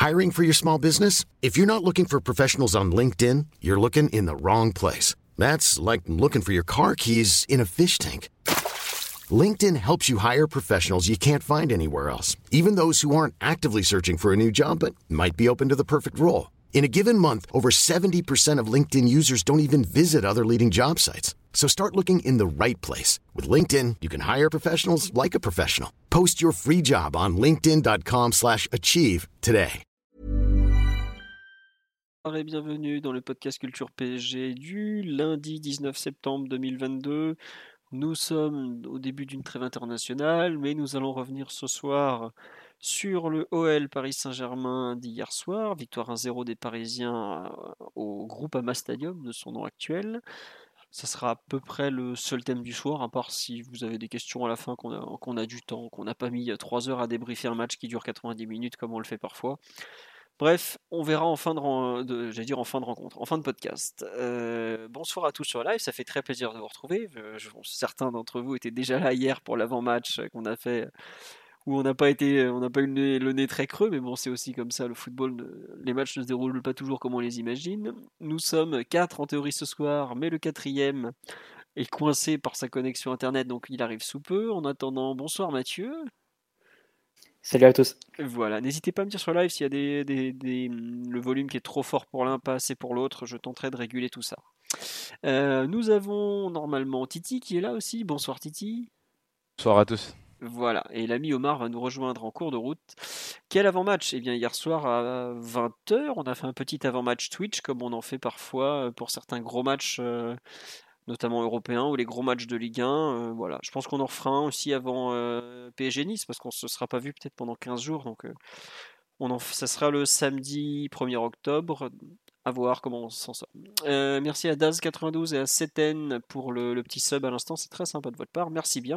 Hiring for your small business? If you're not looking for professionals on LinkedIn, you're looking in the wrong place. That's like looking for your car keys in a fish tank. LinkedIn helps you hire professionals you can't find anywhere else, even those who aren't actively searching for a new job but might be open to the perfect role. In a given month, over 70% of LinkedIn users don't even visit other leading job sites. So start looking in the right place. With LinkedIn, you can hire professionals like a professional. Post your free job on linkedin.com/achieve today. Bonsoir et bienvenue dans le podcast Culture PSG du lundi 19 septembre 2022. Nous sommes au début d'une trêve internationale, mais nous allons revenir ce soir sur le OL Paris Saint-Germain d'hier soir. Victoire 1-0 des Parisiens au Groupama Stadium de son nom actuel. Ça sera à peu près le seul thème du soir, à part si vous avez des questions à la fin, qu'on a du temps, qu'on n'a pas mis 3 heures à débriefer un match qui dure 90 minutes comme on le fait parfois. Bref, on verra en fin de rencontre, en fin de podcast. Bonsoir à tous sur live, ça fait très plaisir de vous retrouver. Certains d'entre vous étaient déjà là hier pour l'avant-match qu'on a fait, où on n'a pas eu le nez très creux, mais bon, c'est aussi comme ça, le football, les matchs ne se déroulent pas toujours comme on les imagine. Nous sommes 4 en théorie ce soir, mais le quatrième est coincé par sa connexion internet, donc il arrive sous peu. En attendant, bonsoir Mathieu. Salut à tous. Voilà, n'hésitez pas à me dire sur live s'il y a le volume qui est trop fort pour l'un, pas assez pour l'autre, je tenterai de réguler tout ça. Nous avons normalement Titi qui est là aussi, bonsoir Titi. Bonsoir à tous. Voilà, et l'ami Omar va nous rejoindre en cours de route. Quel avant-match ? Eh bien hier soir à 20h, on a fait un petit avant-match Twitch comme on en fait parfois pour certains gros matchs, notamment européens ou les gros matchs de Ligue 1. Voilà. Je pense qu'on en refera un aussi avant PSG Nice parce qu'on ne se sera pas vu peut-être pendant 15 jours. Donc ça sera le samedi 1er octobre. À voir comment on s'en sort. Merci à Daz92 et à Seten pour le petit sub à l'instant. C'est très sympa de votre part. Merci bien.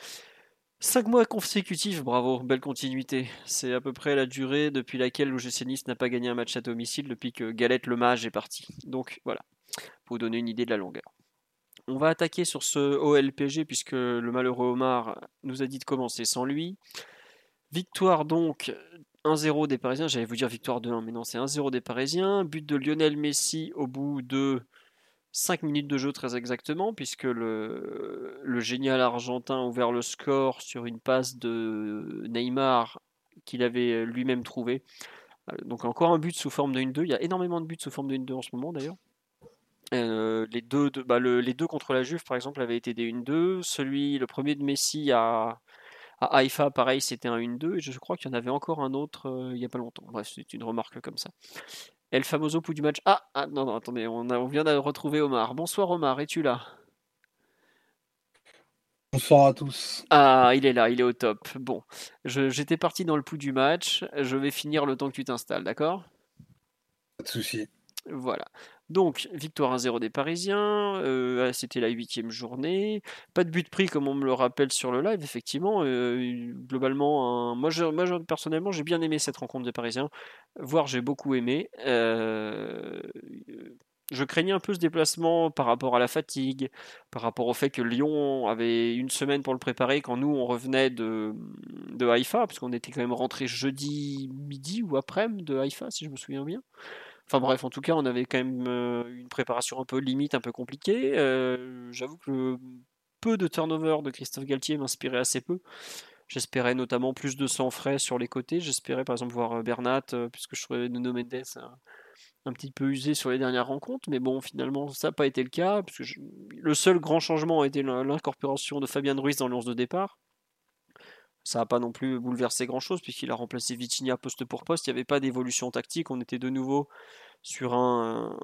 5 mois consécutifs, bravo, belle continuité. C'est à peu près la durée depuis laquelle l'OGC Nice n'a pas gagné un match à domicile depuis que Galette le Mage est parti. Donc voilà, pour vous donner une idée de la longueur. On va attaquer sur ce OLPG puisque le malheureux Omar nous a dit de commencer sans lui. Victoire donc 1-0 des Parisiens, j'allais vous dire victoire 2-1, mais non, c'est 1-0 des Parisiens. But de Lionel Messi au bout de 5 minutes de jeu très exactement, puisque le génial argentin a ouvert le score sur une passe de Neymar qu'il avait lui-même trouvé. Donc encore un but sous forme de 1-2. Il y a énormément de buts sous forme de 1-2 en ce moment d'ailleurs. Les deux contre la Juve par exemple avaient été des 1-2. Le premier de Messi à Haïfa, pareil, c'était un 1-2. Et je crois qu'il y en avait encore un autre il n'y a pas longtemps. Bref, c'est une remarque comme ça. El Famoso pouls du match. Non, attendez, on vient de retrouver Omar. Bonsoir Omar, es-tu là ? Bonsoir à tous. Il est là, il est au top. Bon, j'étais parti dans le pouls du match. Je vais finir le temps que tu t'installes, d'accord ? Pas de soucis. Voilà. Donc, victoire 1-0 des Parisiens. C'était la 8e journée. Pas de but pris, comme on me le rappelle sur le live, effectivement. Globalement, moi, personnellement, j'ai bien aimé cette rencontre des Parisiens. Voire, j'ai beaucoup aimé. Je craignais un peu ce déplacement par rapport à la fatigue, par rapport au fait que Lyon avait une semaine pour le préparer quand nous, on revenait de Haïfa, parce qu'on était quand même rentré jeudi midi ou après-midi de Haïfa, si je me souviens bien. Enfin bref, en tout cas, on avait quand même une préparation un peu limite, un peu compliquée. J'avoue que le peu de turnover de Christophe Galtier m'inspirait assez peu. J'espérais notamment plus de sang frais sur les côtés. J'espérais par exemple voir Bernat, puisque je trouvais Nuno Mendes un petit peu usé sur les dernières rencontres. Mais bon, finalement, ça n'a pas été le cas. Puisque le seul grand changement a été l'incorporation de Fabien Ruiz dans le 11 de départ. Ça n'a pas non plus bouleversé grand-chose puisqu'il a remplacé Vitinha poste pour poste. Il n'y avait pas d'évolution tactique. On était de nouveau sur un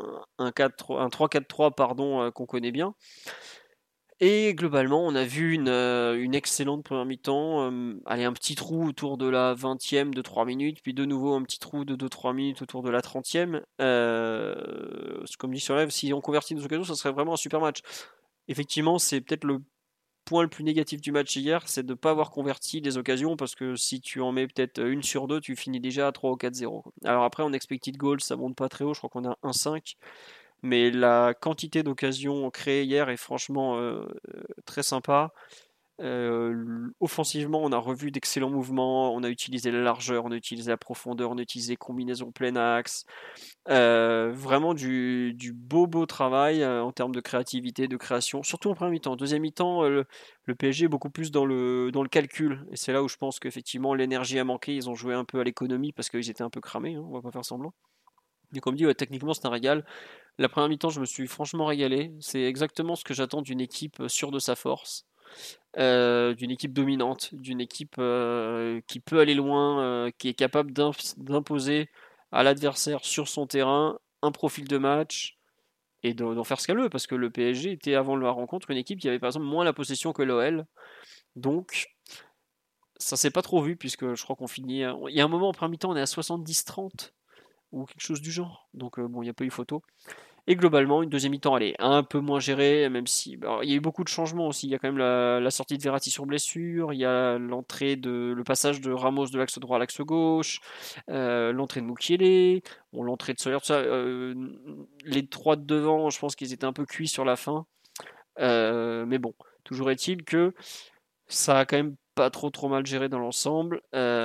3-4-3 qu'on connaît bien. Et globalement, on a vu une excellente première mi-temps. Un petit trou autour de la 20e de 3 minutes, puis de nouveau un petit trou de 2-3 minutes autour de la 30e. Comme dit sur live, si on convertit nos occasions, ça serait vraiment un super match. Effectivement, c'est peut-être le point le plus négatif du match hier, c'est de ne pas avoir converti des occasions, parce que si tu en mets peut-être une sur deux, tu finis déjà à 3 ou 4-0. Alors après, en expected goals, ça monte pas très haut, je crois qu'on a 1,5. Mais la quantité d'occasions créées hier est franchement très sympa. Offensivement, on a revu d'excellents mouvements, on a utilisé la largeur, on a utilisé la profondeur, on a utilisé combinaison plein axe. Vraiment du beau travail en termes de créativité, de création, surtout en première mi-temps. Deuxième mi-temps, le PSG est beaucoup plus dans le calcul. Et c'est là où je pense qu'effectivement l'énergie a manqué. Ils ont joué un peu à l'économie parce qu'ils étaient un peu cramés, hein, on va pas faire semblant. Mais comme dit, ouais, techniquement c'est un régal. La première mi-temps, je me suis franchement régalé. C'est exactement ce que j'attends d'une équipe sûre de sa force. D'une équipe dominante, d'une équipe qui peut aller loin, qui est capable d'imposer à l'adversaire sur son terrain un profil de match et d'en faire ce qu'elle veut, parce que le PSG était avant la rencontre une équipe qui avait par exemple moins la possession que l'OL, donc ça s'est pas trop vu, puisque je crois qu'on finit, il y a un moment en première mi-temps on est à 70-30 ou quelque chose du genre, donc bon, il n'y a pas eu photo. Et globalement, une deuxième mi-temps, elle est un peu moins gérée, même si alors, il y a eu beaucoup de changements aussi. Il y a quand même la sortie de Verratti sur blessure, il y a le passage de Ramos de l'axe droit à l'axe gauche, l'entrée de Mukiele, bon, l'entrée de Soler, tout ça. Les trois de devant, je pense qu'ils étaient un peu cuits sur la fin. Mais bon, toujours est-il que ça a quand même pas trop mal géré dans l'ensemble.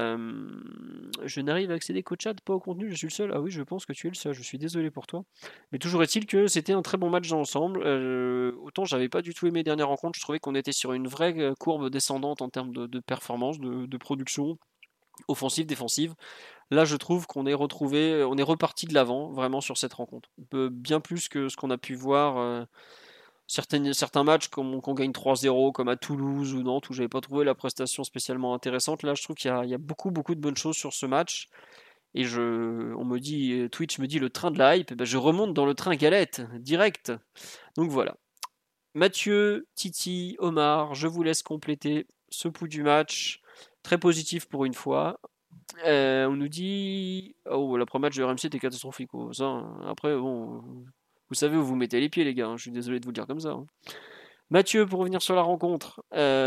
Je n'arrive à accéder qu'au chat, pas au contenu, je suis le seul. Ah oui, je pense que tu es le seul, je suis désolé pour toi. Mais toujours est-il que c'était un très bon match dans l'ensemble. Autant j'avais pas du tout aimé les dernières rencontres, je trouvais qu'on était sur une vraie courbe descendante en termes de performance, de production, offensive, défensive. Là, je trouve qu'on est on est reparti de l'avant, vraiment, sur cette rencontre. Bien plus que ce qu'on a pu voir. Certains matchs qu'on gagne 3-0 comme à Toulouse ou Nantes où j'avais pas trouvé la prestation spécialement intéressante. Là je trouve qu'il y a beaucoup de bonnes choses sur ce match et on me dit, Twitch me dit le train de la hype, ben je remonte dans le train galette direct. Donc voilà. Mathieu, Titi, Omar, je vous laisse compléter ce pouls du match. Très positif pour une fois. On nous dit oh, le premier match de RMC était catastrophique. Oh, ça, après bon, vous savez où vous mettez les pieds les gars, hein. Je suis désolé de vous le dire comme ça, hein. Mathieu, pour revenir sur la rencontre,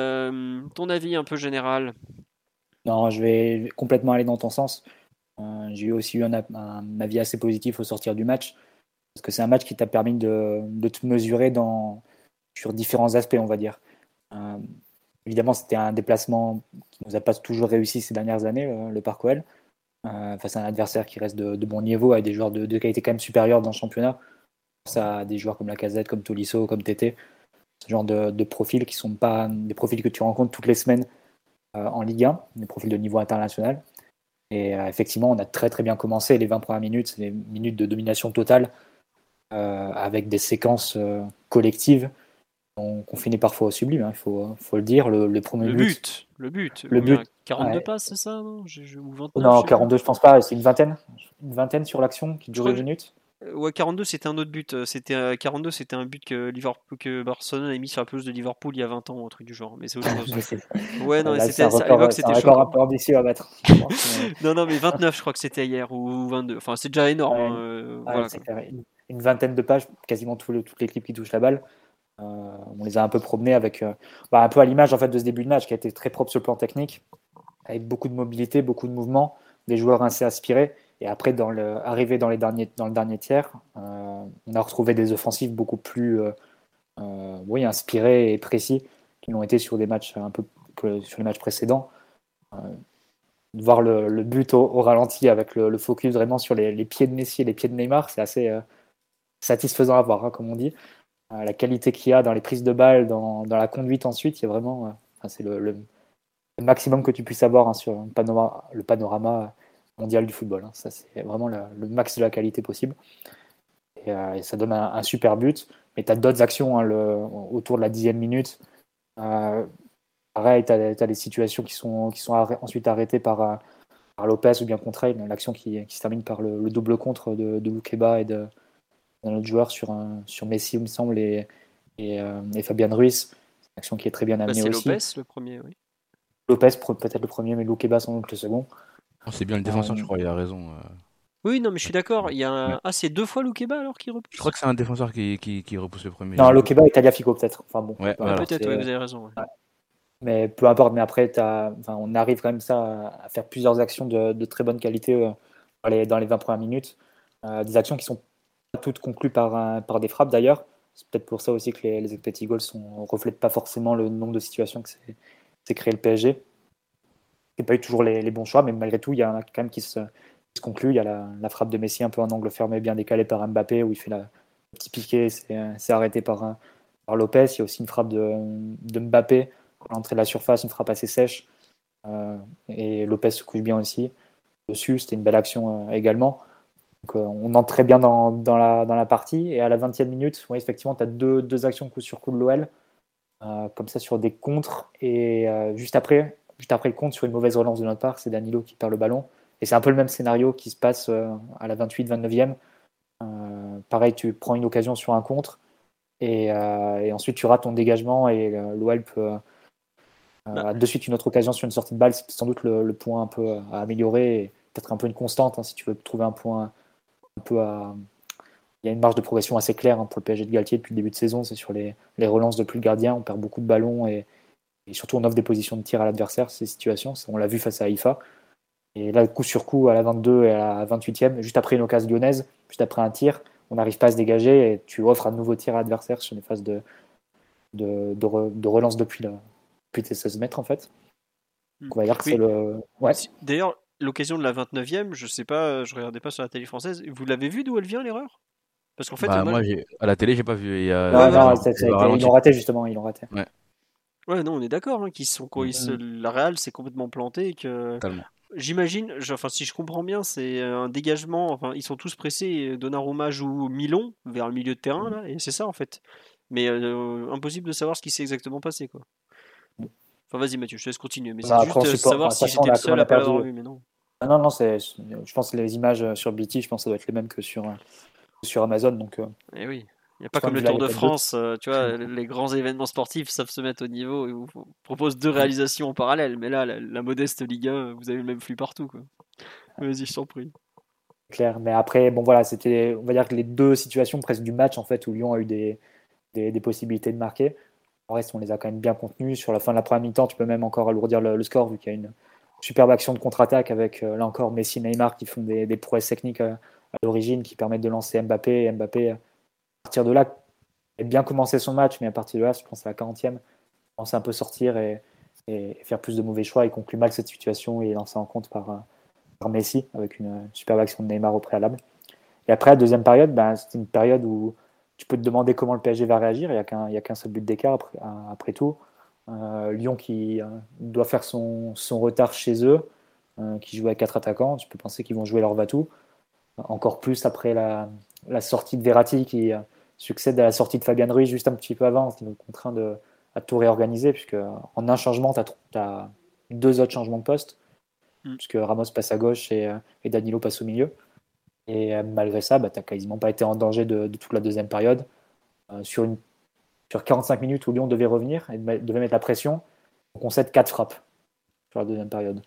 ton avis un peu général? Non, je vais complètement aller dans ton sens. J'ai aussi eu un avis assez positif au sortir du match, parce que c'est un match qui t'a permis de te mesurer sur différents aspects, on va dire. Euh, Évidemment, c'était un déplacement qui nous a pas toujours réussi ces dernières années, le Parc OL, face à un adversaire qui reste de bon niveau, avec des joueurs de qualité quand même supérieure dans le championnat. Ça, des joueurs comme Lacazette, comme Tolisso, comme Tété, ce genre de profils qui sont pas des profils que tu rencontres toutes les semaines en Ligue 1, des profils de niveau international. Et effectivement, on a très très bien commencé. Les 20 premières minutes, c'est des minutes de domination totale avec des séquences collectives qu'on finit parfois au sublime, hein, il faut le dire. Le premier but. Le but. Le but. 42 Ouais. passes, c'est ça, non? Ou 29, Non, je sais plus. 42, je pense pas. C'est une vingtaine sur l'action qui Je dure crois une que minute. Ouais, 42, c'était un autre but. 42, c'était un but que Barcelone a mis sur la pelouse de Liverpool il y a 20 ans, un truc du genre. Mais c'est autre chose. Je sais. Ouais, non, mais Là, c'est un à l'époque, record, c'était un record un choquant. peu ambitieux à battre, je pense. Non, mais 29, je crois que c'était hier, ou 22. Enfin, c'est déjà énorme, Ouais, hein, ouais, voilà, c'est quoi. clair. Une vingtaine de pages, quasiment toute l'équipe qui touche la balle. On les a un peu promenés avec un peu à l'image en fait de ce début de match qui a été très propre sur le plan technique, avec beaucoup de mobilité, beaucoup de mouvements, des joueurs assez inspirés. Et après, arrivé dans le dernier tiers, on a retrouvé des offensives beaucoup plus inspirés et précis qui l'ont été sur des matchs un peu sur les matchs précédents. Voir le but au ralenti avec le focus vraiment sur les pieds de Messi et les pieds de Neymar, c'est assez satisfaisant à voir, hein, comme on dit. La qualité qu'il y a dans les prises de balles, dans la conduite ensuite, il y a vraiment, c'est le maximum que tu puisses avoir, hein, sur le panorama mondial du football, hein. Ça, c'est vraiment le max de la qualité possible. Et ça donne un super but. Mais tu as d'autres actions, hein, autour de la 10e minute. Pareil, tu as des situations qui sont ensuite arrêtées par Lopez ou bien contre elle. L'action qui se termine par le double contre de Loukeba et d'un autre joueur sur Messi, il me semble, et Fabian Ruiz. C'est une action qui est très bien amenée C'est aussi. Lopez, le premier, oui. Lopez, peut-être le premier, mais Loukeba sans doute le second. C'est bien le défenseur, je crois, il a raison. Oui, non, mais je suis d'accord. Il y a Ouais. Ah, c'est 2 fois Loukeba alors qui repousse? Je crois que c'est un défenseur qui repousse le premier. Non, Loukeba et Tagliafico peut-être. Enfin bon, Ouais, peu voilà. importe, Peut-être, ouais, vous avez raison. Ouais. ouais. Mais peu importe. Mais après, on arrive quand même à faire plusieurs actions de très bonne qualité dans les 20 premières minutes. Des actions qui sont pas toutes conclues par des frappes d'ailleurs. c'est peut-être pour ça aussi que les expected goals ne reflètent pas forcément le nombre de situations que c'est créé le PSG. Il n'y a pas eu toujours les bons choix, mais malgré tout, il y en a quand même qui se concluent. Il y a la frappe de Messi un peu en angle fermé, bien décalée par Mbappé, où il fait le petit piqué, c'est arrêté par Lopez. Il y a aussi une frappe de Mbappé à l'entrée de la surface, une frappe assez sèche. Et Lopez se couche bien aussi dessus. C'était une belle action également. Donc, on entre très bien dans la partie. Et à la 20e minute, ouais, effectivement, tu as deux actions coup sur coup de l'OL, comme ça sur des contres. Et juste après le contre, sur une mauvaise relance de notre part, c'est Danilo qui perd le ballon. Et c'est un peu le même scénario qui se passe à la 28-29e. Pareil, tu prends une occasion sur un contre. Et ensuite, tu rates ton dégagement. Et l'OL peut de suite une autre occasion sur une sortie de balle. C'est sans doute le point un peu à améliorer. Et peut-être un peu une constante, si tu veux trouver un point un peu à. Il y a une marge de progression assez claire pour le PSG de Galtier depuis le début de saison. C'est sur les relances depuis le gardien. On perd beaucoup de ballons et surtout on offre des positions de tir à l'adversaire, ces situations. On l'a vu face à Haïfa. Et là, coup sur coup, à la 22 et à la 28e, juste après une occasion lyonnaise, juste après un tir, on n'arrive pas à se dégager et tu offres un nouveau tir à l'adversaire sur une phase de relance depuis tes 16 mètres en fait. Donc on va dire que c'est le. Ouais. D'ailleurs, l'occasion de la 29e, je sais pas, je regardais pas sur la télé française. Vous l'avez vu d'où elle vient l'erreur? Parce qu'en fait, moi, à la télé, j'ai pas vu. Ils l'ont raté justement, ils l'ont raté. Ouais, non, on est d'accord, la Real s'est complètement planté et que. Totalement. J'imagine, si je comprends bien, c'est un dégagement. Enfin, ils sont tous pressés. Donnarumma joue Milon vers le milieu de terrain là, et c'est ça en fait. Mais impossible de savoir ce qui s'est exactement passé, quoi. Enfin, vas-y Mathieu, je te laisse continuer. Mais c'est juste savoir si j'étais le seul à pas l'avoir vu, mais non. Ah non, je pense que les images sur BT, je pense que ça doit être les mêmes que sur Amazon. Donc, eh oui. Il n'y a pas comme le Tour de France, tu vois, les grands événements sportifs savent se mettre au niveau et vous proposent 2 réalisations en parallèle. Mais là, la modeste Ligue 1, vous avez le même flux partout, quoi. Vas-y, je t'en prie. Clair. Mais après, bon voilà, c'était, on va dire que les 2 situations presque du match en fait où Lyon a eu des possibilités de marquer. En reste, on les a quand même bien contenus. Sur la fin de la première mi-temps, tu peux même encore alourdir le score vu qu'il y a une superbe action de contre-attaque avec là encore Messi, Neymar qui font des prouesses techniques à l'origine qui permettent de lancer Mbappé. Et Mbappé, à partir de là, a bien commencé son match, mais à partir de là, je pense à la 40e, commence à un peu sortir et faire plus de mauvais choix. Il conclut mal cette situation et est lancé en compte par Messi avec une superbe action de Neymar au préalable. Et après, la deuxième période, c'est une période où tu peux te demander comment le PSG va réagir. Il n'y a qu'un seul but d'écart après tout. Lyon qui doit faire son retard chez eux, qui joue avec 4 attaquants. Tu peux penser qu'ils vont jouer leur va-tout. Encore plus après la sortie de Verratti qui succède à la sortie de Fabian Ruiz juste un petit peu avant, qui nous contraint à tout réorganiser, puisque en un changement, tu as 2 autres changements de poste, puisque Ramos passe à gauche et Danilo passe au milieu. Et malgré ça, tu n'as quasiment pas été en danger de toute la deuxième période. Sur 45 minutes où Lyon devait revenir et devait mettre la pression, on concède 4 frappes sur la deuxième période.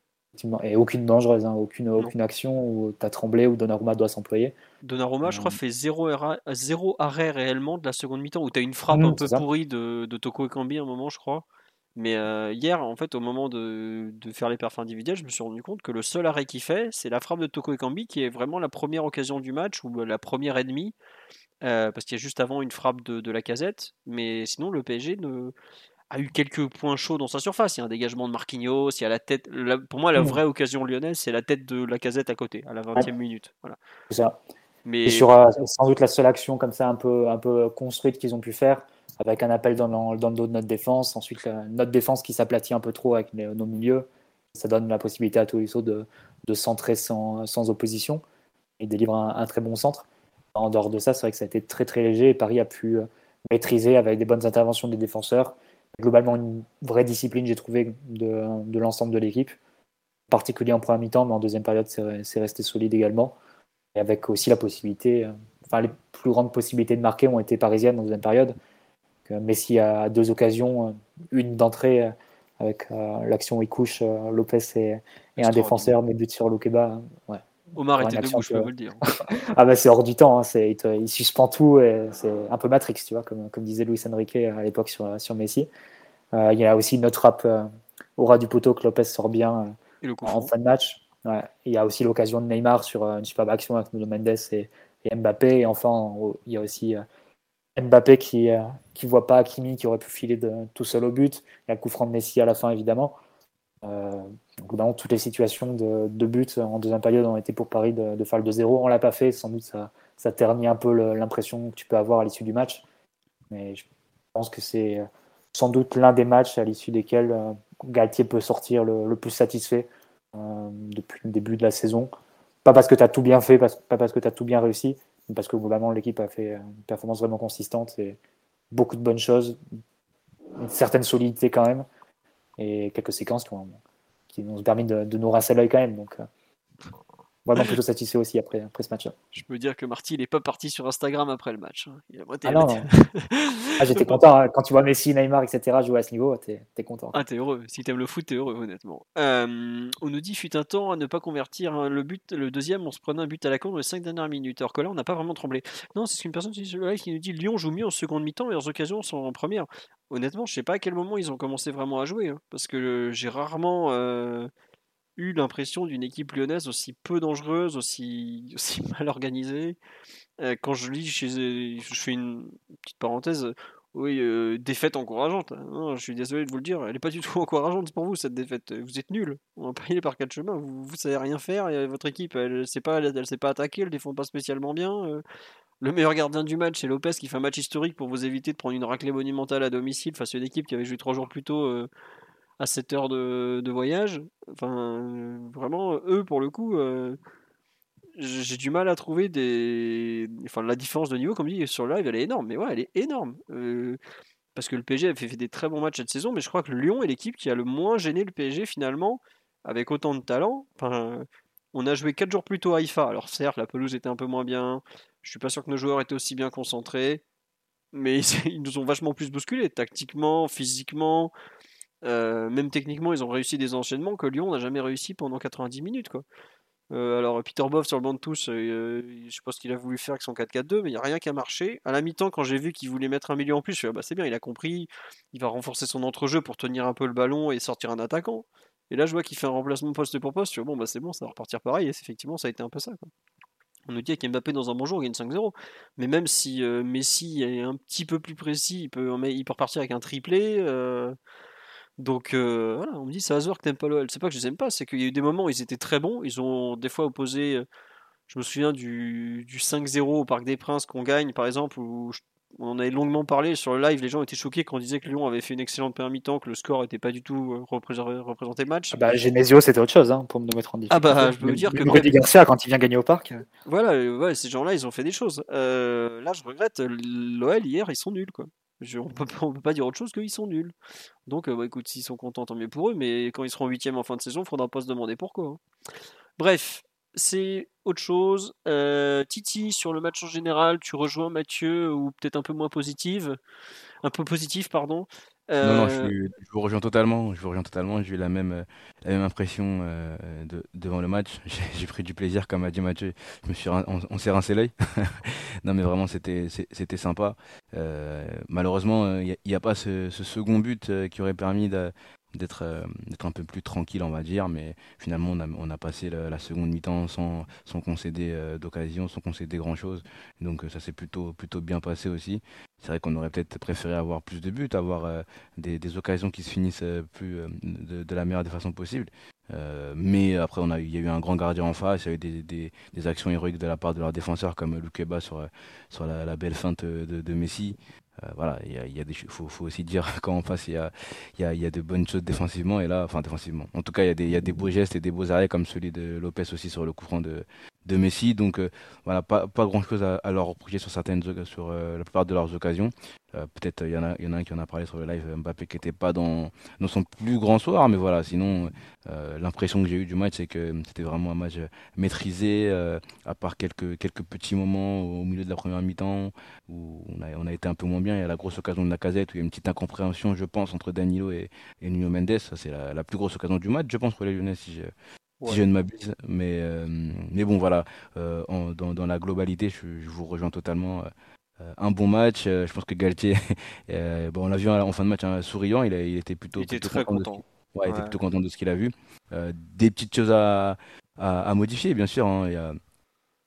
Et aucune dangereuse, aucune action où tu as tremblé, où Donnarumma doit s'employer. Donnarumma, je crois, fait 0 arrêt réellement de la seconde mi-temps, où tu as une frappe un peu pourrie de Toko Ekambi à un moment, je crois. Mais hier, en fait, au moment de faire les perfs individuels, je me suis rendu compte que le seul arrêt qu'il fait, c'est la frappe de Toko Ekambi, qui est vraiment la première occasion du match, ou la première et demie, parce qu'il y a juste avant une frappe de Lacazette. Mais sinon, le PSG a eu quelques points chauds dans sa surface. Il y a un dégagement de Marquinhos, il y a la tête. Pour moi, la vraie occasion lyonnaise, c'est la tête de Lacazette à côté, à la 20e minute. Voilà. C'est ça. Mais... Et sur sans doute la seule action comme ça un peu construite qu'ils ont pu faire, avec un appel dans le dos de notre défense, ensuite notre défense qui s'aplatit un peu trop avec nos milieux, ça donne la possibilité à Tolisso de centrer sans opposition et délivre un très bon centre. En dehors de ça, c'est vrai que ça a été très très léger et Paris a pu maîtriser avec des bonnes interventions des défenseurs. Globalement, une vraie discipline, j'ai trouvé, de l'ensemble de l'équipe, en particulier en première mi-temps, mais en deuxième période, c'est resté solide également. Et avec aussi la possibilité, les plus grandes possibilités de marquer ont été parisiennes en deuxième période. Messi a 2 occasions, une d'entrée avec l'action où il couche Lopez et un défenseur, mais but sur Loukeba. Ouais. Omar était debout, je peux vous le dire. C'est hors du temps, il suspend tout et c'est un peu Matrix, tu vois, comme disait Luis Enrique à l'époque sur Messi. Il y a aussi une autre frappe au ras du poteau que Lopez sort bien en fin de match. Ouais. Il y a aussi l'occasion de Neymar sur une superbe action avec Nuno Mendes et Mbappé. Et enfin, il y a aussi Mbappé qui voit pas Hakimi qui aurait pu filer tout seul au but. Il y a le coup franc de Messi à la fin, évidemment. Donc, globalement, toutes les situations de but en deuxième période ont été pour Paris de faire le 2-0. On l'a pas fait, sans doute ça ternit un peu l'impression que tu peux avoir à l'issue du match. Mais je pense que c'est sans doute l'un des matchs à l'issue desquels Galtier peut sortir le plus satisfait depuis le début de la saison. Pas parce que tu as tout bien fait, pas parce que tu as tout bien réussi, mais parce que globalement l'équipe a fait une performance vraiment consistante et beaucoup de bonnes choses, une certaine solidité quand même, et quelques séquences qui nous ont permis de nous rincer l'œil quand même. Donc vraiment plutôt satisfait aussi après ce match-là. Je peux dire que Marty, il n'est pas parti sur Instagram après le match. Il a Ah non, non. J'étais content. Hein. Quand tu vois Messi, Neymar, etc. jouer à ce niveau, t'es content. Ah, t'es heureux. Si t'aimes le foot, t'es heureux, honnêtement. On nous dit, fut un temps à ne pas convertir le deuxième, on se prenait un but à la con dans les 5 dernières minutes. Alors que là, on n'a pas vraiment tremblé. Non, c'est une personne sur le live qui nous dit Lyon joue mieux en seconde mi-temps et leurs occasions sont en première. Honnêtement, je sais pas à quel moment ils ont commencé vraiment à jouer. Hein, parce que j'ai rarement eu l'impression d'une équipe lyonnaise aussi peu dangereuse, aussi mal organisée. Quand je lis je fais une petite parenthèse. Oui, défaite encourageante. Non, je suis désolé de vous le dire, elle n'est pas du tout encourageante pour vous cette défaite. Vous êtes nul. On va pas y aller par quatre chemins. Vous savez rien faire. Et votre équipe, elle sait pas attaquer, elle défend pas spécialement bien. Le meilleur gardien du match, c'est Lopez qui fait un match historique pour vous éviter de prendre une raclée monumentale à domicile face à une équipe qui avait joué 3 jours plus tôt à 7 heures de voyage. Enfin, vraiment, eux pour le coup. J'ai du mal à trouver Enfin, la différence de niveau, comme dit sur le live, elle est énorme. Mais ouais, elle est énorme. Parce que le PSG a fait des très bons matchs cette saison, mais je crois que Lyon est l'équipe qui a le moins gêné le PSG finalement, avec autant de talent. Enfin, on a joué 4 jours plus tôt à Haïfa. Alors certes, la pelouse était un peu moins bien. Je suis pas sûr que nos joueurs étaient aussi bien concentrés. Mais ils nous ont vachement plus bousculés, tactiquement, physiquement, même techniquement, ils ont réussi des enchaînements que Lyon n'a jamais réussi pendant 90 minutes, quoi. Alors Peter Bosz sur le banc de touche, je sais pas ce qu'il a voulu faire avec son 4-4-2, mais il n'y a rien qui a marché. À la mi-temps, quand j'ai vu qu'il voulait mettre un milieu en plus, je suis bah, c'est bien, il a compris, il va renforcer son entrejeu pour tenir un peu le ballon et sortir un attaquant. Et là, je vois qu'il fait un remplacement poste pour poste, je suis bon, bah c'est bon, ça va repartir pareil, et effectivement, ça a été un peu ça, quoi. On nous dit avec Mbappé dans un bon jour, il gagne 5-0. Mais même si Messi est un petit peu plus précis, il peut repartir avec un triplé. Donc voilà, on me dit ça va se voir que t'aimes pas l'OL. C'est pas que je les aime pas, c'est qu'il y a eu des moments où ils étaient très bons. Ils ont des fois opposé. Je me souviens du 5-0 au Parc des Princes qu'on gagne, par exemple, où on en avait longuement parlé sur le live. Les gens étaient choqués quand on disait que Lyon avait fait une excellente première mi-temps, que le score n'était pas du tout représenté le match. Ah bah, Genesio, c'était autre chose pour me mettre en Ah difficulté. bah, je peux vous dire que Rudy Garcia, quand il vient gagner au parc. voilà, ouais, ces gens-là, ils ont fait des choses. Là, je regrette, l'OL hier, ils sont nuls, quoi. On peut pas dire autre chose qu'ils sont nuls. Donc, bah, écoute, s'ils sont contents, tant mieux pour eux, mais quand ils seront 8e en fin de saison, il faudra pas se demander pourquoi. Hein. Bref, c'est autre chose. Titi, sur le match en général, tu rejoins Mathieu, ou peut-être un peu positif, pardon. Non, je vous rejoins totalement. Je vous rejoins totalement. J'ai eu la même impression devant le match. J'ai pris du plaisir, comme a dit Mathieu. On s'est rincé l'œil. Non, mais vraiment, c'était sympa. Malheureusement, il n'y a pas ce second but qui aurait permis d'être un peu plus tranquille, on va dire. Mais finalement, on a passé la seconde mi-temps sans concéder d'occasion, sans concéder grand-chose. Donc, ça s'est plutôt bien passé aussi. C'est vrai qu'on aurait peut-être préféré avoir plus de buts, avoir des occasions qui se finissent de la meilleure des façons possibles. Mais après, il y a eu un grand gardien en face, il y a eu des actions héroïques de la part de leurs défenseurs comme Loukeba sur la belle feinte de Messi. Voilà, faut aussi dire quand en face il y a de bonnes choses défensivement et là, enfin défensivement. En tout cas, il y a des beaux gestes et des beaux arrêts comme celui de Lopez aussi sur le coup franc de Messi. Donc voilà, pas grand chose à leur reprocher sur la plupart de leurs occasions. Peut-être il y en a un qui en a parlé sur le live, Mbappé qui n'était pas dans son plus grand soir, mais voilà, sinon l'impression que j'ai eue du match c'est que c'était vraiment un match maîtrisé, à part quelques petits moments au milieu de la première mi-temps où on a été un peu moins bien. Il y a la grosse occasion de Lacazette où il y a une petite incompréhension, je pense, entre Danilo et Nuno Mendes. Ça, c'est la plus grosse occasion du match, je pense, pour les Lyonnais, si je ne m'abuse. Mais bon, voilà, dans la globalité, je vous rejoins totalement. Un bon match, je pense que Galtier, bon, on l'a vu en fin de match, hein, souriant, il était il était plutôt très content content. ouais, il était plutôt content de ce qu'il a vu. Des petites choses à modifier, bien sûr. Hein,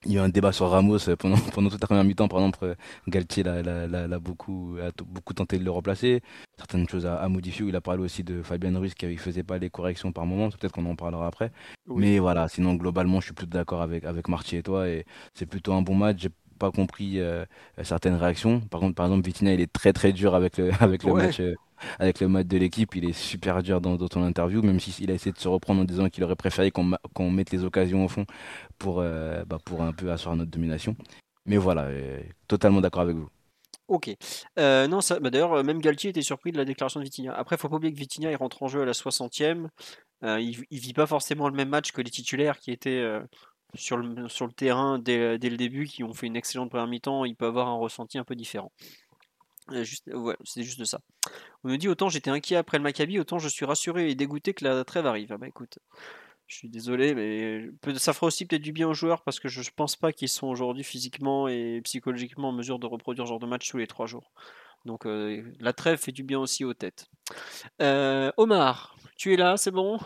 Il y a eu un débat sur Ramos pendant toute la première mi-temps. Par exemple, Galtier beaucoup tenté de le remplacer. Certaines choses à modifier. Il a parlé aussi de Fabien Ruiz qui ne faisait pas les corrections par moment. Peut-être qu'on en parlera après. Oui. Mais voilà, sinon, globalement, je suis plutôt d'accord avec Marty et toi. Et c'est plutôt un bon match. J'ai pas compris certaines réactions. Par exemple, Vitinha, il est très très dur Ouais. avec le match de l'équipe. Il est super dur dans son interview, même s'il a essayé de se reprendre en disant qu'il aurait préféré qu'on mette les occasions au fond pour un peu asseoir notre domination. Mais voilà, totalement d'accord avec vous. Ok. Non, d'ailleurs, même Galtier était surpris de la déclaration de Vitinha. Après, faut pas oublier que Vitinha il rentre en jeu à la 60e. Il vit pas forcément le même match que les titulaires qui étaient sur le terrain dès le début, qui ont fait une excellente première mi-temps. Il peut avoir un ressenti un peu différent. Ouais, c'est juste ça. On me dit autant j'étais inquiet après le Maccabi, autant je suis rassuré et dégoûté que la trêve arrive. Ah bah écoute, je suis désolé, mais ça fera aussi peut-être du bien aux joueurs parce que je pense pas qu'ils sont aujourd'hui physiquement et psychologiquement en mesure de reproduire ce genre de match tous les 3 jours. Donc la trêve fait du bien aussi aux têtes. Omar, tu es là, c'est bon?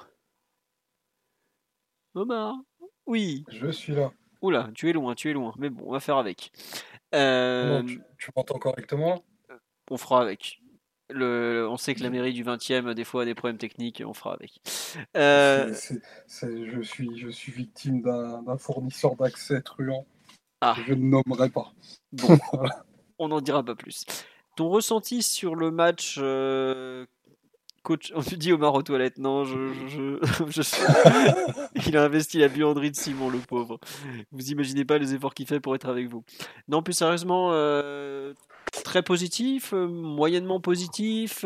Omar? Oui. Je suis là. Oula, tu es loin, mais bon, on va faire avec. Non, Euh, tu m'entends correctement? on fera avec. On sait que la mairie du 20e, des fois, a des problèmes techniques, on fera avec. C'est, Euh, c'est, je suis victime d'un fournisseur d'accès truand. ah, Je ne nommerai pas. bon, on n'en dira pas plus. Ton ressenti sur le match, coach, on te dit Omar aux toilettes. Non, il a investi la buanderie de Simon, le pauvre. Vous imaginez pas les efforts qu'il fait pour être avec vous. Non, plus sérieusement, très positif, moyennement positif.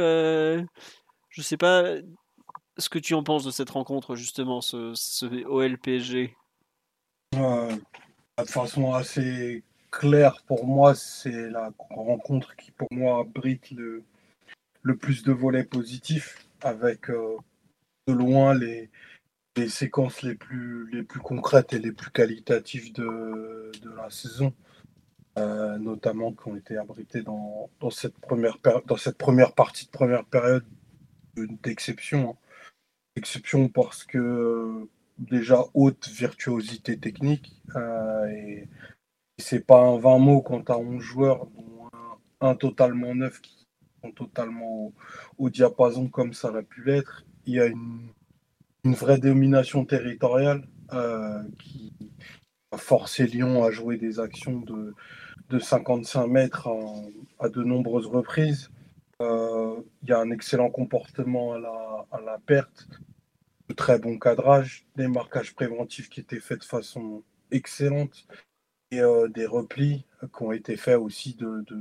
Je sais pas ce que tu en penses de cette rencontre, justement, ce OL-PSG. Euh, de façon assez claire, pour moi, c'est la rencontre qui, pour moi, abrite le plus de volets positifs, avec de loin les séquences les plus concrètes et les plus qualitatives de la saison. Notamment qui ont été abrités dans cette première partie de première période d'exception. Hein. Exception parce que déjà haute virtuosité technique et c'est pas un 20 mots quand tu as 11 joueurs, dont un totalement neuf qui sont totalement au diapason comme ça aurait pu l'être. Il y a une vraie domination territoriale qui a forcé Lyon à jouer des actions de 55 mètres à de nombreuses reprises. Il y a un excellent comportement à la perte, de très bon cadrage, des marquages préventifs qui étaient faits de façon excellente et des replis qui ont été faits aussi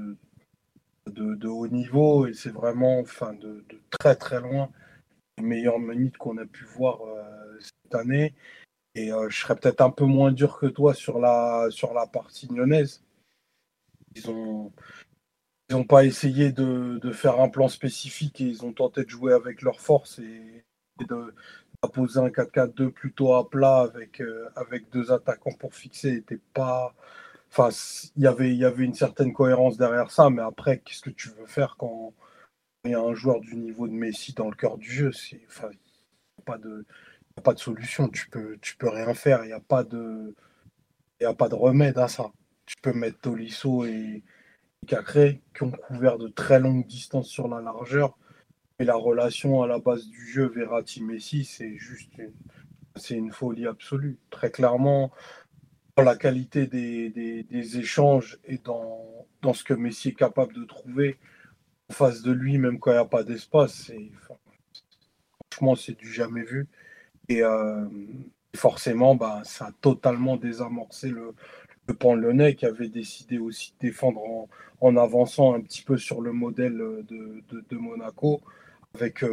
de haut niveau. Et c'est vraiment, enfin, de très très loin, les meilleures minutes qu'on a pu voir cette année. Et je serais peut-être un peu moins dur que toi sur la partie lyonnaise. Ils ont, Ils n'ont pas essayé de faire un plan spécifique et ils ont tenté de jouer avec leur force et de poser un 4-4-2 plutôt à plat avec deux attaquants pour fixer. Était pas, enfin, il y avait une certaine cohérence derrière ça, mais après, qu'est-ce que tu veux faire quand il y a un joueur du niveau de Messi dans le cœur du jeu? Enfin, il n'y a pas de solution. Tu peux rien faire. Il y a pas de remède à ça. Tu peux mettre Tolisso et Cacré qui ont couvert de très longues distances sur la largeur. Et la relation à la base du jeu Verratti-Messi, c'est une folie absolue. Très clairement, dans la qualité des échanges et dans ce que Messi est capable de trouver en face de lui, même quand il n'y a pas d'espace, franchement, c'est du jamais vu. Et forcément, bah, ça a totalement désamorcé le pan lyonnais qui avait décidé aussi de défendre en avançant un petit peu sur le modèle de Monaco, avec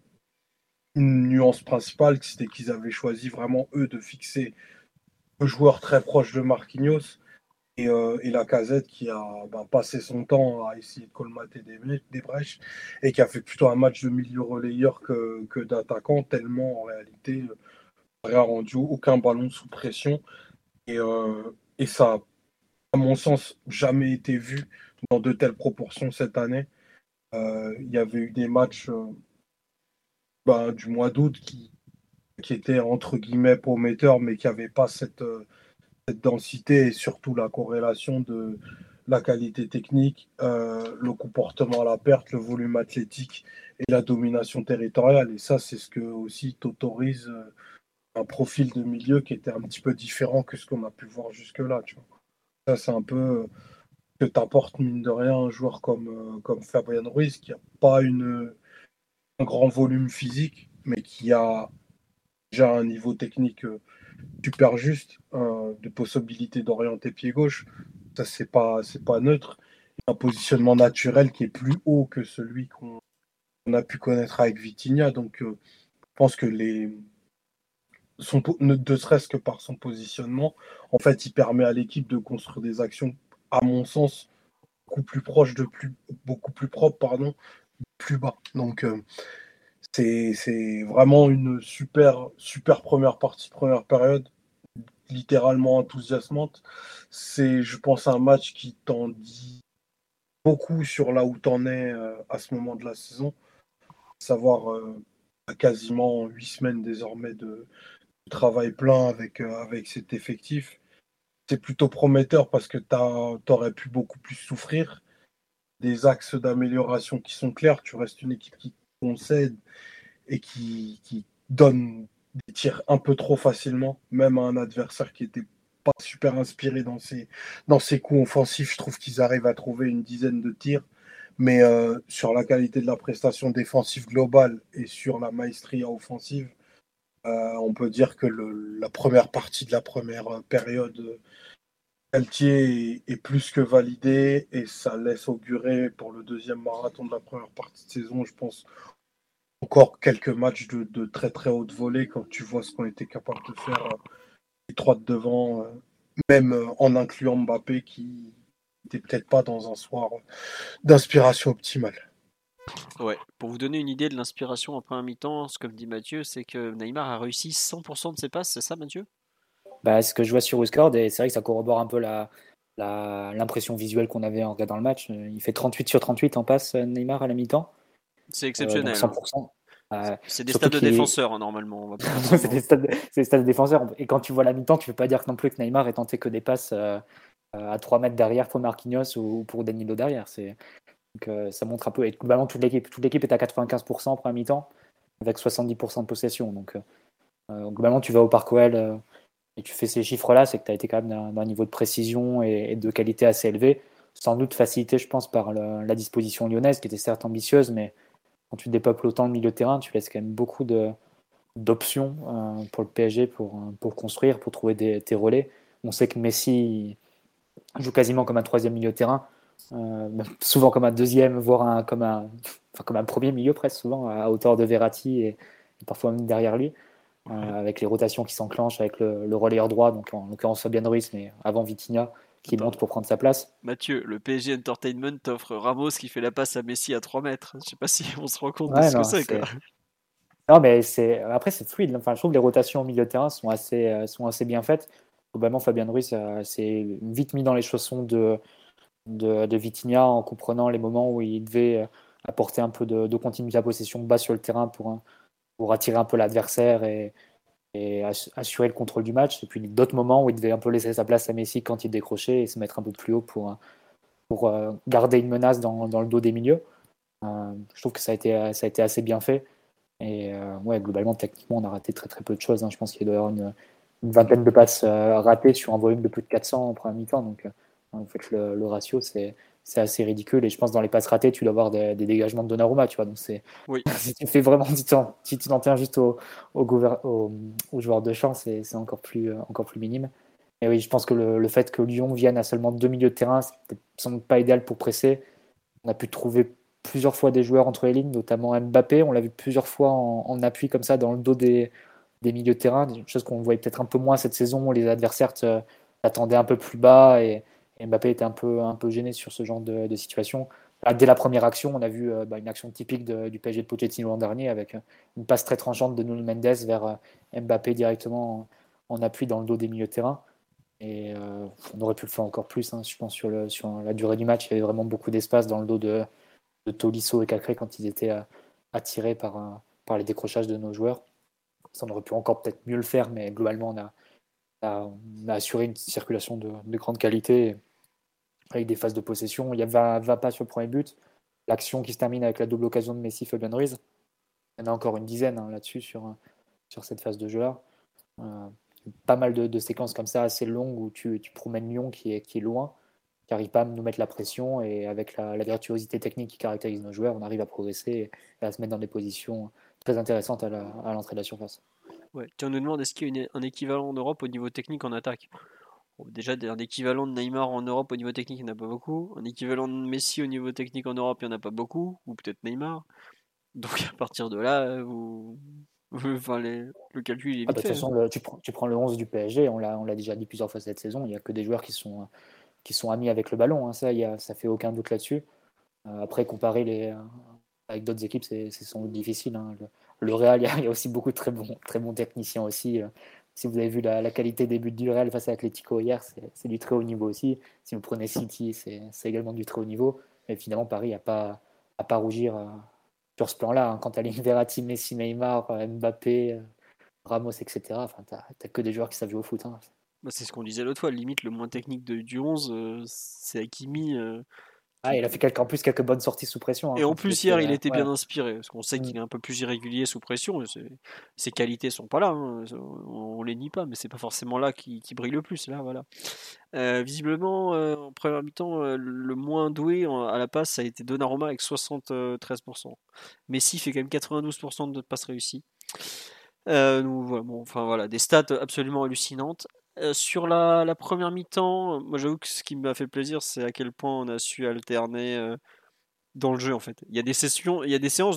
une nuance principale, c'était qu'ils avaient choisi vraiment, eux, de fixer le joueur très proche de Marquinhos et Lacazette qui a passé son temps à essayer de colmater des brèches et qui a fait plutôt un match de milieu relayeur que d'attaquant, tellement en réalité, n'a rendu aucun ballon sous pression. Et ça à mon sens, jamais été vu dans de telles proportions cette année. Il y avait eu des matchs du mois d'août qui étaient entre guillemets prometteurs, mais qui n'avaient pas cette densité et surtout la corrélation de la qualité technique, le comportement à la perte, le volume athlétique et la domination territoriale. Et ça, c'est ce que aussi t'autorise un profil de milieu qui était un petit peu différent que ce qu'on a pu voir jusque-là. Tu vois. Ça, c'est un peu que t'apporte, mine de rien, un joueur comme Fabian Ruiz, qui n'a pas un grand volume physique, mais qui a déjà un niveau technique super juste, de possibilité d'orienter pied gauche. Ça, c'est pas neutre. Un positionnement naturel qui est plus haut que celui qu'on a pu connaître avec Vitinha. Donc, je pense que ne serait-ce que par son positionnement, en fait, il permet à l'équipe de construire des actions, à mon sens, beaucoup plus propres, pardon, plus bas. Donc, c'est vraiment une super, super première partie, première période, littéralement enthousiasmante. C'est, je pense, un match qui t'en dit beaucoup sur là où t'en es à ce moment de la saison, savoir à quasiment 8 semaines désormais de travail plein avec cet effectif. C'est plutôt prometteur parce que t'aurais pu beaucoup plus souffrir. Des axes d'amélioration qui sont clairs. Tu restes une équipe qui concède et qui donne des tirs un peu trop facilement, même à un adversaire qui était pas super inspiré dans ses coups offensifs. Je trouve qu'ils arrivent à trouver une dizaine de tirs. Mais sur la qualité de la prestation défensive globale et sur la maestria offensive, on peut dire que la première partie de la première période, Galtier est plus que validé et ça laisse augurer pour le deuxième marathon de la première partie de saison, je pense, encore quelques matchs de très très haute volée quand tu vois ce qu'on était capable de faire les trois de devant, même en incluant Mbappé qui n'était peut-être pas dans un soir d'inspiration optimale. Ouais, pour vous donner une idée de l'inspiration en première mi-temps, ce que me dit Mathieu, c'est que Neymar a réussi 100% de ses passes, c'est ça Mathieu? Bah, ce que je vois sur WhoScored, et c'est vrai que ça corrobore un peu l'impression visuelle qu'on avait en regardant le match. Il fait 38 sur 38 en passe, Neymar, à la mi-temps, C'est donc exceptionnel, hein. 100%. C'est des Surtout stades de qu'il défenseurs, hein, normalement, on va pas dire c'est seulement. des stades de défenseurs. Et quand tu vois la mi-temps, tu ne peux pas dire non plus que Neymar ait tenté que des passes à 3 mètres derrière pour Marquinhos ou pour Danilo derrière. Donc, ça montre un peu. Et globalement, toute l'équipe est à 95% en première mi-temps, avec 70% de possession. Donc, globalement, tu vas au Parc OL et tu fais ces chiffres-là, c'est que tu as été quand même d'un niveau de précision et de qualité assez élevé. Sans doute facilité, je pense, par la disposition lyonnaise, qui était certes ambitieuse, mais quand tu dépeuples autant le milieu de terrain, tu laisses quand même beaucoup d'options pour le PSG pour construire, pour trouver tes relais. On sait que Messi joue quasiment comme un troisième milieu de terrain, souvent comme un deuxième, voire comme un premier milieu presque, souvent à hauteur de Verratti et parfois même derrière lui, avec les rotations qui s'enclenchent, avec le relayeur droit, donc en l'occurrence Fabian Ruiz, mais avant Vitinha, qui Attends, monte pour prendre sa place. Mathieu, le PSG Entertainment offre Ramos qui fait la passe à Messi à 3 mètres. Je sais pas si on se rend compte de Ouais, ce que non, c'est, quoi. Non, mais après, c'est fluide. Enfin, je trouve que les rotations au milieu de terrain sont assez bien faites. Globalement, Fabien Ruiz s'est vite mis dans les chaussons de Vitinha en comprenant les moments où il devait apporter un peu de continuité à possession bas sur le terrain pour attirer un peu l'adversaire et assurer le contrôle du match. Et puis d'autres moments où il devait un peu laisser sa place à Messi quand il décrochait et se mettre un peu plus haut pour garder une menace dans le dos des milieux. Je trouve que ça a été assez bien fait. Et ouais, globalement, techniquement, on a raté très très peu de choses. Je pense qu'il doit y avoir une vingtaine de passes ratées sur un volume de plus de 400 en première mi-temps. Donc, en fait, le ratio, c'est assez ridicule. Et je pense que dans les passes ratées, tu dois avoir des dégagements de Donnarumma. Tu vois, donc Oui. si tu fais vraiment, si tu t'en tiens juste au joueur de champ, c'est encore plus minime. Et oui, je pense que le fait que Lyon vienne à seulement deux milieux de terrain, c'est peut-être sans doute pas idéal pour presser. On a pu trouver plusieurs fois des joueurs entre les lignes, notamment Mbappé. On l'a vu plusieurs fois en appui comme ça dans le dos des milieux de terrain, des choses qu'on voyait peut-être un peu moins cette saison où les adversaires t'attendaient un peu plus bas et Mbappé était un peu gêné sur ce genre de situation. Là, dès la première action, on a vu une action typique du PSG de Pochettino l'an dernier avec une passe très tranchante de Nuno Mendes vers Mbappé directement en appui dans le dos des milieux de terrain. Et on aurait pu le faire encore plus, je pense, sur la durée du match. Il y avait vraiment beaucoup d'espace dans le dos de Tolisso et Cacré quand ils étaient attirés par les décrochages de nos joueurs. Ça, on aurait pu encore peut-être mieux le faire, mais globalement, on a assuré une circulation de grande qualité avec des phases de possession. Il y a 20 pas sur le premier but. L'action qui se termine avec la double occasion de Messi, Fabian Ruiz. Il y en a encore une dizaine là-dessus sur cette phase de jeu-là. Pas mal de séquences comme ça assez longues où tu promènes Lyon qui est loin, qui n'arrive pas à nous mettre la pression, et avec la virtuosité technique qui caractérise nos joueurs, on arrive à progresser et à se mettre dans des positions très intéressantes à l'entrée de la surface. Ouais. Tu nous demandes est-ce qu'il y a un équivalent en Europe au niveau technique en attaque. Bon, déjà, un équivalent de Neymar en Europe au niveau technique, il n'y en a pas beaucoup. Un équivalent de Messi au niveau technique en Europe, il n'y en a pas beaucoup. Ou peut-être Neymar. Donc à partir de là, enfin, le calcul il est De vite toute fait. façon, tu prends le 11 du PSG, on l'a déjà dit plusieurs fois cette saison, il n'y a que des joueurs qui sont amis avec le ballon, hein, ça fait aucun doute là-dessus. Après, comparer avec d'autres équipes, c'est sans doute difficile. Hein. Le Real, il y a aussi beaucoup de très bons techniciens aussi. Si vous avez vu la qualité des buts du Real face à Atlético hier, c'est du très haut niveau aussi. Si vous prenez City, c'est également du très haut niveau. Mais finalement, Paris n'a pas à rougir sur ce plan-là. Hein. Quand tu as Verratti, Messi, Neymar, Mbappé, Ramos, etc., enfin, tu n'as que des joueurs qui savent jouer au foot. Hein. Bah, c'est ce qu'on disait l'autre fois, limite le moins technique du 11, c'est Hakimi. Qui Il a fait quelques bonnes sorties sous pression. Hein, Et en quand il plus, hier, il était bien ouais. inspiré, parce qu'on sait qu'il est un peu plus irrégulier sous pression. Ses qualités sont pas là, hein, on les nie pas, mais c'est pas forcément là qui brille le plus. Là, voilà. Visiblement, en première mi-temps, le moins doué à la passe, ça a été Donnarumma avec 73%. Messi fait quand même 92% de passes réussies. Donc, voilà, bon, enfin voilà, des stats absolument hallucinantes. Sur la première mi-temps, moi j'avoue que ce qui m'a fait plaisir, c'est à quel point on a su alterner dans le jeu en fait. Il y a des sessions, il y a des séances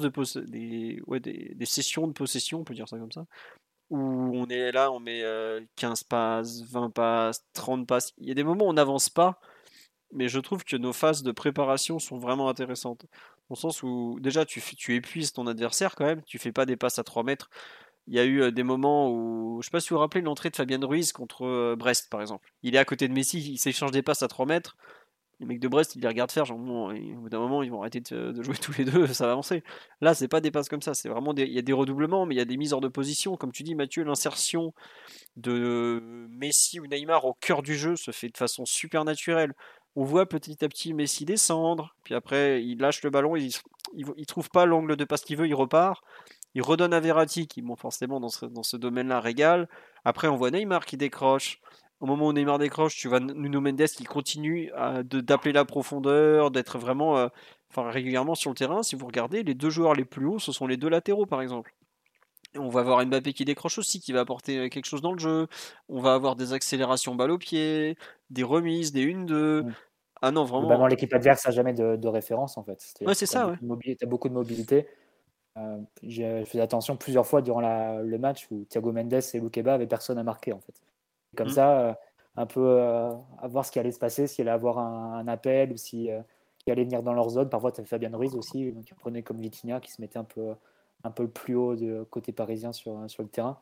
des sessions de possession, on peut dire ça comme ça, où on est là, on met 15 passes, 20 passes, 30 passes. Il y a des moments où on n'avance pas, mais je trouve que nos phases de préparation sont vraiment intéressantes. Dans le sens où déjà tu épuises ton adversaire quand même, tu fais pas des passes à 3 mètres. Il y a eu des moments où, je sais pas si vous vous rappelez l'entrée de Fabien Ruiz contre Brest par exemple. Il est à côté de Messi, il s'échange des passes à 3 mètres. Les mecs de Brest, ils les regardent faire, genre, bon, au bout d'un moment, ils vont arrêter de jouer tous les deux, ça va avancer. Là, c'est pas des passes comme ça, c'est vraiment il y a des redoublements, mais il y a des mises hors de position. Comme tu dis, Mathieu, l'insertion de Messi ou Neymar au cœur du jeu se fait de façon super naturelle. On voit petit à petit Messi descendre, puis après, il lâche le ballon, il trouve pas l'angle de passe qu'il veut, il repart. Il redonne à Verratti, qui, bon, forcément, dans ce domaine-là, régale. Après, on voit Neymar qui décroche. Au moment où Neymar décroche, tu vois Nuno Mendes qui continue d'appeler la profondeur, d'être vraiment régulièrement sur le terrain. Si vous regardez, les deux joueurs les plus hauts, ce sont les deux latéraux, par exemple. Et on va avoir Mbappé qui décroche aussi, qui va apporter quelque chose dans le jeu. On va avoir des accélérations balle au pied, des remises, des 1-2. Ah non, Globalement, vraiment. l'équipe adverse n'a jamais de référence en fait. Ouais, C'est-à-dire c'est que tu as ça, ouais. beaucoup de mobilité. J'ai fait attention plusieurs fois durant le match où Thiago Mendes et Loukeba avaient personne à marquer en fait. Comme ça, un peu à voir ce qui allait se passer, s'il allait avoir un appel ou si qui allait venir dans leur zone. Parfois, tu as Fabien Ruiz aussi, qui prenait comme Vitinha, qui se mettait un peu plus haut côté parisien sur le terrain.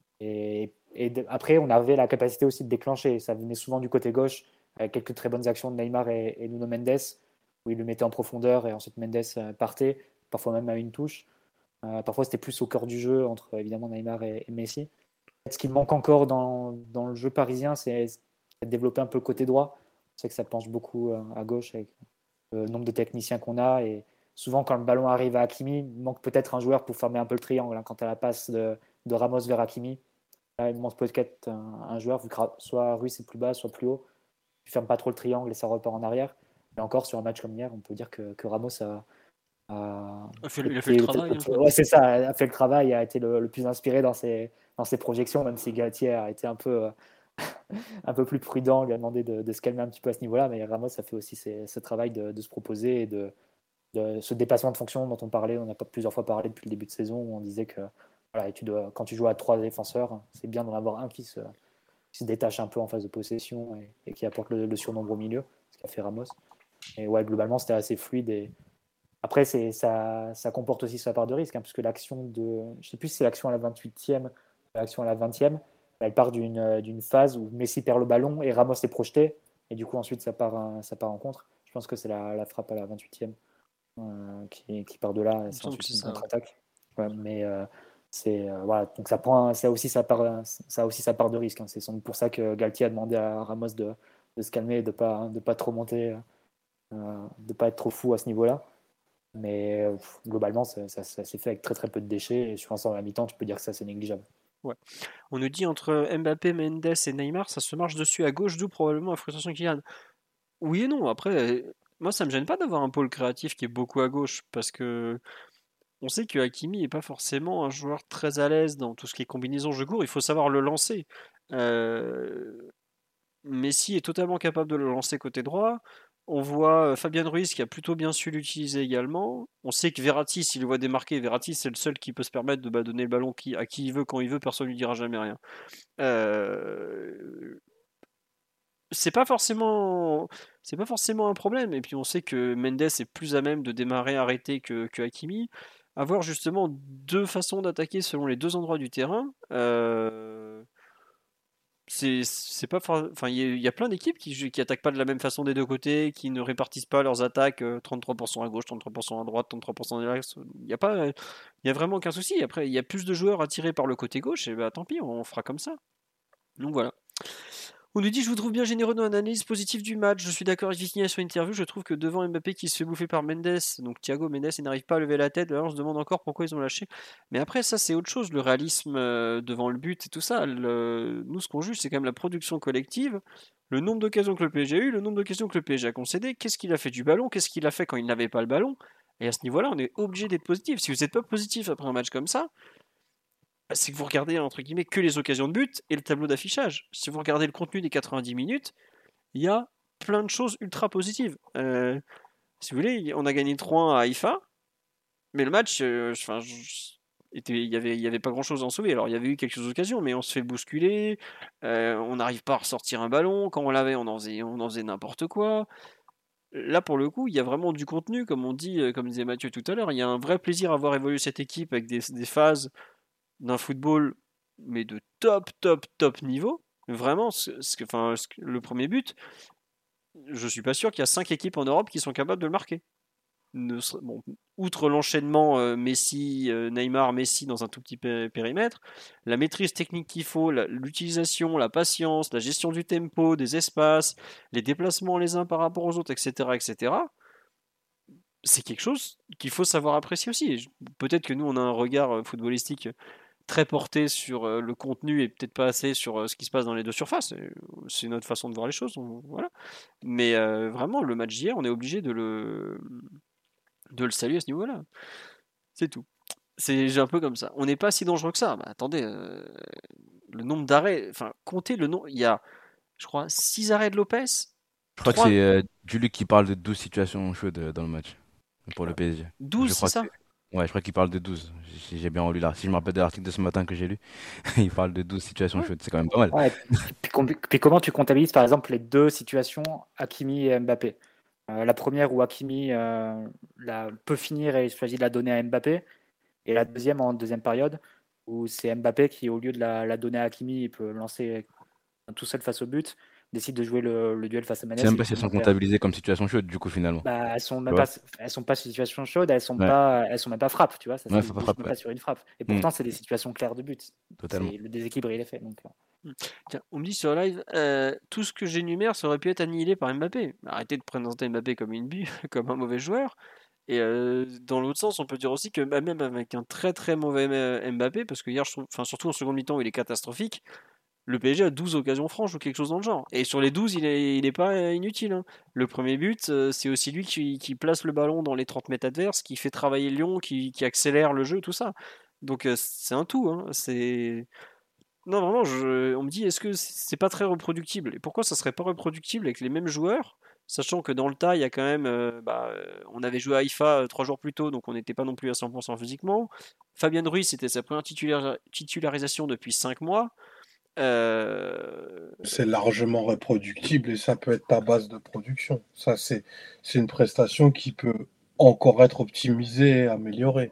Après, on avait la capacité aussi de déclencher. Ça venait souvent du côté gauche, avec quelques très bonnes actions de Neymar et Nuno Mendes, où il le mettait en profondeur et ensuite Mendes partait, parfois même à une touche. Parfois, c'était plus au cœur du jeu entre évidemment Neymar et Messi. Ce qui manque encore dans le jeu parisien, c'est de développer un peu le côté droit. C'est que ça penche beaucoup à gauche avec le nombre de techniciens qu'on a. Et souvent, quand le ballon arrive à Hakimi, il manque peut-être un joueur pour former un peu le triangle. Hein. Quand tu as la passe de Ramos vers Hakimi, là, il manque peut-être un joueur, vu que soit Ruiz est plus bas, soit plus haut. Il ne ferme pas trop le triangle et ça repart en arrière. Mais encore, sur un match comme hier, on peut dire que Ramos Il a fait le travail. Ouais, c'est ça, a fait le travail, a été le plus inspiré dans ses projections, même si Galtier a été un peu plus prudent, lui a demandé de se calmer un petit peu à ce niveau-là, mais Ramos a fait aussi ce travail de se proposer et de ce dépassement de fonction dont on parlait, on a plusieurs fois parlé depuis le début de saison, où on disait que voilà, quand tu joues à 3 défenseurs, c'est bien d'en avoir un qui se détache un peu en phase de possession et qui apporte le surnombre au milieu, ce qu'a fait Ramos. Et ouais, globalement, c'était assez fluide. Et après, ça comporte aussi sa part de risque, hein, puisque l'action je ne sais plus si c'est l'action à la 28e, l'action à la 20e, elle part d'une phase où Messi perd le ballon et Ramos est projeté, et du coup, ensuite, ça part en contre. Je pense que c'est la frappe à la 28e qui part de là, c'est ensuite une contre-attaque. Ouais, mais Voilà, donc ça a aussi sa part de risque, hein. C'est sans doute pour ça que Galtier a demandé à Ramos de se calmer et de pas trop monter, de pas être trop fou à ce niveau-là. Mais globalement, ça s'est fait avec très très peu de déchets. Et sur l'ensemble de la mi-temps, tu peux dire que ça c'est négligeable. Ouais. On nous dit entre Mbappé, Mendes et Neymar, ça se marche dessus à gauche, d'où probablement la frustration qu'il y a. Oui et non. Après, moi, ça me gêne pas d'avoir un pôle créatif qui est beaucoup à gauche parce que on sait que Hakimi est pas forcément un joueur très à l'aise dans tout ce qui est combinaison jeu court. Il faut savoir le lancer. Euh, Messi est totalement capable de le lancer côté droit. On voit Fabien Ruiz qui a plutôt bien su l'utiliser également. On sait que Verratti, s'il le voit démarquer, Verratti c'est le seul qui peut se permettre de donner le ballon à qui il veut, quand il veut, personne ne lui dira jamais rien. Euh, c'est pas forcément un problème. Et puis on sait que Mendes est plus à même de démarrer arrêté que Hakimi. Avoir justement deux façons d'attaquer selon les deux endroits du terrain. C'est pas enfin il y a plein d'équipes qui attaquent pas de la même façon des deux côtés, qui ne répartissent pas leurs attaques 33% à gauche, 33% à droite, 33% à l'axe. Il y a vraiment aucun souci. Après il y a plus de joueurs attirés par le côté gauche et bah tant pis, on fera comme ça. Donc voilà. On nous dit je vous trouve bien généreux dans l'analyse positive du match. Je suis d'accord avec Vitinha sur l'interview. Je trouve que devant Mbappé qui se fait bouffer par Mendes, donc Thiago Mendes, il n'arrive pas à lever la tête. Alors on se demande encore pourquoi ils ont lâché. Mais après ça c'est autre chose, le réalisme devant le but et tout ça. Nous ce qu'on juge c'est quand même la production collective, le nombre d'occasions que le PSG a eu, le nombre d'occasions que le PSG a concédé. Qu'est-ce qu'il a fait du ballon, qu'est-ce qu'il a fait quand il n'avait pas le ballon. Et à ce niveau-là on est obligé d'être positif. Si vous n'êtes pas positif après un match comme ça, c'est que vous regardez entre guillemets que les occasions de but et le tableau d'affichage. Si vous regardez le contenu des 90 minutes, il y a plein de choses ultra positives. Si vous voulez, on a gagné 3-1 à Haïfa, mais le match, il y avait pas grand chose à en sauver. Alors il y avait eu quelques occasions, mais on se fait bousculer, on n'arrive pas à ressortir un ballon. Quand on l'avait, on en faisait n'importe quoi. Là, pour le coup, il y a vraiment du contenu, comme on dit, comme disait Mathieu tout à l'heure. Il y a un vrai plaisir à voir évoluer cette équipe avec des phases d'un football, mais de top, top, top niveau. Vraiment, le premier but, je suis pas sûr qu'il y a 5 équipes en Europe qui sont capables de le marquer. Bon, outre l'enchaînement Messi, Neymar, Messi dans un tout petit périmètre, la maîtrise technique qu'il faut, l'utilisation, la patience, la gestion du tempo, des espaces, les déplacements les uns par rapport aux autres, etc., etc., c'est quelque chose qu'il faut savoir apprécier aussi. Peut-être que nous, on a un regard footballistique très porté sur le contenu et peut-être pas assez sur ce qui se passe dans les deux surfaces. C'est notre façon de voir les choses. Voilà. Mais vraiment, le match d'hier, on est obligé de le saluer à ce niveau-là. C'est tout. C'est un peu comme ça. On n'est pas si dangereux que ça. Bah, attendez, le nombre d'arrêts, enfin, comptez le nombre. Il y a, je crois, 6 arrêts de Lopez. Je crois que 3, c'est Duluc qui parle de 12 situations chaudes dans le match pour le PSG. 12, Je c'est crois que ça? ouais, je crois qu'il parle de 12. Si j'ai bien relu là. Si je me rappelle de l'article de ce matin que j'ai lu, il parle de 12 situations Ouais. chaudes. C'est quand même pas mal. Ouais, puis comment tu comptabilises par exemple les deux situations, Hakimi et Mbappé? La première où Hakimi peut finir et il choisit de la donner à Mbappé, et la deuxième en deuxième période où c'est Mbappé qui, au lieu de la donner à Hakimi, il peut lancer tout seul face au but, décide de jouer le duel face à C'est Mendes même et pas si elles finit sont derrière. comptabilisées comme situations chaudes, du coup, finalement. Bah, Tu vois? elles sont pas situation chaude, elles sont Ouais, même pas frappes, tu vois, ça se ouais, faut pas débouche même frapper. pas sur une frappe. Et Ouais. pourtant, c'est des situations claires de but. Totalement. Le déséquilibre, il est fait. Donc, Tiens, on me dit sur live, tout ce que j'énumère, ça aurait pu être annihilé par Mbappé. Arrêtez de présenter Mbappé comme comme un mauvais joueur. Et dans l'autre sens, on peut dire aussi que même avec un très très mauvais Mbappé, parce que hier, enfin, surtout en seconde mi-temps, où il est catastrophique, le PSG a 12 occasions franches ou quelque chose dans le genre. Et sur les 12, il est pas inutile, hein. Le premier but, c'est aussi lui qui place le ballon dans les 30 mètres adverses, qui fait travailler Lyon, qui accélère le jeu, tout ça. Donc c'est un tout, hein. Non, vraiment, on me dit, est-ce que c'est pas très reproductible? Et pourquoi ça serait pas reproductible avec les mêmes joueurs, sachant que dans le tas, il y a quand même, on avait joué à Haïfa 3 jours plus tôt, donc on n'était pas non plus à 100% physiquement. Fabien Ruiz, c'était sa première titularisation depuis 5 mois. Euh, C'est largement reproductible et ça peut être ta base de production. Ça, c'est une prestation qui peut encore être optimisée, améliorée.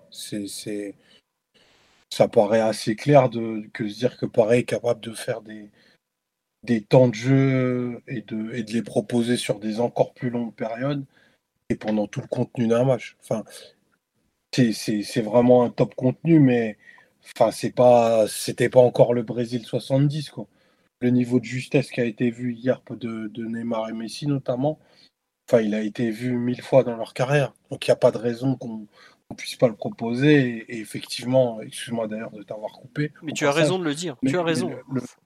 Ça paraît assez clair que se dire que Paris est capable de faire des temps de jeu et de les proposer sur des encore plus longues périodes et pendant tout le contenu d'un match. Enfin, c'est vraiment un top contenu, mais Enfin, c'était pas encore le Brésil 70, quoi. Le niveau de justesse qui a été vu hier de Neymar et Messi notamment, enfin, il a été vu 1000 fois dans leur carrière. Donc il n'y a pas de raison qu'on ne puisse pas le proposer. Et effectivement, excuse-moi d'ailleurs de t'avoir coupé Mais au tu as raison passage, de le dire. Tu mais, as mais raison.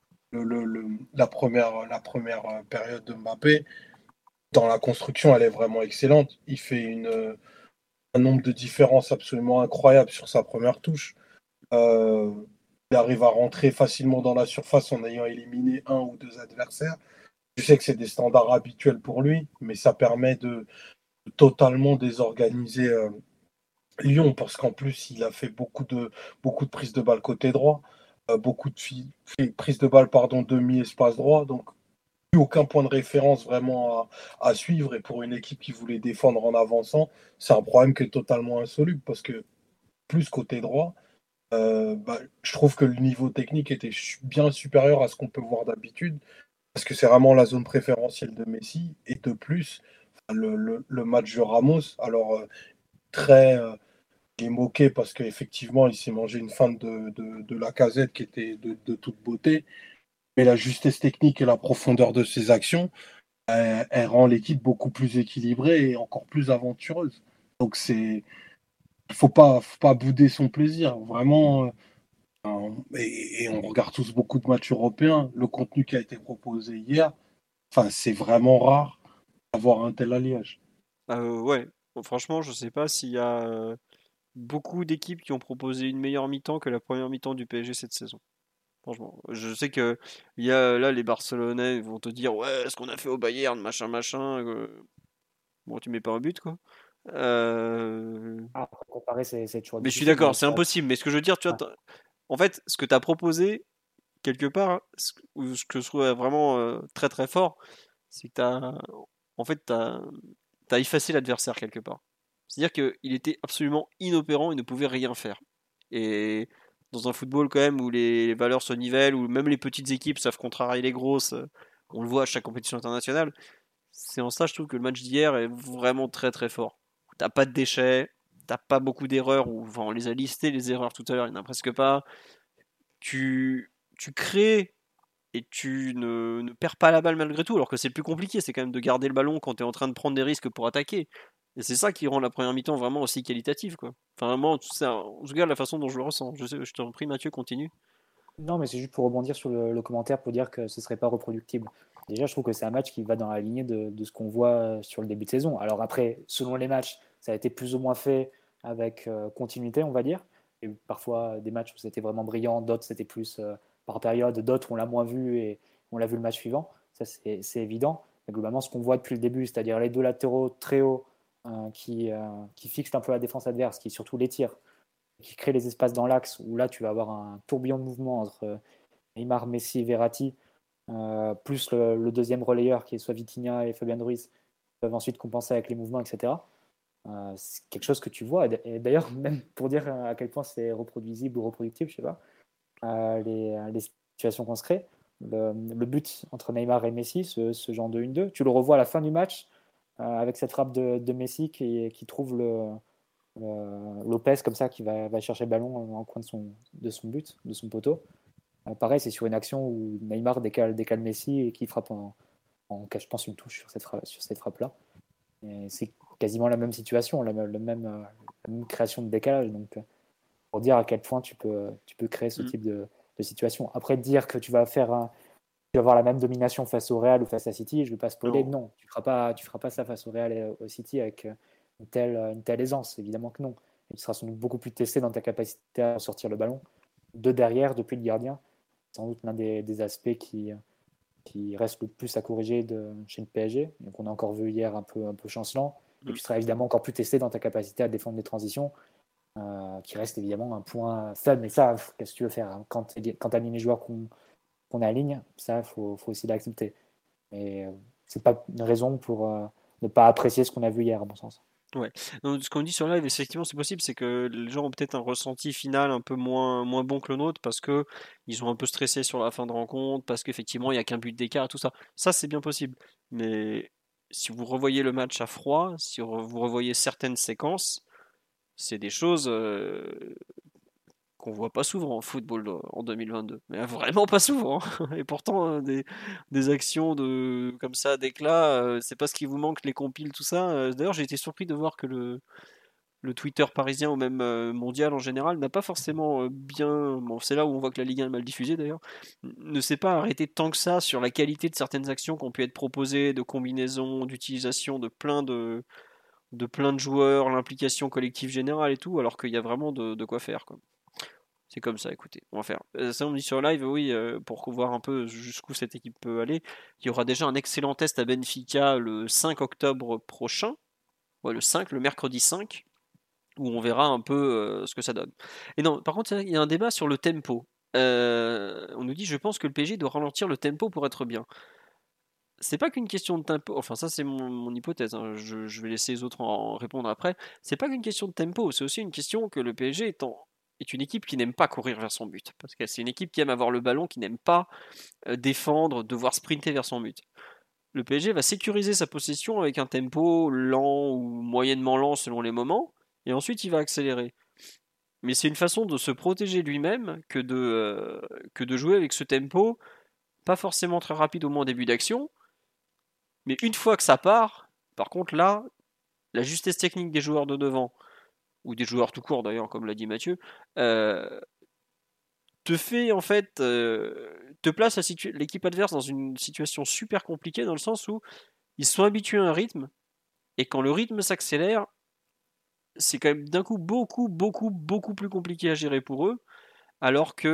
la première période de Mbappé, dans la construction, elle est vraiment excellente. Il fait un nombre de différences absolument incroyable sur sa première touche. Euh, il arrive à rentrer facilement dans la surface en ayant éliminé un ou deux adversaires. Je sais que c'est des standards habituels pour lui, mais ça permet de totalement désorganiser Lyon, parce qu'en plus, il a fait beaucoup de prises de balles côté droit, beaucoup de prises de balles, pardon, demi-espace droit, donc plus aucun point de référence vraiment à suivre. Et pour une équipe qui voulait défendre en avançant, c'est un problème qui est totalement insoluble, parce que plus côté droit, je trouve que le niveau technique était bien supérieur à ce qu'on peut voir d'habitude, parce que c'est vraiment la zone préférentielle de Messi. Et de plus, le match de Ramos, alors très il est moqué parce qu'effectivement, il s'est mangé une feinte de Lacazette qui était de toute beauté. Mais la justesse technique et la profondeur de ses actions, elle rend l'équipe beaucoup plus équilibrée et encore plus aventureuse. Donc il faut pas bouder son plaisir. Vraiment, et on regarde tous beaucoup de matchs européens. Le contenu qui a été proposé hier, enfin, c'est vraiment rare d'avoir un tel alliage. Ouais. Bon, franchement, je sais pas s'il y a beaucoup d'équipes qui ont proposé une meilleure mi-temps que la première mi-temps du PSG cette saison. Franchement, je sais que il y a là les Barcelonais vont te dire ouais, ce qu'on a fait au Bayern, machin, machin. Bon, tu mets pas un but quoi. Euh, Ah, pour comparer, c'est toujours Mais je suis difficile, d'accord, mais c'est c'est vrai que impossible. Mais ce que je veux dire, tu vois, ouais. en fait, ce que tu as proposé quelque part, ou ce que je trouve vraiment très très fort, c'est que en fait, t'as effacé l'adversaire quelque part. C'est-à-dire qu'il était absolument inopérant, il ne pouvait rien faire. Et dans un football quand même où les valeurs se nivellent, où même les petites équipes savent contrarier les grosses, on le voit à chaque compétition internationale, c'est en ça je trouve que le match d'hier est vraiment très très fort. T'as pas de déchets, t'as pas beaucoup d'erreurs, ou enfin on les a listées les erreurs tout à l'heure, il n'y en a presque pas. Tu crées et tu ne perds pas la balle malgré tout, alors que c'est le plus compliqué, c'est quand même de garder le ballon quand tu es en train de prendre des risques pour attaquer. Et c'est ça qui rend la première mi-temps vraiment aussi qualitative, quoi. Enfin, vraiment, en tout cas, la façon dont je le ressens. Je t'en prie, Mathieu, continue. Non, mais c'est juste pour rebondir sur le commentaire pour dire que ce serait pas reproductible. Déjà, je trouve que c'est un match qui va dans la lignée de ce qu'on voit sur le début de saison. Alors après, selon les matchs, ça a été plus ou moins fait avec continuité, on va dire. Et parfois des matchs où c'était vraiment brillant, d'autres c'était plus par période, d'autres on l'a moins vu et on l'a vu le match suivant. Ça, c'est évident. Mais globalement, ce qu'on voit depuis le début, c'est-à-dire les deux latéraux très hauts qui fixent un peu la défense adverse, qui surtout les tirent, qui crée les espaces dans l'axe où là tu vas avoir un tourbillon de mouvement entre Neymar, Messi, Verratti, plus le deuxième relayeur qui est soit Vitinha et Fabian Ruiz, qui peuvent ensuite compenser avec les mouvements, etc. C'est quelque chose que tu vois. Et d'ailleurs, même pour dire à quel point c'est reproduisible ou reproductible, je sais pas, les situations qu'on se crée, le but entre Neymar et Messi, ce genre de 1-2, tu le revois à la fin du match avec cette frappe de Messi qui trouve Lopez comme ça qui va chercher le ballon en coin de son but, de son poteau. Pareil, c'est sur une action où Neymar décale Messi et qui frappe je pense, une touche sur cette frappe-là. Et c'est quasiment la même situation, la même création de décalage. Donc, pour dire à quel point tu peux créer ce Mm. type de situation. Après, dire que tu vas avoir la même domination face au Real ou face à City, je ne vais pas spoiler. Non. Non, tu feras pas ça face au Real et au City avec une telle aisance. Évidemment que non. Et tu seras sans doute beaucoup plus testé dans ta capacité à sortir le ballon de derrière, depuis le gardien. C'est sans doute l'un des aspects qui reste le plus à corriger chez le PSG. Donc on a encore vu hier un peu chancelant. Et Mm. tu seras évidemment encore plus testé dans ta capacité à défendre les transitions, qui reste évidemment un point faible. Mais ça, qu'est-ce que tu veux faire hein, quand tu as mis les joueurs qu'on aligne, ça, faut aussi l'accepter. Mais c'est pas une raison pour ne pas apprécier ce qu'on a vu hier, à mon sens. Ouais. Donc, ce qu'on dit sur live, effectivement, c'est possible, c'est que les gens ont peut-être un ressenti final un peu moins bon que le nôtre parce que ils ont un peu stressé sur la fin de rencontre, parce qu'effectivement, il n'y a qu'un but d'écart et tout ça. Ça, c'est bien possible. Mais si vous revoyez le match à froid, si vous revoyez certaines séquences, c'est des choses qu'on voit pas souvent en football en 2022, mais vraiment pas souvent, hein. Et pourtant, des actions comme ça, d'éclat, c'est pas ce qui vous manque, les compiles, tout ça. D'ailleurs, j'ai été surpris de voir que le Twitter parisien ou même mondial en général n'a pas forcément bien. Bon, c'est là où on voit que la Ligue 1 est mal diffusée d'ailleurs. Ne s'est pas arrêté tant que ça sur la qualité de certaines actions qui ont pu être proposées, de combinaisons, d'utilisation de plein de joueurs, l'implication collective générale et tout, alors qu'il y a vraiment de quoi faire, quoi. C'est comme ça, écoutez, on va faire. Ça, on me dit sur live, oui, pour voir un peu jusqu'où cette équipe peut aller. Il y aura déjà un excellent test à Benfica le 5 octobre prochain. Ouais, le 5, le mercredi 5, où on verra un peu ce que ça donne. Et non, par contre, il y a un débat sur le tempo. On nous dit, je pense que le PSG doit ralentir le tempo pour être bien. C'est pas qu'une question de tempo, enfin ça c'est mon hypothèse, hein. Je vais laisser les autres en répondre après. C'est pas qu'une question de tempo, c'est aussi une question que le PSG est une équipe qui n'aime pas courir vers son but. Parce que c'est une équipe qui aime avoir le ballon, qui n'aime pas défendre, devoir sprinter vers son but. Le PSG va sécuriser sa possession avec un tempo lent ou moyennement lent selon les moments, et ensuite il va accélérer. Mais c'est une façon de se protéger lui-même que de jouer avec ce tempo, pas forcément très rapide au moins en début d'action, mais une fois que ça part, par contre là, la justesse technique des joueurs de devant, ou des joueurs tout court d'ailleurs, comme l'a dit Mathieu, te fait en fait, te place l'équipe adverse dans une situation super compliquée dans le sens où ils sont habitués à un rythme, et quand le rythme s'accélère, c'est quand même d'un coup beaucoup, beaucoup, beaucoup plus compliqué à gérer pour eux, alors que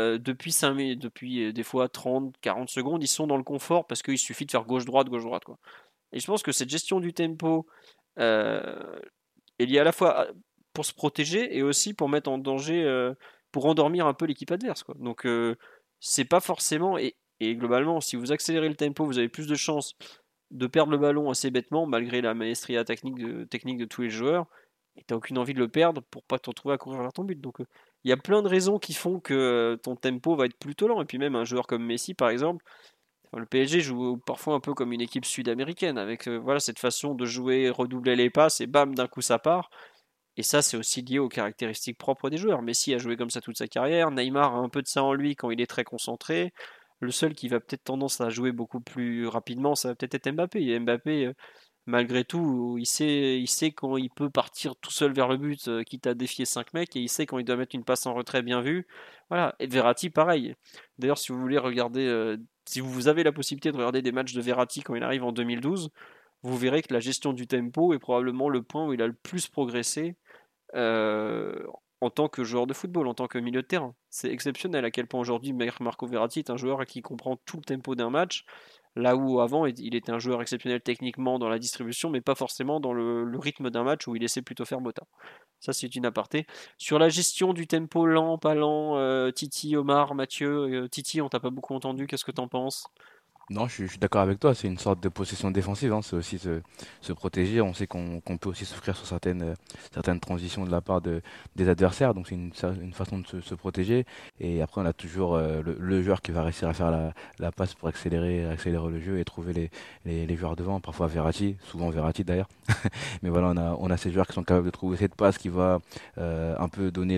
depuis des fois 30, 40 secondes, ils sont dans le confort parce qu'il suffit de faire gauche-droite, quoi. Et je pense que cette gestion du tempo euh, est liée à la fois pour se protéger et aussi pour mettre en danger, pour endormir un peu l'équipe adverse, quoi. Donc c'est pas forcément, et globalement, si vous accélérez le tempo, vous avez plus de chances de perdre le ballon assez bêtement, malgré la maestria technique de tous les joueurs, et t'as aucune envie de le perdre pour pas te retrouver à courir vers ton but. Donc il y a plein de raisons qui font que ton tempo va être plutôt lent. Et puis même un joueur comme Messi, par exemple, enfin, le PSG joue parfois un peu comme une équipe sud-américaine, avec voilà, cette façon de jouer, redoubler les passes, et bam, d'un coup ça part. Et ça, c'est aussi lié aux caractéristiques propres des joueurs. Messi a joué comme ça toute sa carrière. Neymar a un peu de ça en lui quand il est très concentré. Le seul qui va peut-être tendance à jouer beaucoup plus rapidement, ça va peut-être être Mbappé. Et Mbappé, malgré tout, il sait quand il peut partir tout seul vers le but, quitte à défier 5 mecs, et il sait quand il doit mettre une passe en retrait bien vue. Voilà. Et Verratti, pareil. D'ailleurs, si vous voulez regarder, si vous avez la possibilité de regarder des matchs de Verratti quand il arrive en 2012, vous verrez que la gestion du tempo est probablement le point où il a le plus progressé euh, en tant que joueur de football, en tant que milieu de terrain. C'est exceptionnel à quel point aujourd'hui Marco Verratti est un joueur qui comprend tout le tempo d'un match, là où avant il était un joueur exceptionnel techniquement dans la distribution, mais pas forcément dans le rythme d'un match où il laissait plutôt faire mota. Ça, c'est une aparté. Sur la gestion du tempo lent, pas lent, Titi, Omar, Mathieu, Titi, on t'a pas beaucoup entendu, qu'est-ce que t'en penses? Non, je suis d'accord avec toi, c'est une sorte de possession défensive, hein, c'est aussi se protéger. On sait qu'on peut aussi souffrir sur certaines transitions de la part des adversaires, donc c'est une façon de se protéger. Et après, on a toujours le joueur qui va réussir à faire la passe pour accélérer le jeu et trouver les joueurs devant, parfois Verratti, souvent Verratti d'ailleurs. Mais voilà, on a ces joueurs qui sont capables de trouver cette passe qui va un peu donner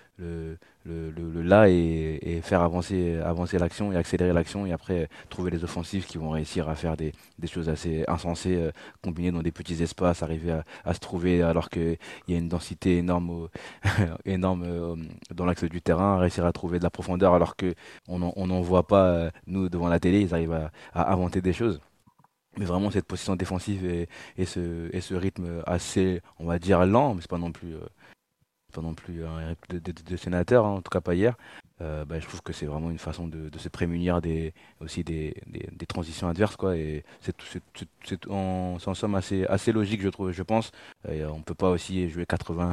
le là et faire avancer l'action et accélérer l'action et après trouver les offensives qui vont réussir à faire des choses assez insensées, combiner dans des petits espaces, arriver à se trouver alors qu'il y a une densité énorme, énorme dans l'axe du terrain, réussir à trouver de la profondeur alors que on n'en voit pas, nous, devant la télé, ils arrivent à inventer des choses. Mais vraiment cette position défensive et ce rythme assez, on va dire, lent, mais c'est pas non plus un rythme de sénateur, hein, en tout cas pas hier. Bah, je trouve que c'est vraiment une façon de se prémunir aussi des transitions adverses, quoi. Et c'est en somme assez logique, je trouve, je pense. Et on peut pas aussi jouer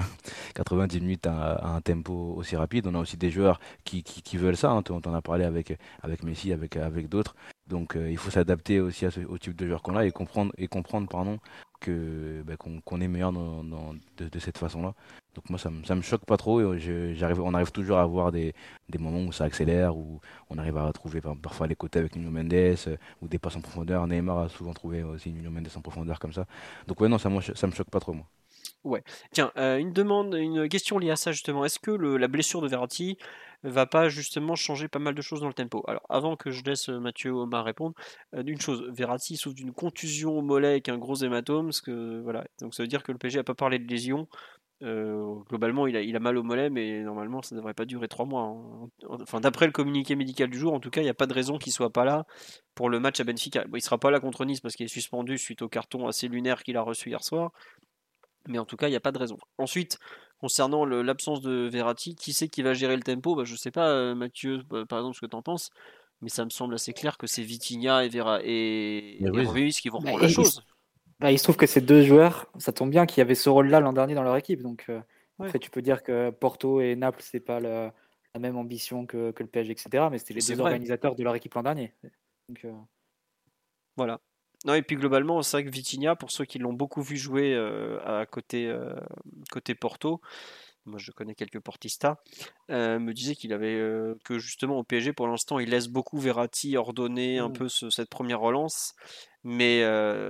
90 minutes à un tempo aussi rapide. On a aussi des joueurs qui veulent ça, hein. On en a parlé avec Messi, avec d'autres. Donc il faut s'adapter aussi au type de joueur qu'on a et comprendre, pardon, qu'on est meilleur de cette façon-là. Donc moi ça me choque pas trop et on arrive toujours à avoir des moments où ça accélère, où on arrive à retrouver parfois les côtés avec Nuno Mendes, ou des passes en profondeur. Neymar a souvent trouvé aussi Nuno Mendes en profondeur comme ça. Donc ouais, non, ça me choque pas trop, moi. Ouais. Tiens, une question liée à ça justement. Est-ce que la blessure de Verratti va pas justement changer pas mal de choses dans le tempo? Alors, avant que je laisse Mathieu Omar répondre, d'une chose, Verratti souffre d'une contusion au mollet avec un gros hématome, voilà. Donc ça veut dire que le PSG a pas parlé de lésion. Globalement, il a mal au mollet, mais normalement, ça ne devrait pas durer 3 mois, hein. Enfin, d'après le communiqué médical du jour, en tout cas, il n'y a pas de raison qu'il soit pas là pour le match à Benfica. Bon, il sera pas là contre Nice parce qu'il est suspendu suite au carton assez lunaire qu'il a reçu hier soir. Mais en tout cas, il n'y a pas de raison. Ensuite, concernant l'absence de Verratti, qui c'est qui va gérer le tempo? Je ne sais pas, Mathieu, par exemple, ce que tu en penses, mais ça me semble assez clair que c'est Vitinha et Ruiz. Ruiz qui vont Bah, reprendre la chose. il se trouve que ces deux joueurs, ça tombe bien qu'il y avait ce rôle-là l'an dernier dans leur équipe. Donc, Ouais. après, tu peux dire que Porto et Naples, c'est pas la même ambition que le PSG, etc. Mais c'était les C'est deux vrai. organisateurs de leur équipe l'an dernier. Donc, Voilà. Non, et puis globalement, c'est vrai que Vitinha, pour ceux qui l'ont beaucoup vu jouer à côté Porto, moi je connais quelques Portistas, me disait que justement au PSG pour l'instant il laisse beaucoup Verratti ordonner un peu cette première relance, mais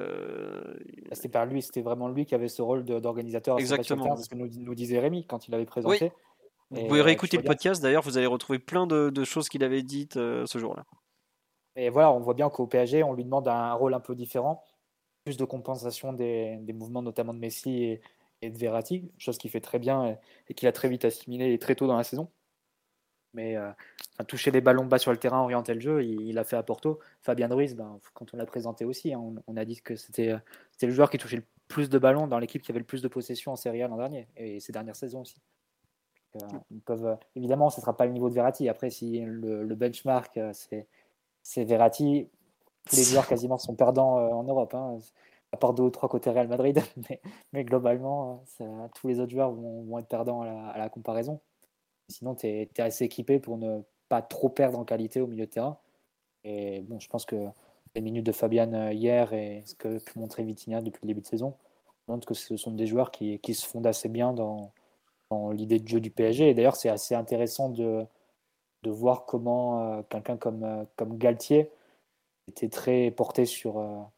c'était vraiment lui qui avait ce rôle d'organisateur à 100 sur le terrain, exactement. c'est ce que nous disait Rémi quand il avait Oui, présenté. vous Et pouvez tu réécouter le regardes, podcast d'ailleurs, vous allez retrouver plein de choses qu'il avait dites ce jour-là. et voilà, on voit bien qu'au PSG, on lui demande un rôle un peu différent, plus de compensation des mouvements, notamment de Messi et de Verratti, chose qu'il fait très bien et qu'il a très vite assimilé très tôt dans la saison. Mais toucher les ballons bas sur le terrain, orienter le jeu, il a fait à Porto. Fabien Ruiz, quand on l'a présenté aussi, hein, on a dit que c'était le joueur qui touchait le plus de ballons dans l'équipe qui avait le plus de possession en Serie A l'an dernier et ces dernières saisons aussi. Ils peuvent, évidemment, ce ne sera pas le niveau de Verratti. Après, si le benchmark, c'est Verratti, tous les joueurs quasiment sont perdants en Europe, hein, à part 2 ou 3 côté Real Madrid. Mais globalement, tous les autres joueurs vont être perdants à la comparaison. Sinon, tu es assez équipé pour ne pas trop perdre en qualité au milieu de terrain. Et bon, je pense que les minutes de Fabian hier et ce que pu montrer Vitinha depuis le début de saison montrent que ce sont des joueurs qui se fondent assez bien dans l'idée de jeu du PSG. Et d'ailleurs, c'est assez intéressant de voir comment quelqu'un comme Galtier était très porté sur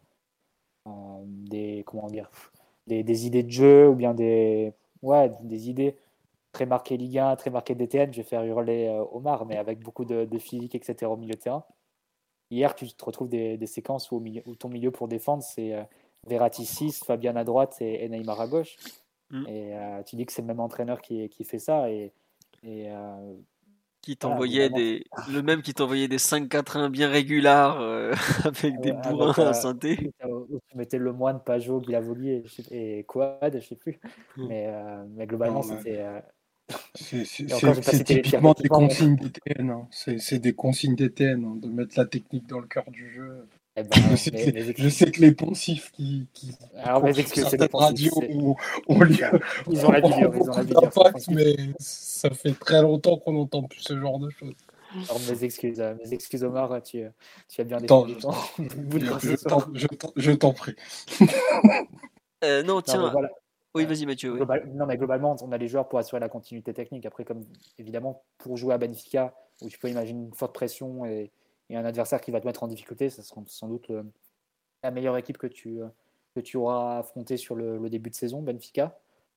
comment dire, des idées de jeu ou bien des idées très marquées Ligue 1, très marquées DTN. Je vais faire hurler Omar, mais avec beaucoup de physique, etc. au milieu de terrain. Hier, tu te retrouves des séquences où ton milieu pour défendre, c'est Verratti 6, Fabian à droite et Neymar à gauche. Mm. Et tu dis que c'est le même entraîneur qui fait ça. Et Qui voilà, t'envoyait le même qui t'envoyait des 5-4-1 bien régulars avec des bourrins avec à synthé. où tu mettais Le Moine, Pajot, Guilavogui et Quad, je sais plus. Mais globalement, Non, mais c'était. c'est Et encore, je vais pas citer les typiquement des typiquement, mais consignes DTN, hein. C'est des consignes DTN, hein, de mettre la technique dans le cœur du jeu. eh ben, Je sais que les poncifs qui alors courent mes sur excuses, c'est certaines des pensifs. radios ont Ils ont la ont ils ont beaucoup l'habitude de dire ça, d'impact, pensif. mais ça fait très longtemps qu'on n'entend plus ce genre de choses. Alors mes excuses Omar, tu as bien Attends, défendu ton bout de je consensus. je t'en prie. Non, Non, mais tiens. voilà. Oui, vas-y, Mathieu. Oui. Non, mais globalement, on a les joueurs pour assurer la continuité technique. Après, comme évidemment, pour jouer à Benfica, où tu peux imaginer une forte pression et un adversaire qui va te mettre en difficulté, ça sera sans doute la meilleure équipe que tu auras affrontée sur le début de saison, Benfica.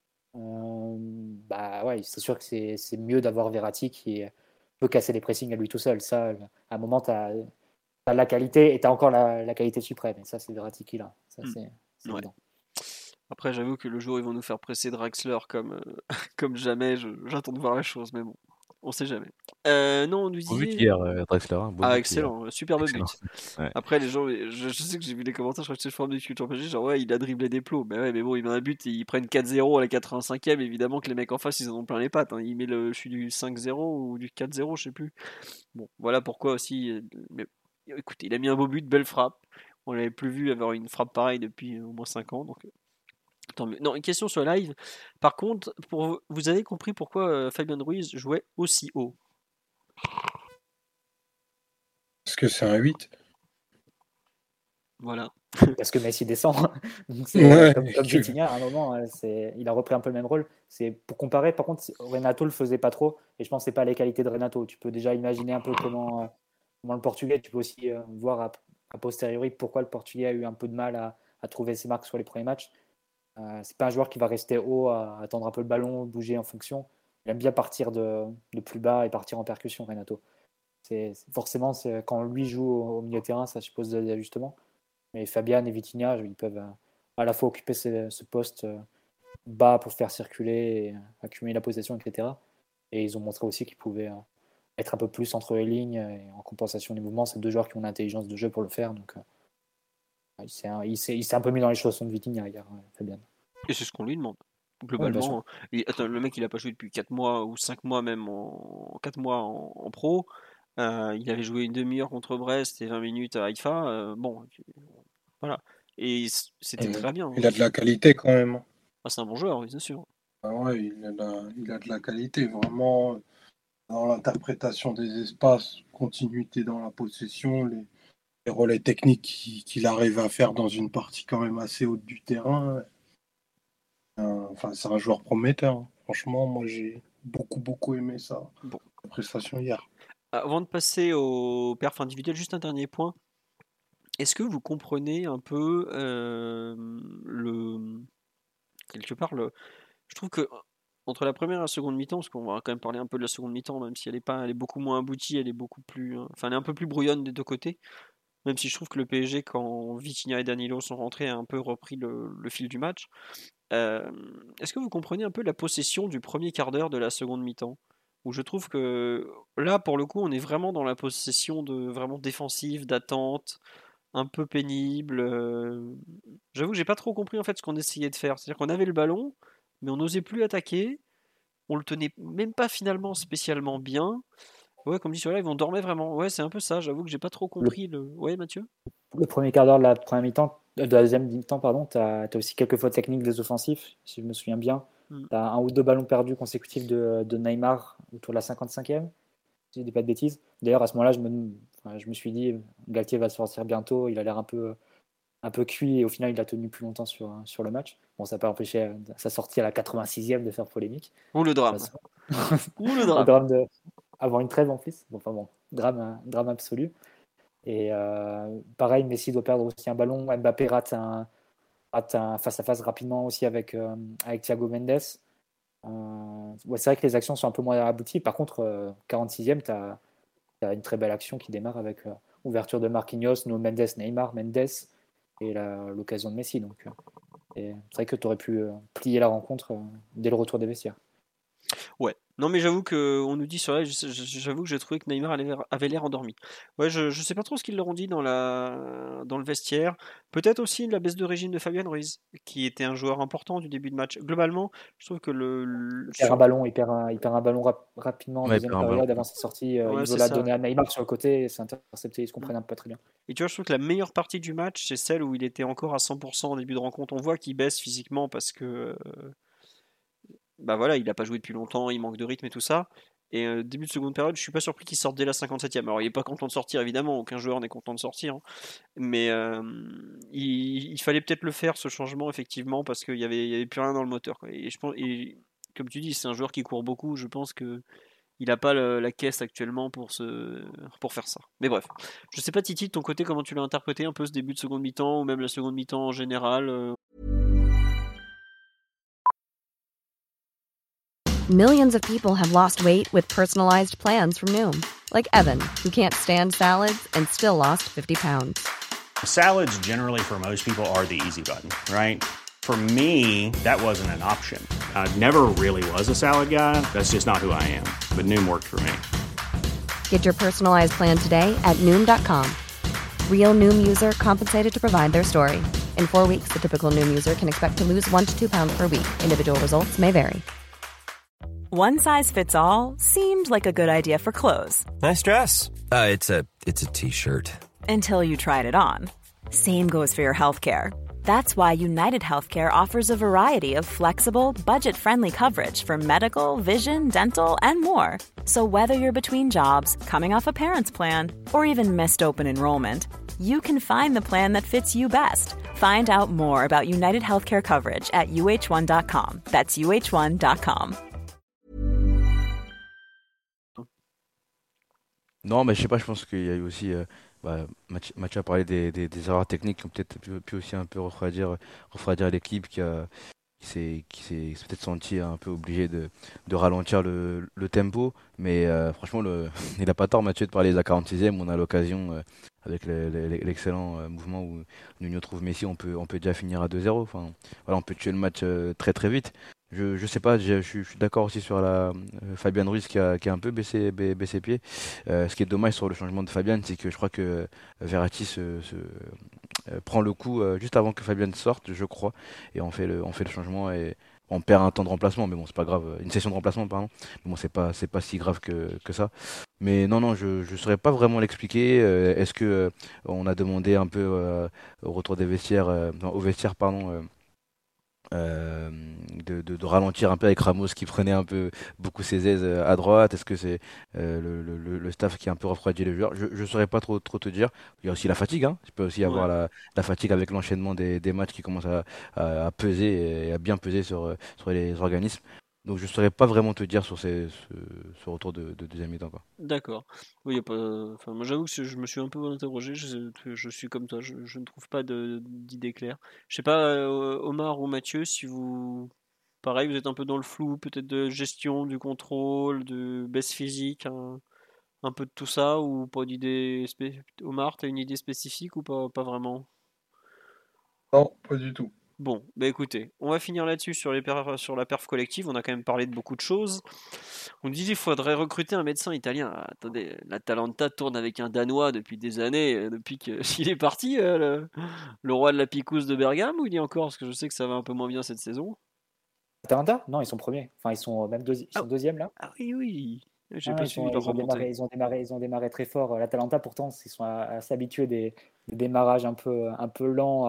Ouais, c'est sûr que c'est mieux d'avoir Verratti qui peut casser les pressings à lui tout seul. Ça, à un moment, tu as la qualité et tu as encore la qualité suprême. Et ça, c'est Verratti qui l'a. Ça, c'est Ouais. évident. Après, j'avoue que le jour où ils vont nous faire presser Draxler comme jamais, j'attends de voir la chose, mais bon, on sait jamais. Non, on nous Beau but disait. hier, Drexler, hein, beau Ah, but hier. excellent, superbe Excellent. but. Ouais. Après, les gens, je sais que j'ai vu les commentaires, je crois que c'était le forum de Culture PSG, genre ouais, il a dribblé des plots. Mais ouais, mais bon, il met un but et ils prennent 4-0 à la 85e. Évidemment que les mecs en face, ils en ont plein les pattes, hein. Il met je suis du 5-0 ou du 4-0, je sais plus. Bon, voilà pourquoi aussi. Mais, écoutez, il a mis un beau but, belle frappe. On l'avait plus vu avoir une frappe pareille depuis au moins 5 ans. Donc, tant mieux. Non, une question sur live. Par contre, vous avez compris pourquoi Fabien Ruiz jouait aussi haut? Parce que c'est un 8. Voilà. Parce que Messi descend. Donc Ouais, comme Vitinha, à un moment, il a repris un peu le même rôle. C'est pour comparer, par contre, Renato le faisait pas trop. Et je pense que c'est pas les qualités de Renato. Tu peux déjà imaginer un peu comment le Portugais, tu peux aussi voir a posteriori pourquoi le Portugais a eu un peu de mal à trouver ses marques sur les premiers matchs. C'est pas un joueur qui va rester haut à attendre un peu le ballon, bouger en fonction. Il aime bien partir de plus bas et partir en percussion, Renato. Forcément, quand lui joue au milieu de terrain, ça suppose des ajustements. Mais Fabian et Vitinha, ils peuvent à la fois occuper ce poste bas pour faire circuler, et accumuler la possession, etc. Et ils ont montré aussi qu'ils pouvaient être un peu plus entre les lignes et en compensation des mouvements. C'est deux joueurs qui ont l'intelligence de jeu pour le faire. Donc, il s'est un peu mis dans les chaussons de Vitinha hier, Fabian. Et c'est ce qu'on lui demande. Globalement, le mec, il n'a pas joué depuis 4 mois ou 5 mois, même en 4 mois en pro. Il avait joué une demi-heure contre Brest et 20 minutes à Haïfa. Voilà. Et c'était très bien. Il a de la qualité quand même. C'est un bon joueur, oui, c'est sûr. Ouais, il a de la qualité, vraiment, dans l'interprétation des espaces, continuité dans la possession, les relais techniques qu'il arrive à faire dans une partie quand même assez haute du terrain. C'est un joueur prometteur. Franchement, moi, j'ai beaucoup aimé sa prestation hier. Avant de passer au perf individuel, juste un dernier point. Est-ce que vous comprenez un peu je trouve que entre la première et la seconde mi-temps, parce qu'on va quand même parler un peu de la seconde mi-temps, même si elle est beaucoup moins aboutie, elle est beaucoup plus, elle est un peu plus brouillonne des deux côtés. Même si je trouve que le PSG, quand Vitinha et Danilo sont rentrés, a un peu repris le fil du match. Est-ce que vous comprenez un peu la possession du premier quart d'heure de la seconde mi-temps, où je trouve que là, pour le coup, on est vraiment dans la possession vraiment défensive, d'attente, un peu pénible. J'avoue que j'ai pas trop compris en fait ce qu'on essayait de faire. C'est-à-dire qu'on avait le ballon, mais on n'osait plus attaquer. On le tenait même pas finalement spécialement bien. Ouais, comme dit sur live, on dormait vraiment. Ouais, c'est un peu ça. J'avoue que j'ai pas trop compris Ouais, Mathieu? Le premier quart d'heure de la première mi-temps, de la deuxième mi-temps, pardon, tu as aussi quelques fautes techniques des offensifs, si je me souviens bien. Tu as un ou deux ballons perdus consécutifs de Neymar autour de la 55e, si je dis pas de bêtises. D'ailleurs, à ce moment-là, je me suis dit, Galtier va sortir bientôt, il a l'air un peu cuit et au final, il a tenu plus longtemps sur le match. Bon, ça n'a pas empêché sa sortie à la 86e de faire polémique. Ou le drame. Ou le drame. Avant une trêve en plus. Drame absolu. Et pareil, Messi doit perdre aussi un ballon. Mbappé rate un face-à-face rapidement aussi avec Thiago Mendes. C'est vrai que les actions sont un peu moins abouties. Par contre, 46e, tu as une très belle action qui démarre avec ouverture de Marquinhos, Mendes, Neymar, Mendes et l'occasion de Messi. Donc, c'est vrai que tu aurais pu plier la rencontre dès le retour des vestiaires. Ouais. Non, mais j'avoue qu'on nous dit sur là, j'avoue que j'ai trouvé que Neymar avait l'air endormi. Ouais, je sais pas trop ce qu'ils leur ont dit dans le vestiaire. Peut-être aussi la baisse de régime de Fabian Ruiz, qui était un joueur important du début de match. Globalement, je trouve que il perd un ballon rapidement en deuxième période avant sa sortie. Il veut la donner à Neymar sur le côté et c'est intercepté. Ils se comprennent pas très bien. Et tu vois, je trouve que la meilleure partie du match, c'est celle où il était encore à 100% en début de rencontre. On voit qu'il baisse physiquement parce que il n'a pas joué depuis longtemps, il manque de rythme et tout ça. Et début de seconde période, je suis pas surpris qu'il sorte dès la 57e. Alors il est pas content de sortir, évidemment, aucun joueur n'est content de sortir. Hein. Mais il fallait peut-être le faire, ce changement, effectivement, parce qu'il y avait plus rien dans le moteur. Quoi. Et je pense, comme tu dis, c'est un joueur qui court beaucoup. Je pense que il n'a pas la caisse actuellement pour faire ça. Mais bref, je sais pas, Titi, de ton côté, comment tu l'as interprété un peu ce début de seconde mi-temps, ou même la seconde mi-temps en général Millions of people have lost weight with personalized plans from Noom. Like Evan, who can't stand salads and still lost 50 pounds. Salads generally for most people are the easy button, right? For me, that wasn't an option. I never really was a salad guy. That's just not who I am. But Noom worked for me. Get your personalized plan today at Noom.com. Real Noom user compensated to provide their story. In 4 weeks, the typical Noom user can expect to lose 1 to 2 pounds per week. Individual results may vary. One size fits all seemed like a good idea for clothes. Nice dress. It's a t-shirt. Until you tried it on. Same goes for your healthcare. That's why United Healthcare offers a variety of flexible, budget-friendly coverage for medical, vision, dental, and more. So whether you're between jobs, coming off a parent's plan, or even missed open enrollment, you can find the plan that fits you best. Find out more about United Healthcare coverage at uh1.com. That's uh1.com. Non, mais je sais pas, je pense qu'il y a eu aussi Mathieu a parlé des erreurs techniques qui ont peut-être pu aussi un peu refroidir l'équipe qui s'est peut-être senti un peu obligé de ralentir le tempo. Mais franchement, il n'a pas tort, Mathieu, de parler de la 46e. On a l'occasion, avec l'excellent mouvement où Nuno trouve Messi, on peut déjà finir à 2-0. Enfin, voilà, on peut tuer le match très très vite. Je sais pas, je suis d'accord aussi sur Fabian Ruiz qui a un peu baissé pied. Ce qui est dommage sur le changement de Fabian, c'est que je crois que Verratti prend le coup juste avant que Fabian sorte, je crois, et on fait le changement et on perd un temps de remplacement, mais bon, c'est pas grave, une session de remplacement, pardon. Mais bon, c'est pas si grave que ça. Mais non, non, je saurais pas vraiment l'expliquer. Est-ce que on a demandé un peu au retour des vestiaires, non, au vestiaire, pardon. euh, de ralentir un peu avec Ramos qui prenait un peu beaucoup ses aises à droite. Est-ce que c'est le staff qui a un peu refroidi les joueurs? Je ne saurais pas trop te dire. Il y a aussi la fatigue, hein. Il peut aussi y avoir Ouais. la fatigue avec l'enchaînement des matchs qui commencent à peser et à bien peser sur les organismes. Donc je ne saurais pas vraiment te dire sur ce retour de deuxième mi-temps, quoi. D'accord. Oui, y a pas... enfin, moi j'avoue que je me suis un peu interrogé, je suis comme toi, je ne trouve pas d'idée claire. Je sais pas, Omar ou Mathieu, si vous... Pareil, vous êtes un peu dans le flou, peut-être de gestion, du contrôle, de baisse physique, un peu de tout ça, ou pas d'idée... Omar, t'as une idée spécifique ou pas vraiment? Non, pas du tout. Bon, bah écoutez, on va finir là-dessus sur la perf collective. On a quand même parlé de beaucoup de choses. On dit qu'il faudrait recruter un médecin italien. Ah, attendez, l'Atalanta tourne avec un Danois depuis des années, depuis qu'il est parti, le roi de la picouse de Bergame, ou il y est encore? Parce que je sais que ça va un peu moins bien cette saison. Atalanta? Non, ils sont premiers. Enfin, ils sont même ils Ah, sont deuxième là. ah oui, oui. J'ai Ah, pas suivi leur ils ont remontée. démarré, ils ont démarré très fort. L'Atalanta, pourtant, ils sont assez habitués des démarrages un peu lents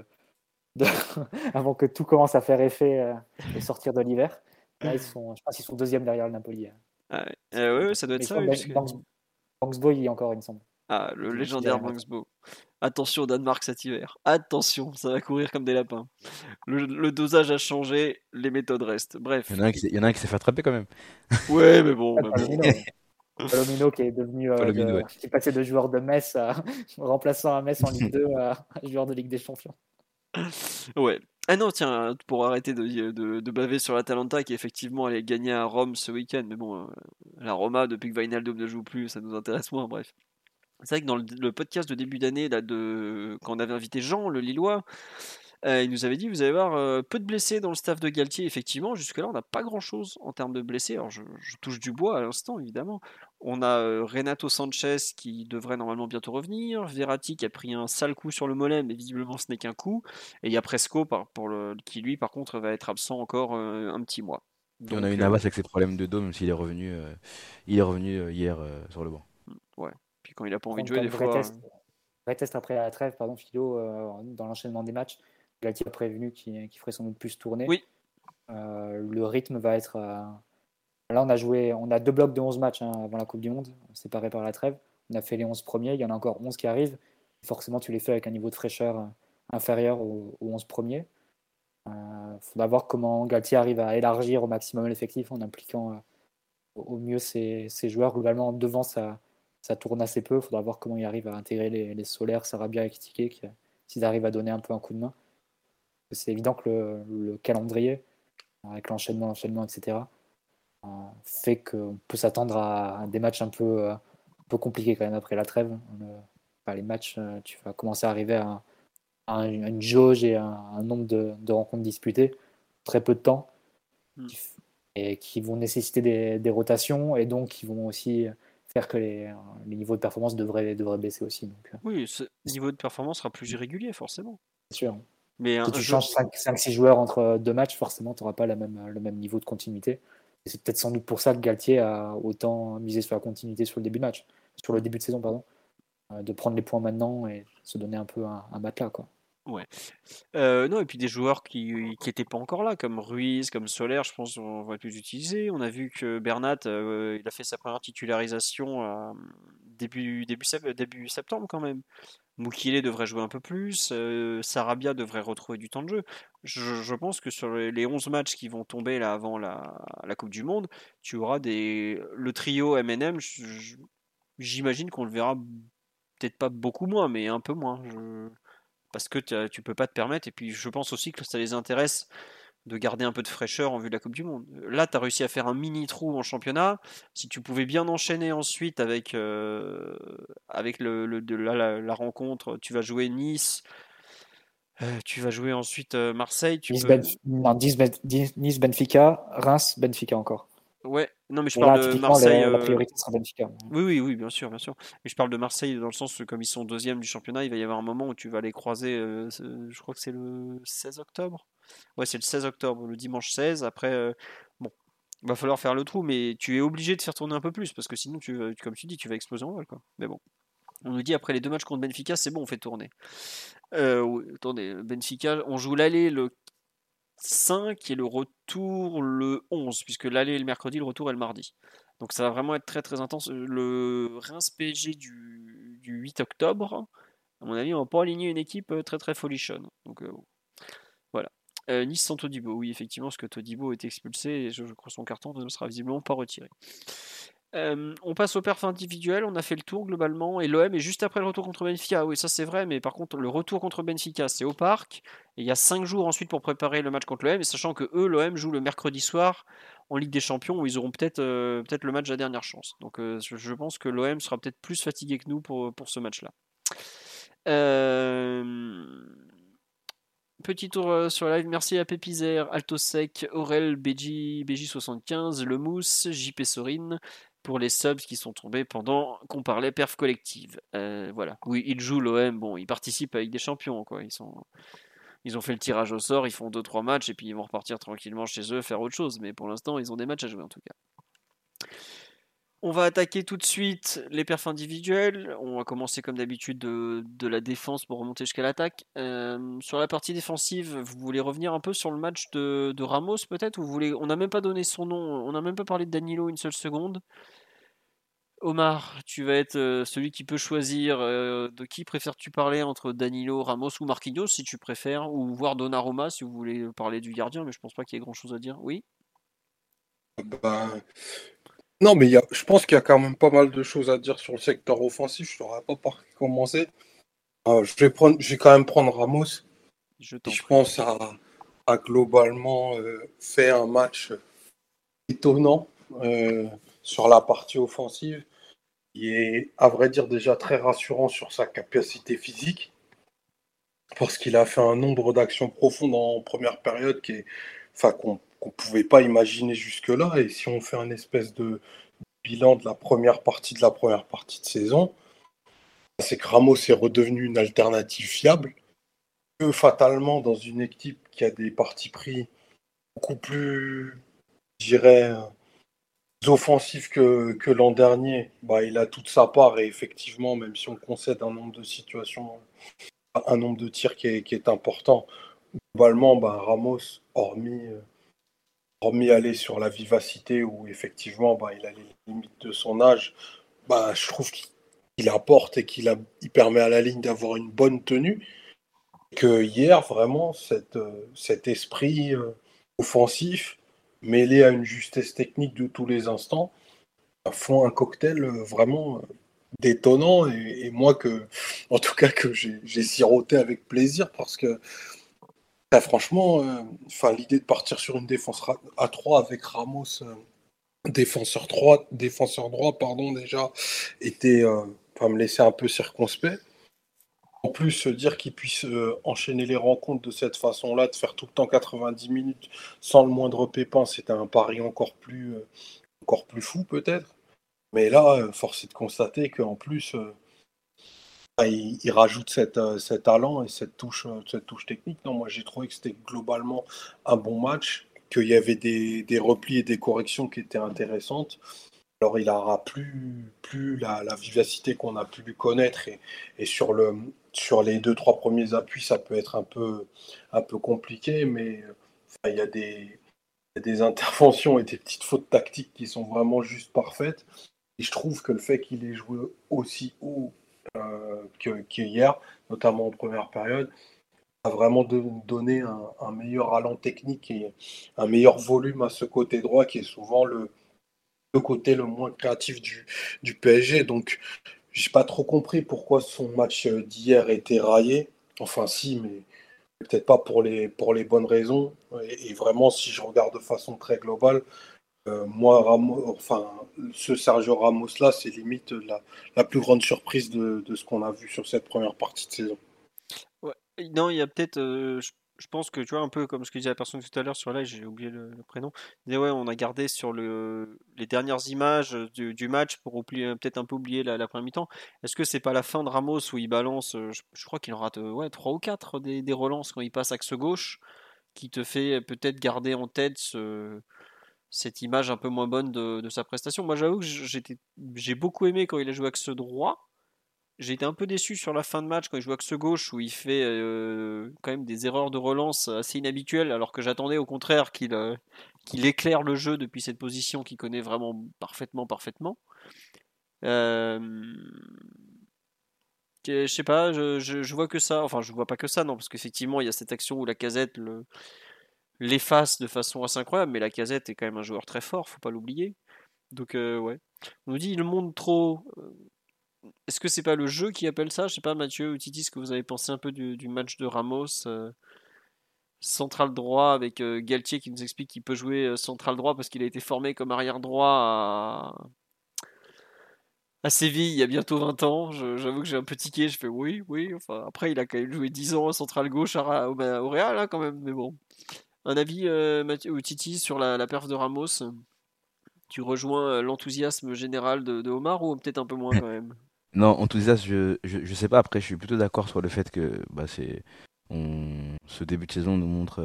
de- avant que tout commence à faire effet au sortir de l'hiver. Là, je pense qu'ils sont deuxième derrière le Napoli. Ah ouais. Ouais, ça doit être Mais ça, oui, puisque... Bangsbo, il y est encore, il me semble. Ah, le Qui légendaire dirige maintenant. Bangsbo. Attention au Danemark cet hiver. Attention, ça va courir comme des lapins. Le dosage a changé, les méthodes restent. Il y Bref. en a un qui s'est fait attraper quand même. Ouais, mais bon, Ah, mais bon. Palomino, Palomino qui est devenu Palomino, ouais. qui est passé de joueur de Metz à remplaçant à Metz en Ligue 2 à joueur de Ligue des Champions. Ouais. Ah non, tiens, pour arrêter de baver sur l'Atalanta qui effectivement allait gagner à Rome ce week-end, mais bon, la Roma, depuis que Wijnaldum ne joue plus, ça nous intéresse moins, bref. C'est vrai que dans le podcast de début d'année, là, quand on avait invité Jean, le Lillois, il nous avait dit, vous allez voir, peu de blessés dans le staff de Galtier. Effectivement, jusque-là, on n'a pas grand-chose en termes de blessés. Alors, je touche du bois à l'instant, évidemment. On a Renato Sanchez qui devrait normalement bientôt revenir. Verratti qui a pris un sale coup sur le mollet, mais visiblement ce n'est qu'un coup. Et il y a Presco qui, lui, par contre, va être absent encore un petit mois. Et on a eu Donc, Navas avec ses problèmes de dos, même s'il est revenu, hier sur le banc. ouais. Puis quand il a pas Par envie de contre, jouer, des comme fois. vrai test après la trêve, pardon, Philo, dans l'enchaînement des matchs, Galtier a prévenu qu'il ferait sans doute plus tourner. Oui, Le rythme va être. Là, on a deux blocs de 11 matchs avant la Coupe du Monde, séparés par la trêve. On a fait les 11 premiers, il y en a encore 11 qui arrivent. Forcément, tu les fais avec un niveau de fraîcheur inférieur aux 11 premiers. Il faudra voir comment Galtier arrive à élargir au maximum l'effectif en impliquant au mieux ses joueurs. Globalement, devant, ça tourne assez peu. Il faudra voir comment il arrive à intégrer les Solaires, Sarabia et Kitike, s'ils arrivent à donner un peu un coup de main. C'est évident que le calendrier, avec l'enchaînement, etc., fait qu'on peut s'attendre à des matchs un peu compliqués quand même après la trêve. Les matchs, tu vas commencer à arriver à une jauge et un nombre de rencontres disputées, très peu de temps, Mm. et qui vont nécessiter des rotations, et donc qui vont aussi faire que les niveaux de performance devraient baisser aussi. Donc, oui, ce niveau de performance sera plus irrégulier, forcément. c'est sûr. Mais Si tu changes 5-6 joueurs entre deux matchs, forcément, tu n'auras pas le même niveau de continuité. Et c'est peut-être sans doute pour ça que Galtier a autant misé sur la continuité sur le début de saison, pardon, de prendre les points maintenant et se donner un peu un matelas, quoi. ouais. Non, et puis des joueurs qui étaient pas encore là, comme Ruiz, comme Soler, je pense qu'on va plus utiliser. On a vu que Bernat, il a fait sa première titularisation début septembre quand même. Mukile devrait jouer un peu plus. Sarabia devrait retrouver du temps de jeu. Je pense que sur les 11 matchs qui vont tomber là avant la Coupe du Monde, tu auras le trio MNM. J'imagine qu'on le verra peut-être pas beaucoup moins, mais un peu moins. Parce que tu peux pas te permettre. Et puis, je pense aussi que ça les intéresse de garder un peu de fraîcheur en vue de la Coupe du Monde. Là, tu as réussi à faire un mini trou en championnat. Si tu pouvais bien enchaîner ensuite avec la rencontre, tu vas jouer Nice, tu vas jouer ensuite Marseille. Nice, Benfica, Reims, Benfica encore. Ouais, non, mais je Et parle là, de typiquement, Marseille. la priorité sera Benfica. Oui, bien sûr. Mais je parle de Marseille dans le sens que comme ils sont deuxième du championnat, il va y avoir un moment où tu vas les croiser. Je crois que c'est le 16 octobre. Ouais, c'est le 16 octobre, le dimanche 16. Après, bon, il va falloir faire le trou, mais tu es obligé de faire tourner un peu plus parce que sinon, comme tu dis, tu vas exploser en vol, quoi. Mais bon, on nous dit après les 2 matchs contre Benfica, c'est bon, on fait tourner. Oui, attendez, Benfica, on joue l'aller le 5 et le retour le 11, puisque l'aller est le mercredi, le retour est le mardi. Donc ça va vraiment être très très intense. Le Reims PSG du 8 octobre, à mon avis, on va pas aligner une équipe très très folichonne. Donc voilà. Nice sans Todibo, oui, effectivement, parce que Todibo est expulsé et je crois que son carton ne sera visiblement pas retiré. On passe au perf individuel, on a fait le tour globalement, et l'OM est juste après le retour contre Benfica. Oui, ça c'est vrai, mais par contre, le retour contre Benfica, c'est au parc, et il y a 5 jours ensuite pour préparer le match contre l'OM, et sachant que eux, l'OM joue le mercredi soir en Ligue des Champions, où ils auront peut-être le match à dernière chance. Donc je pense que l'OM sera peut-être plus fatigué que nous pour ce match-là. Petit tour sur live, merci à Pépizer, Altosec, Aurel, BJ75, Le Mousse, JP Sorine pour les subs qui sont tombés pendant qu'on parlait perf collective. Voilà. Oui, ils jouent l'OM, bon, ils participent avec des champions, quoi. Ils ont fait le tirage au sort, ils font 2-3 matchs et puis ils vont repartir tranquillement chez eux faire autre chose. Mais pour l'instant, ils ont des matchs à jouer en tout cas. On va attaquer tout de suite les perfs individuels. On va commencer comme d'habitude de la défense pour remonter jusqu'à l'attaque. Sur la partie défensive, vous voulez revenir un peu sur le match de Ramos peut-être, ou on n'a même pas donné son nom, on n'a même pas parlé de Danilo une seule seconde. Omar, tu vas être celui qui peut choisir. De qui préfères-tu parler entre Danilo, Ramos ou Marquinhos si tu préfères, ou voir Donnarumma si vous voulez parler du gardien, mais je pense pas qu'il y ait grand-chose à dire. Oui. Non, mais je pense qu'il y a quand même pas mal de choses à dire sur le secteur offensif. Je ne saurais pas par qui commencer. Je vais quand même prendre Ramos. Je pense à globalement fait un match étonnant sur la partie offensive. Il est, à vrai dire, déjà très rassurant sur sa capacité physique. Parce qu'il a fait un nombre d'actions profondes en première période qu'on ne pouvait pas imaginer jusque-là. Et si on fait un espèce de bilan de la première partie de saison, c'est que Ramos est redevenu une alternative fiable. Que fatalement, dans une équipe qui a des partis pris beaucoup plus, je dirais, offensifs que l'an dernier, il a toute sa part. Et effectivement, même si on concède un nombre de situations, un nombre de tirs qui est important, globalement, Ramos, hormis aller sur la vivacité où effectivement il a les limites de son âge, je trouve qu'il apporte et qu'il permet à la ligne d'avoir une bonne tenue. Et que hier, vraiment, cet esprit offensif, mêlé à une justesse technique de tous les instants, font un cocktail vraiment détonnant. Et moi, en tout cas, que j'ai siroté avec plaisir parce que franchement, l'idée de partir sur une défense à 3 avec Ramos, défenseur droit, déjà, était, me laisser un peu circonspect. En plus, se dire qu'il puisse enchaîner les rencontres de cette façon-là, de faire tout le temps 90 minutes sans le moindre pépin, c'était un pari encore plus fou peut-être. Mais là, force est de constater qu'en plus, il rajoute cet talent et cette touche technique. Non, moi j'ai trouvé que c'était globalement un bon match, qu'il y avait des replis et des corrections qui étaient intéressantes. Alors il n'aura plus la vivacité qu'on a pu lui connaître et sur les 2-3 premiers appuis, ça peut être un peu compliqué, mais il y a des interventions et des petites fautes tactiques qui sont vraiment juste parfaites. Et je trouve que le fait qu'il ait joué aussi haut qu'hier, notamment en première période, a vraiment donné un meilleur allant technique et un meilleur volume à ce côté droit qui est souvent le côté le moins créatif du PSG. Donc j'ai pas trop compris pourquoi son match d'hier était raillé. Enfin, si, mais peut-être pas pour les bonnes raisons. Et vraiment, si je regarde de façon très globale, moi, ce Sergio Ramos-là, c'est limite la plus grande surprise de ce qu'on a vu sur cette première partie de saison. Ouais. Non, il y a peut-être. Je pense que tu vois, un peu comme ce que disait la personne tout à l'heure sur live, j'ai oublié le prénom. Il disait, ouais, on a gardé sur les dernières images du match pour peut-être un peu oublier la première mi-temps. Est-ce que c'est pas la fin de Ramos où il balance, je crois qu'il en rate 3 ou 4 des relances quand il passe axe gauche, qui te fait peut-être garder en tête cette image un peu moins bonne de sa prestation. Moi, j'avoue que j'ai beaucoup aimé quand il a joué axe droit. J'ai été un peu déçu sur la fin de match quand il joue axe gauche où il fait quand même des erreurs de relance assez inhabituelles alors que j'attendais au contraire qu'il éclaire le jeu depuis cette position qu'il connaît vraiment parfaitement. Euh, je sais pas, je vois que ça, enfin je vois pas que ça non parce qu'effectivement il y a cette action où la Casette l'efface de façon assez incroyable mais la Casette est quand même un joueur très fort, faut pas l'oublier. Donc ouais, on nous dit il monte trop. Est-ce que c'est pas le jeu qui appelle ça? Je sais pas, Mathieu ou Titi, ce que vous avez pensé un peu du match de Ramos, central droit avec Galtier qui nous explique qu'il peut jouer central droit parce qu'il a été formé comme arrière droit à Séville il y a bientôt 20 ans. J'avoue que j'ai un peu tiqué, je fais oui, oui. Enfin, après, il a quand même joué 10 ans à central gauche au Real, hein, quand même, mais bon. Un avis, Mathieu ou Titi, sur la perf de Ramos? Tu rejoins l'enthousiasme général de Omar ou peut-être un peu moins quand même? Non, enthousiaste, je sais pas. Après, je suis plutôt d'accord sur le fait que ce début de saison nous montre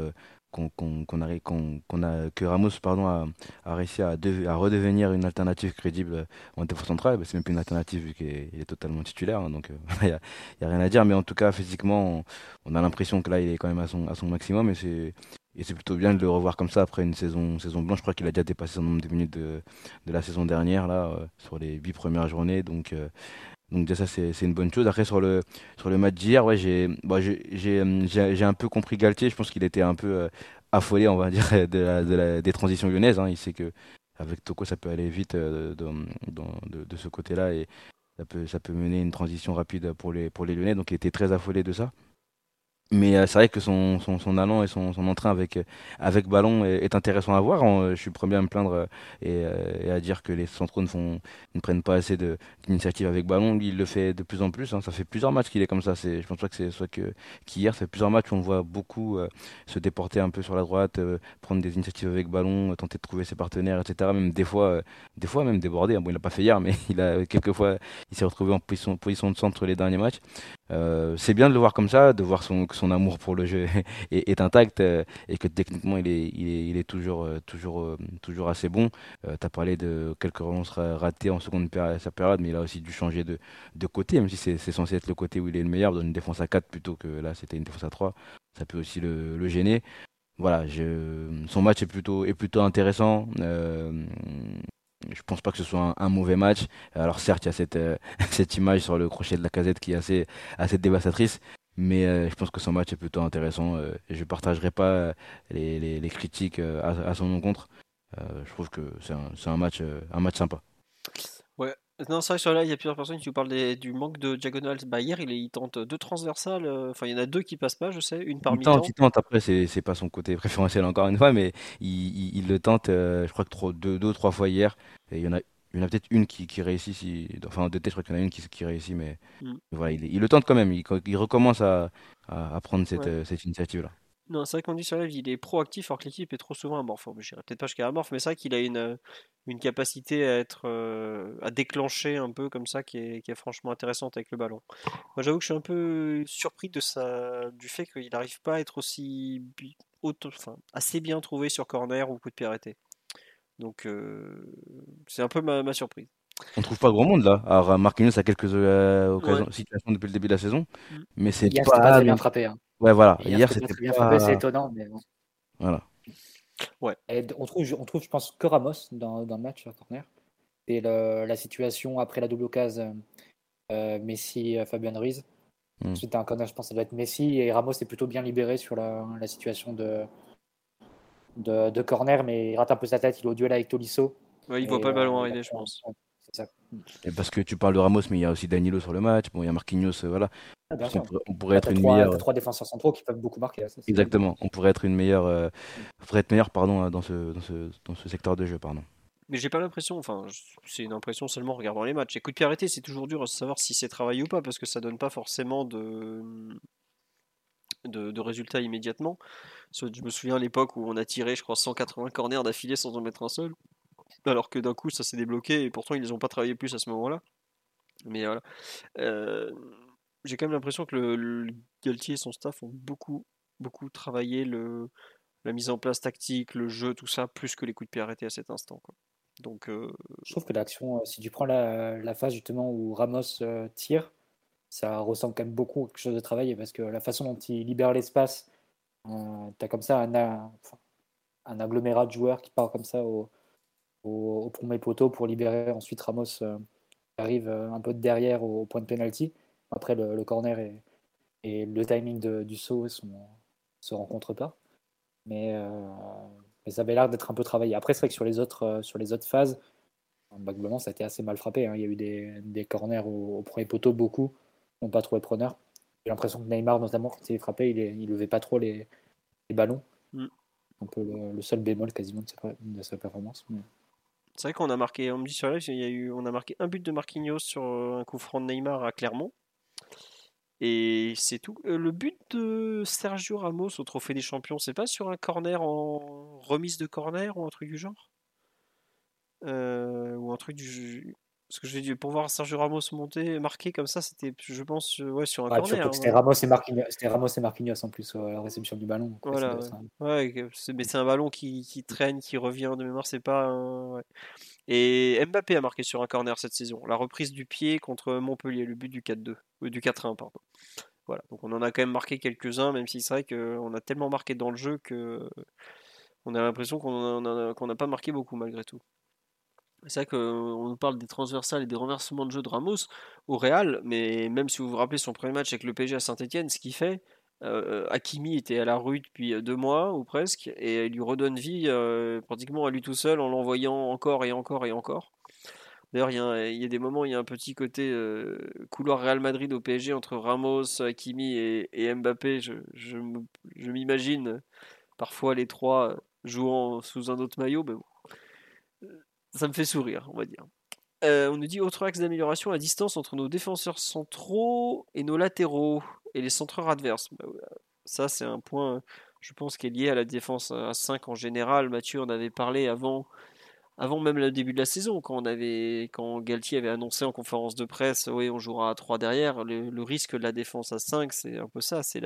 que Ramos pardon, a réussi à redevenir une alternative crédible en défense centrale. Bah, c'est même plus une alternative vu qu'il est totalement titulaire. Hein, donc, y a rien à dire. Mais en tout cas, physiquement, on a l'impression que là, il est quand même à son maximum. Et c'est plutôt bien de le revoir comme ça après une saison blanche. Je crois qu'il a déjà dépassé son nombre de minutes de la saison dernière, là, sur les 8 premières journées. Donc déjà ça c'est une bonne chose. Après sur le match d'hier, ouais, j'ai un peu compris Galtier. Je pense qu'il était un peu affolé, on va dire, des transitions lyonnaises. Hein. Il sait que avec Toko ça peut aller vite de ce côté-là et ça peut mener une transition rapide pour les Lyonnais. Donc il était très affolé de ça. Mais c'est vrai que son allant et son entrain avec ballon est intéressant à voir. Je suis le premier à me plaindre et à dire que les centraux ne prennent pas assez d'initiative avec ballon. Lui, il le fait de plus en plus. Hein. Ça fait plusieurs matchs qu'il est comme ça. Je pense pas que c'est soit qu'hier. Ça fait plusieurs matchs où on le voit beaucoup se déporter un peu sur la droite, prendre des initiatives avec ballon, tenter de trouver ses partenaires, etc. Même des fois même déborder. Hein. Bon, il l'a pas fait hier, mais quelquefois, il s'est retrouvé en position de centre les derniers matchs. C'est bien de le voir comme ça, de voir que son amour pour le jeu est intact et que techniquement il est toujours assez bon. Tu as parlé de quelques relances ratées en sa période, mais il a aussi dû changer de côté, même si c'est censé être le côté où il est le meilleur, dans une défense à 4 plutôt que là c'était une défense à 3. Ça peut aussi le gêner. Voilà, son match est plutôt intéressant. Je pense pas que ce soit un mauvais match. Alors certes, il y a cette image sur le crochet de la Casette qui est assez dévastatrice, mais je pense que son match est plutôt intéressant. Et je partagerai pas les critiques à son encontre. Je trouve que c'est un match sympa. Ouais. Non, c'est vrai que sur là, il y a plusieurs personnes qui nous parlent du manque de diagonales. Bah, hier, il tente deux transversales. Enfin, il y en a deux qui passent pas, je sais, une par mi-temps. Il tente. Après, c'est pas son côté préférentiel encore une fois, mais il le tente. Je crois que deux ou trois fois hier. Et il y en a peut-être une qui réussit. Enfin, en deux têtes, je crois qu'il y en a une qui réussit, mais Mm. voilà, il le tente quand même. Il recommence à prendre Ouais. cette initiative-là. Non, c'est vrai qu'on dit sur live, il est proactif alors que l'équipe est trop souvent amorphe. Je dirais peut-être pas jusqu'à amorphe, mais c'est vrai qu'il a une capacité à déclencher un peu comme ça qui est franchement intéressante avec le ballon. Moi, j'avoue que je suis un peu surpris du fait qu'il n'arrive pas à être enfin, assez bien trouvé sur corner ou coup de pied arrêté. Donc, c'est un peu ma surprise. On trouve pas grand monde là. Alors, Marquinhos a quelques Ouais. situations depuis le début de la saison, Mm. mais c'est Hier, c'était pas pas très bien non. frappé. Hein. Ouais, voilà. Hier, Hier, c'était pas c'était très bien frappé, c'est pas. étonnant. Mais bon. Voilà. Ouais. Et on trouve, je pense, que Ramos dans le match à corner. Et la situation après la double occasion Messi-Fabian Ruiz. Mm. Ensuite, un corner, je pense que ça doit être Messi. Et Ramos est plutôt bien libéré sur la situation de corner, mais il rate un peu sa tête. Il est au duel avec Tolisso. Ouais, il voit Et pas le ballon il a arriver, je fait pense. Ça. Et parce que tu parles de Ramos, mais il y a aussi Danilo sur le match. Bon, il y a Marquinhos, voilà. Ah, bien On sûr. pourrait être T'as une meilleure. t'as 3 défenseurs centraux qui peuvent beaucoup marquer. Ça, Exactement. On pourrait être une meilleure. Pourrait être meilleur, pardon, dans ce secteur de jeu, pardon. Mais j'ai pas l'impression, enfin, c'est une impression seulement en regardant les matchs. Et coup de pied arrêté, c'est toujours dur à savoir si c'est travaillé ou pas, parce que ça donne pas forcément de résultats immédiatement. Je me souviens à l'époque où on a tiré, je crois, 180 corners d'affilée sans en mettre un seul, alors que d'un coup ça s'est débloqué, et pourtant ils les ont pas travaillé plus à ce moment-là. Mais voilà. Euh, j'ai quand même l'impression que le Galtier et son staff ont beaucoup travaillé la mise en place tactique, le jeu, tout ça, plus que les coups de pied arrêtés à cet instant, quoi. Donc, Je trouve que l'action, si tu prends la phase justement où Ramos tire, ça ressemble quand même beaucoup à quelque chose de travaillé parce que la façon dont il libère l'espace, tu as comme ça un agglomérat de joueurs qui part comme ça au premier poteau pour libérer ensuite Ramos qui arrive un peu de derrière au point de pénalty. Après, le corner et le timing du saut se rencontrent pas. Mais ça avait l'air d'être un peu travaillé. Après, c'est vrai que sur les autres phases, globalement, ça a été assez mal frappé. Hein. Il y a eu des corners au premier poteau, beaucoup n'ont pas trouvé preneur. J'ai l'impression que Neymar, notamment, quand il est frappé, il levait pas trop les ballons. Un peu le seul bémol quasiment de sa performance. Mais... C'est vrai qu'on a marqué, on me dit sur live, on a marqué un but de Marquinhos sur un coup franc de Neymar à Clermont. Et c'est tout. Le but de Sergio Ramos au Trophée des Champions, c'est pas sur un corner en remise de corner ou un truc du genre ou un truc du. Parce que je vais dire, pour voir Sergio Ramos monter, marquer comme ça, c'était, je pense, ouais, sur un corner. Surtout que Hein, c'était Ramos et Marquinhos en plus à la réception du ballon. Donc, voilà, ouais. Mais c'est un ballon qui traîne, qui revient de mémoire, c'est pas un... ouais. Et Mbappé a marqué sur un corner cette saison. La reprise du pied contre Montpellier, le but du 4-2, du 4-1, pardon. Voilà, donc on en a quand même marqué quelques-uns, même si c'est vrai qu'on a tellement marqué dans le jeu que on a l'impression qu'on n'a pas marqué beaucoup malgré tout. C'est vrai qu'on nous parle des transversales et des renversements de jeu de Ramos au Real, mais même si vous vous rappelez son premier match avec le PSG à Saint-Etienne, ce qu'il fait, Hakimi était à la rue depuis 2 mois ou presque, et il lui redonne vie pratiquement à lui tout seul en l'envoyant encore et encore et encore. D'ailleurs, il y a des moments, il y a un petit côté couloir Real Madrid au PSG entre Ramos, Hakimi et Mbappé. Je m'imagine parfois les trois jouant sous un autre maillot, mais bon, ça me fait sourire, on va dire. On nous dit autre axe d'amélioration, la distance entre nos défenseurs centraux et nos latéraux et les centreurs adverses. Ça, c'est un point, je pense, qui est lié à la défense à 5 en général. Mathieu en avait parlé avant même le début de la saison, quand Galtier avait annoncé en conférence de presse, oui, on jouera à 3 derrière, le risque de la défense à 5, c'est un peu ça, c'est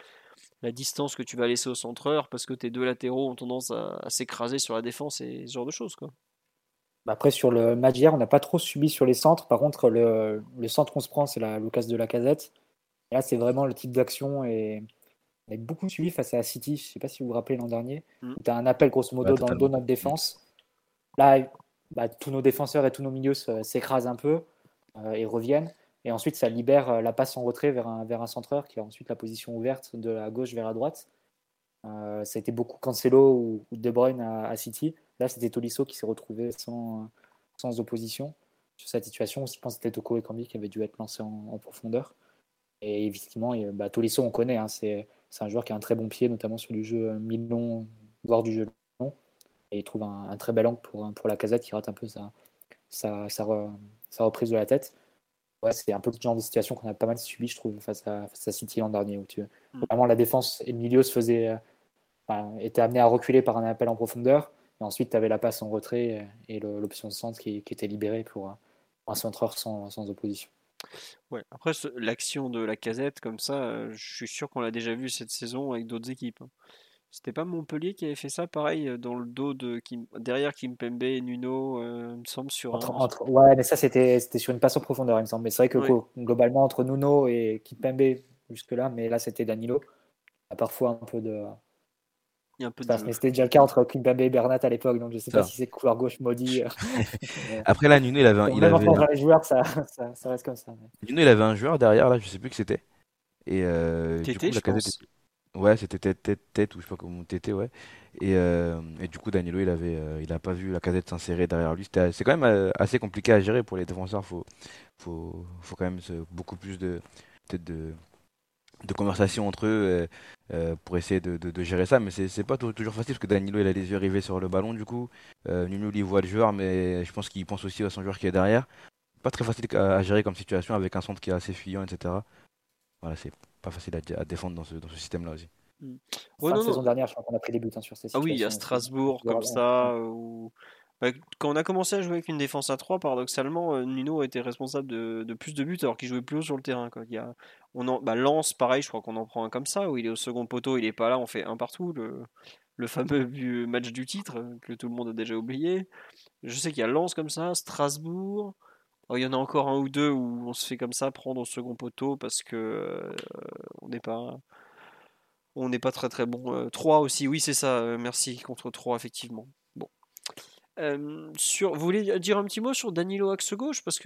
la distance que tu vas laisser au centreur, parce que tes deux latéraux ont tendance à s'écraser sur la défense et ce genre de choses, quoi. Après, sur le match d'hier, on n'a pas trop subi sur les centres. Par contre, le centre qu'on se prend, c'est l'occasion de Lacazette. Et là, c'est vraiment le type d'action. Et on a beaucoup suivi face à City. Je ne sais pas si vous vous rappelez l'an dernier. Tu as un appel, grosso modo, dans le dos de notre défense. Là, tous nos défenseurs et tous nos milieux s'écrasent un peu et reviennent. Et ensuite, ça libère la passe en retrait vers un centreur qui a ensuite la position ouverte de la gauche vers la droite. Ça a été beaucoup Cancelo ou De Bruyne à City. Là, c'était Tolisso qui s'est retrouvé sans opposition sur cette situation. Je pense que c'était Toko Ekambi qui avait dû être lancé en profondeur. Et effectivement, Tolisso, on connaît. Hein, c'est un joueur qui a un très bon pied, notamment sur du jeu mi-long, voire du jeu long. Et il trouve un très bel angle pour Lacazette qui rate un peu sa reprise de la tête. Ouais, c'est un peu le genre de situation qu'on a pas mal subi, je trouve, face à City l'an dernier, où vraiment la défense et le milieu étaient amenés à reculer par un appel en profondeur. Et ensuite, tu avais la passe en retrait et l'option de centre qui était libérée pour un centreur sans opposition. Ouais. Après, l'action de Lacazette, comme ça, je suis sûr qu'on l'a déjà vu cette saison avec d'autres équipes. C'était pas Montpellier qui avait fait ça, pareil, dans le dos derrière Kimpembe et Nuno, il me semble, sur ouais, mais ça, c'était sur une passe en profondeur, il me semble. Mais c'est vrai que globalement, entre Nuno et Kimpembe, jusque-là, mais là, c'était Danilo. Il y a parfois un peu de... Mais c'était déjà le cas entre Kimpembe et Bernat à l'époque, donc je ne sais pas si c'est couloir gauche maudit. Après là, Nuno, il avait les joueurs, ça reste comme ça. Nuno, il avait un joueur derrière, là, je ne sais plus qui c'était. Et Tété, je pense. Ouais, c'était tête, ou je sais pas comment TT, ouais. Et du coup, Danilo, il a pas vu la casette s'insérer derrière lui. C'est quand même assez compliqué à gérer pour les défenseurs. Faut quand même beaucoup plus peut-être de conversation entre eux pour essayer de gérer ça. Mais c'est pas toujours facile parce que Danilo, il a les yeux rivés sur le ballon, du coup. Nuno, lui, il voit le joueur, mais je pense qu'il pense aussi à son joueur qui est derrière. Pas très facile à gérer comme situation avec un centre qui est assez fuyant, etc. Voilà, c'est pas facile à défendre dans ce système-là aussi. Mm. Ouais, Fin de non, saison non. dernière, je crois qu'on a pris des buts sur ces Ah oui, il y a situations aussi. Strasbourg comme Ouais, ça. Bah, quand on a commencé à jouer avec une défense à 3, paradoxalement, Nuno a été responsable de plus de buts alors qu'il jouait plus haut sur le terrain, quoi. Lens, pareil, je crois qu'on en prend un comme ça, où il est au second poteau, il est pas là, on fait un partout, le fameux match du titre que tout le monde a déjà oublié. Je sais qu'il y a Lens comme ça, Strasbourg. Oh, il y en a encore un ou deux où on se fait comme ça prendre au second poteau parce que on n'est pas, on n'est pas très très bon. 3 aussi, oui, c'est ça, merci, contre 3 effectivement. Bon. Vous voulez dire un petit mot sur Danilo axe gauche? Parce que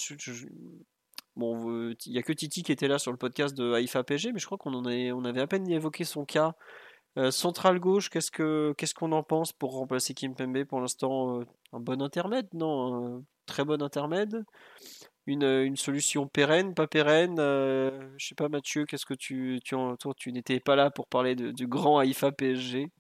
bon, il n'y a que Titi qui était là sur le podcast de Haïfa PSG, mais je crois on avait à peine évoqué son cas. Central gauche, qu'est-ce qu'on en pense pour remplacer Kimpembe pour l'instant? Un bon intermède, non? Un très bon intermède? Une solution pérenne, pas pérenne? Je sais pas, Mathieu, qu'est-ce que toi, tu n'étais pas là pour parler du grand Haïfa PSG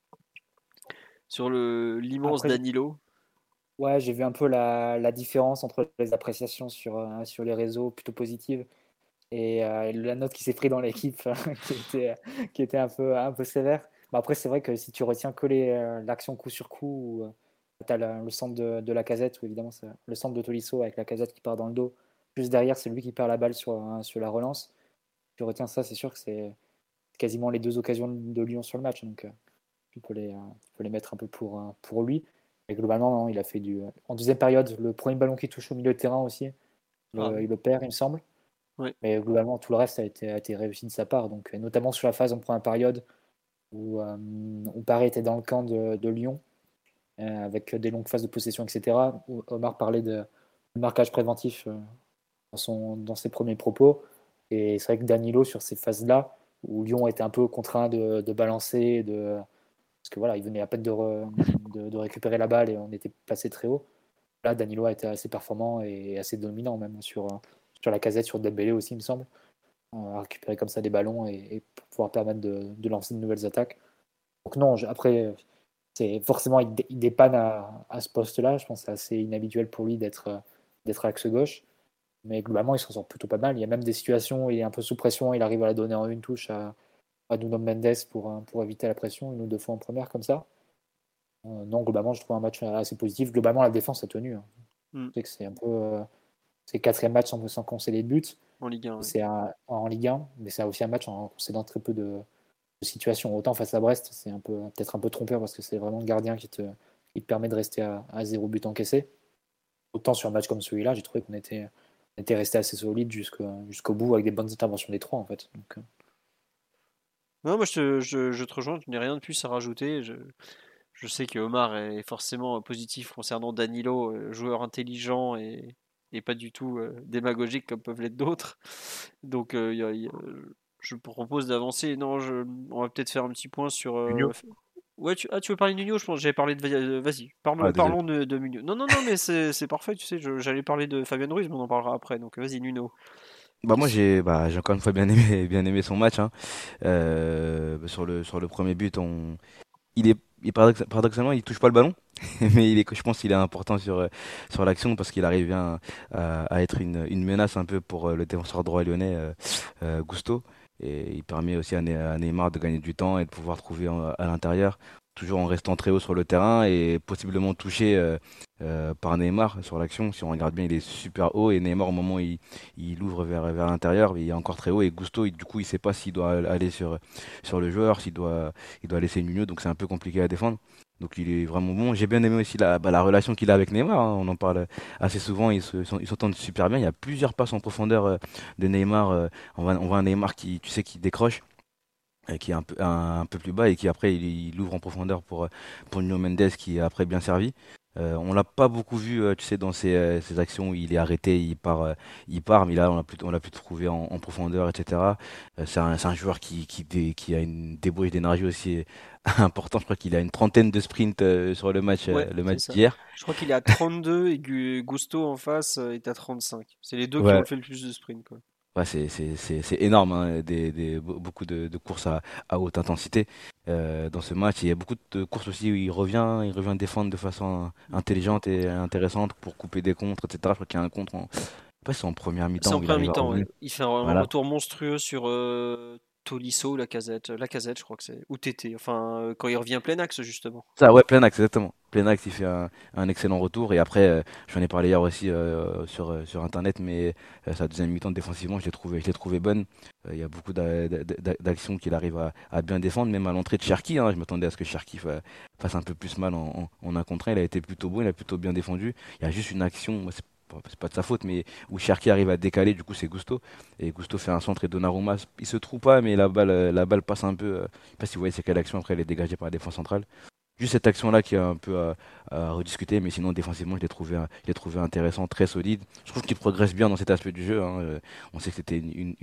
sur l'immense Après, Danilo. ouais, j'ai vu un peu la différence entre les appréciations sur les réseaux plutôt positives et la note qui s'est prise dans l'équipe qui était un peu sévère. Bah, après, c'est vrai que si tu retiens que l'action coup sur coup, tu as le centre de la casette, ou évidemment le centre de Tolisso avec la casette qui part dans le dos. Juste derrière, c'est lui qui perd la balle sur la relance. Si tu retiens ça, c'est sûr que c'est quasiment les deux occasions de Lyon sur le match. Donc, tu peux les mettre un peu pour lui. Et globalement, non, il a fait en deuxième période, le premier ballon qui touche au milieu de terrain aussi, Ah oui. il le perd, il me semble. Ouais. Mais globalement, tout le reste a été réussi de sa part. Donc, notamment sur la phase en première période où Paris était dans le camp de Lyon, avec des longues phases de possession, etc. Où Omar parlait de marquage préventif dans ses premiers propos. Et c'est vrai que Danilo, sur ces phases-là, où Lyon était un peu contraint de balancer, parce que voilà, il venait à peine de récupérer la balle et on était passé très haut. Là, Danilo a été assez performant et assez dominant, même sur la casette, sur Dembélé aussi, il me semble, à récupérer comme ça des ballons et pour pouvoir permettre de lancer de nouvelles attaques. Donc non, après, forcément, il dépanne à ce poste-là. Je pense que c'est assez inhabituel pour lui d'être axe gauche. Mais globalement, il s'en sort plutôt pas mal. Il y a même des situations où il est un peu sous pression, il arrive à la donner en une touche à Nuno Mendes pour éviter la pression, une ou deux fois en première comme ça. Non, globalement, je trouve un match assez positif. Globalement, la défense a tenu. Je sais que c'est un peu c'est le quatrième match sans concéder de but. En Ligue 1. Ouais. C'est en Ligue 1, mais c'est aussi un match en concédant très peu de situations. Autant face à Brest, c'est peut-être un peu trompeur parce que c'est vraiment le gardien qui te permet de rester à 0 but encaissé. Autant sur un match comme celui-là, j'ai trouvé qu'on était resté assez solide jusqu'au bout avec des bonnes interventions des trois en fait. Donc, non, moi je te rejoins, je n'ai rien de plus à rajouter. Je sais que Omar est forcément positif concernant Danilo, joueur intelligent et pas du tout démagogique comme peuvent l'être d'autres. Donc je propose d'avancer. Non, on va peut-être faire un petit point sur. Nuno. Ouais, tu veux parler de Nuno? Je pense que j'avais parlé de. Vas-y, Ah, désolé. parlons de Nuno. Non, mais c'est parfait, tu sais, j'allais parler de Fabien Ruiz, mais on en parlera après. Donc vas-y, Nuno. Moi j'ai encore une fois bien aimé son match, hein. Sur le premier but, paradoxalement il touche pas le ballon, mais je pense qu'il est important sur l'action parce qu'il arrive bien à être une menace un peu pour le défenseur droit lyonnais, Gusto, et il permet aussi à Neymar de gagner du temps et de pouvoir trouver à l'intérieur, toujours en restant très haut sur le terrain et possiblement touché par Neymar sur l'action. Si on regarde bien, il est super haut et Neymar, au moment où il ouvre vers l'intérieur, il est encore très haut et Gusto, du coup, il sait pas s'il doit aller sur le joueur, il doit laisser Nuno, donc c'est un peu compliqué à défendre. Donc il est vraiment bon. J'ai bien aimé aussi la relation qu'il a avec Neymar, hein. On en parle assez souvent, ils s'entendent super bien. Il y a plusieurs passes en profondeur de Neymar. On voit un Neymar qui décroche, qui est un peu plus bas et qui après il ouvre en profondeur pour Nuno Mendes qui est après bien servi. On l'a pas beaucoup vu, tu sais, dans ces actions où il est arrêté, il part, mais là on l'a pu trouver en profondeur, etc. C'est un joueur qui a une débauche d'énergie aussi importante. Je crois qu'il a une trentaine de sprints sur Ouais, le c'est match ça. d'hier. Je crois qu'il est à 32 et Gusto en face est à 35. C'est les deux qui ont Ouais, fait le plus de sprints, quoi. ouais, c'est énorme, hein, beaucoup de courses à haute intensité dans ce match. Il y a beaucoup de courses aussi où il revient défendre de façon intelligente et intéressante pour couper des contres, etc. Je crois qu'il y a un contre je sais pas si c'est en première C'est mi-temps en où il première arrive à mi-temps, ouais. revenir. Il fait un Voilà. retour monstrueux sur Tolisso ou Lacazette. Lacazette, je crois que c'est. Ou Tété. Enfin, quand il revient plein axe, justement. Ça, ouais, plein axe, exactement. Plein axe, il fait un excellent retour. Et après, j'en ai parlé hier aussi sur Internet, mais sa deuxième mi-temps défensivement, je l'ai trouvé bonne. Il y a beaucoup d'actions qu'il arrive à bien défendre, même à l'entrée de Cherki. Hein, je m'attendais à ce que Cherki fasse un peu plus mal en un contre un. Il a été plutôt bon, il a plutôt bien défendu. Il y a juste une action, moi, c'est pas de sa faute, mais où Cherki arrive à décaler, du coup, c'est Gusto. Et Gusto fait un centre et Donnarumma, il se trouve pas, mais la balle passe un peu. Je sais pas si vous voyez c'est quelle action, après, elle est dégagée par la défense centrale. Juste cette action-là qui est un peu à rediscuter, mais sinon défensivement je l'ai trouvé intéressant, très solide. Je trouve qu'il progresse bien dans cet aspect du jeu, hein. On sait que c'était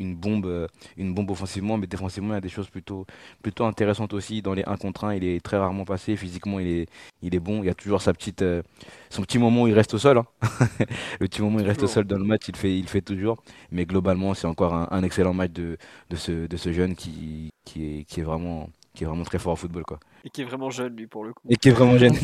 une bombe offensivement, mais défensivement il y a des choses plutôt intéressantes aussi. Dans les 1 contre 1, il est très rarement passé. Physiquement il est bon. Il y a toujours son petit moment où il reste au sol, hein. Le petit moment où il reste au Toujours. sol dans le match, il fait toujours. Mais globalement c'est encore un excellent match de ce jeune qui est vraiment très fort au football, quoi. Et qui est vraiment jeune, lui, pour le coup. Et qui est vraiment jeune.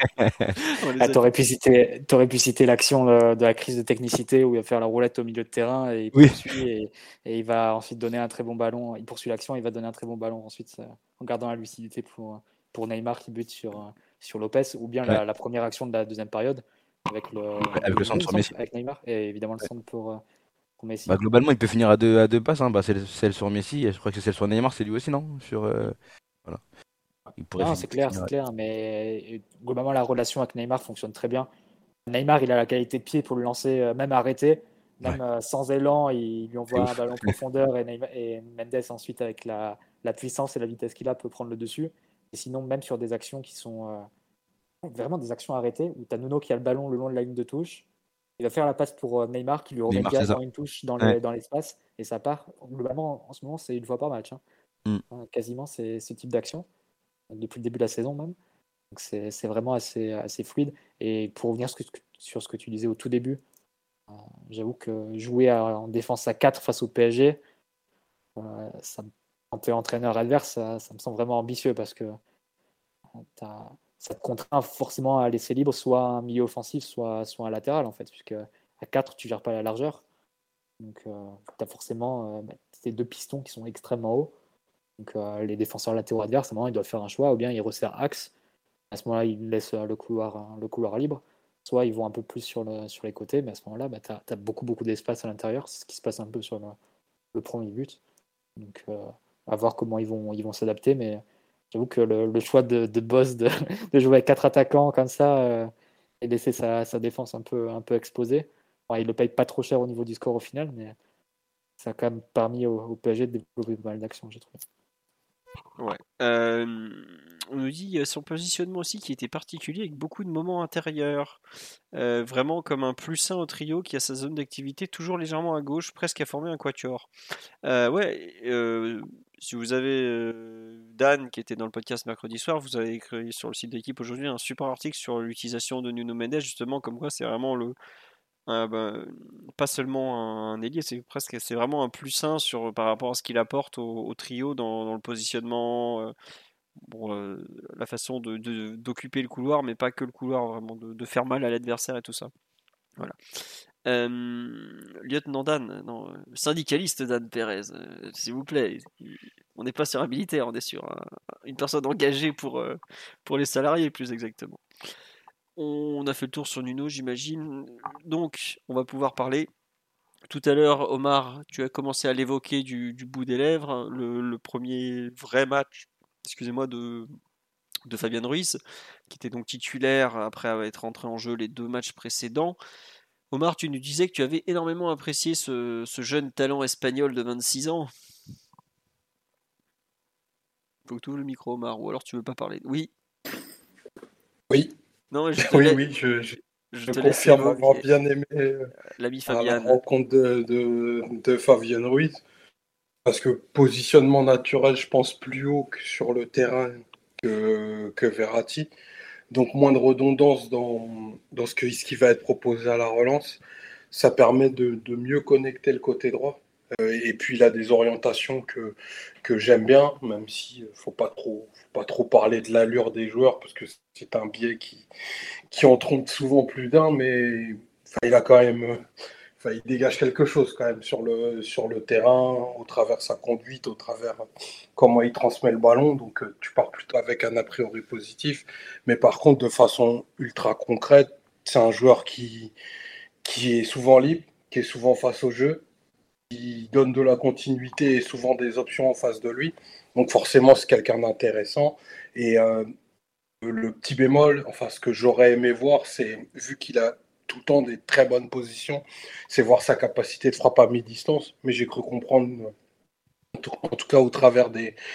On les Ah, a t'aurais pu citer l'action de la crise de technicité où il va faire la roulette au milieu de terrain et il Oui. poursuit et il va ensuite donner un très bon ballon. Il poursuit l'action, il va donner un très bon ballon ensuite en gardant la lucidité pour Neymar qui bute sur Lopez ou bien Ouais. la première action de la deuxième période avec Avec le centre sur Messi. avec Neymar et évidemment le Ouais. centre pour Messi. Bah, globalement, il peut finir à deux passes, hein. Bah, celle sur Messi, et je crois que celle sur Neymar, c'est lui aussi, non? Voilà. Il pourrait Non, finir. c'est clair, mais globalement la relation avec Neymar fonctionne très bien. Neymar, il a la qualité de pied pour le lancer, même arrêté, même Ouais, sans élan, il lui c'est envoie un ouf. ballon en profondeur et Mendes ensuite avec la puissance et la vitesse qu'il a peut prendre le dessus. Et sinon, même sur des actions qui sont vraiment des actions arrêtées, où tu as Nuno qui a le ballon le long de la ligne de touche, il va faire la passe pour Neymar qui lui remet Neymar, c'est ça. directement une touche Ouais. dans l'espace et ça part. Globalement, en ce moment, c'est une fois par match, hein. Mm. Quasiment, c'est ce type d'action, depuis le début de la saison même. Donc c'est vraiment assez fluide. Et pour revenir sur ce que tu disais au tout début, j'avoue que jouer en défense à 4 face au PSG, quand tu es entraîneur adverse, ça me semble vraiment ambitieux parce que ça te contraint forcément à laisser libre soit un milieu offensif, soit un latéral en fait, puisque à 4, tu ne gères pas la largeur. Donc tu as forcément tes deux pistons qui sont extrêmement hauts. Donc les défenseurs latéraux adverses, à un moment, ils doivent faire un choix, ou bien ils resserrent axe. À ce moment-là, ils laissent le couloir libre. Soit ils vont un peu plus sur les côtés, mais à ce moment-là, tu as beaucoup d'espace à l'intérieur. C'est ce qui se passe un peu sur le premier but. Donc, à voir comment ils vont s'adapter. Mais j'avoue que le choix de Boss de jouer avec 4 attaquants comme ça et laisser sa défense un peu exposée, bon, il ne le paye pas trop cher au niveau du score au final, mais ça a quand même permis au PSG de développer pas mal d'actions, j'ai trouvé. Ouais. On nous dit son positionnement aussi qui était particulier avec beaucoup de moments intérieurs. Vraiment comme un plus sain au trio qui a sa zone d'activité toujours légèrement à gauche, presque à former un quatuor. Ouais, si vous avez Dan qui était dans le podcast mercredi soir, vous avez écrit sur le site d'équipe aujourd'hui un super article sur l'utilisation de Nuno Mendes, justement, comme quoi c'est vraiment pas seulement un ailier, c'est vraiment un plus 1 par rapport à ce qu'il apporte au trio dans le positionnement, la façon d'occuper le couloir, mais pas que le couloir, vraiment de faire mal à l'adversaire et tout ça. Voilà. Lieutenant Dan, non, syndicaliste Dan Pérez, s'il vous plaît. On n'est pas sur un militaire, on est sur une personne engagée pour les salariés, plus exactement. On a fait le tour sur Nuno, j'imagine. Donc, on va pouvoir parler. Tout à l'heure, Omar, tu as commencé à l'évoquer du bout des lèvres. Le premier vrai match, excusez-moi, de Fabian Ruiz, qui était donc titulaire après être entré en jeu les 2 matchs précédents. Omar, tu nous disais que tu avais énormément apprécié ce jeune talent espagnol de 26 ans. Faut que tu ouvres le micro, Omar, ou alors tu veux pas parler. Oui. Oui. Non, je te, Oui, lai- oui, je je te laisse confirme avoir évoquer bien aimé l'ami à la Fabian. rencontre de Fabien Ruiz. Parce que positionnement naturel, je pense plus haut que sur le terrain que Verratti. Donc moins de redondance dans ce qui va être proposé à la relance. Ça permet de mieux connecter le côté droit. Et puis il a des orientations que j'aime bien, même si faut pas trop parler de l'allure des joueurs, parce que c'est un biais qui en trompe souvent plus d'un, mais enfin, il a quand même enfin, il dégage quelque chose quand même sur le terrain, au travers de sa conduite, au travers comment il transmet le ballon. Donc tu pars plutôt avec un a priori positif. Mais par contre, de façon ultra concrète, c'est un joueur qui est souvent libre, qui est souvent face au jeu, qui donne de la continuité et souvent des options en face de lui. Donc forcément, c'est quelqu'un d'intéressant. Et le petit bémol, enfin ce que j'aurais aimé voir, c'est vu qu'il a tout le temps des très bonnes positions, c'est voir sa capacité de frappe à mi-distance. Mais j'ai cru comprendre, en tout cas au travers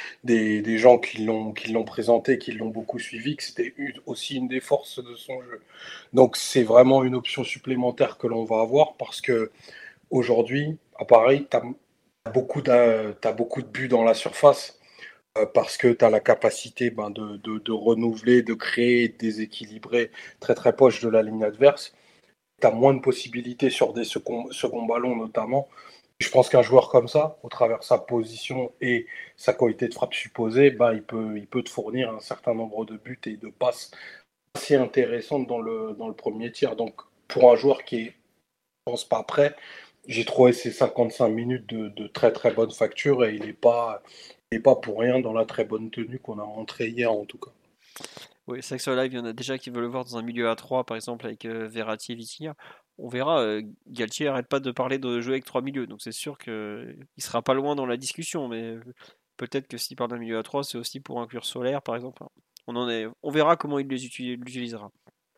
des gens qui l'ont présenté, qui l'ont beaucoup suivi, que c'était aussi une des forces de son jeu. Donc c'est vraiment une option supplémentaire que l'on va avoir parce que aujourd'hui, à Paris, tu as beaucoup de buts dans la surface parce que tu as la capacité de renouveler, de créer, de déséquilibrer très très proche de la ligne adverse. Tu as moins de possibilités sur des seconds ballons notamment. Je pense qu'un joueur comme ça, au travers de sa position et sa qualité de frappe supposée, il peut te fournir un certain nombre de buts et de passes assez intéressantes dans le premier tiers. Donc pour un joueur qui est, je pense, pas prêt, j'ai trouvé ces 55 minutes de très très bonne facture et il est pas pour rien dans la très bonne tenue qu'on a montrée hier en tout cas. Oui, c'est vrai que sur le live, il y en a déjà qui veulent le voir dans un milieu à 3, par exemple, avec Verratti et Vitinha. On verra, Galtier arrête pas de parler de jouer avec 3 milieux, donc c'est sûr qu'il sera pas loin dans la discussion, mais peut-être que s'il parle d'un milieu à 3, c'est aussi pour inclure Solaire, par exemple. On verra comment il l'utilisera.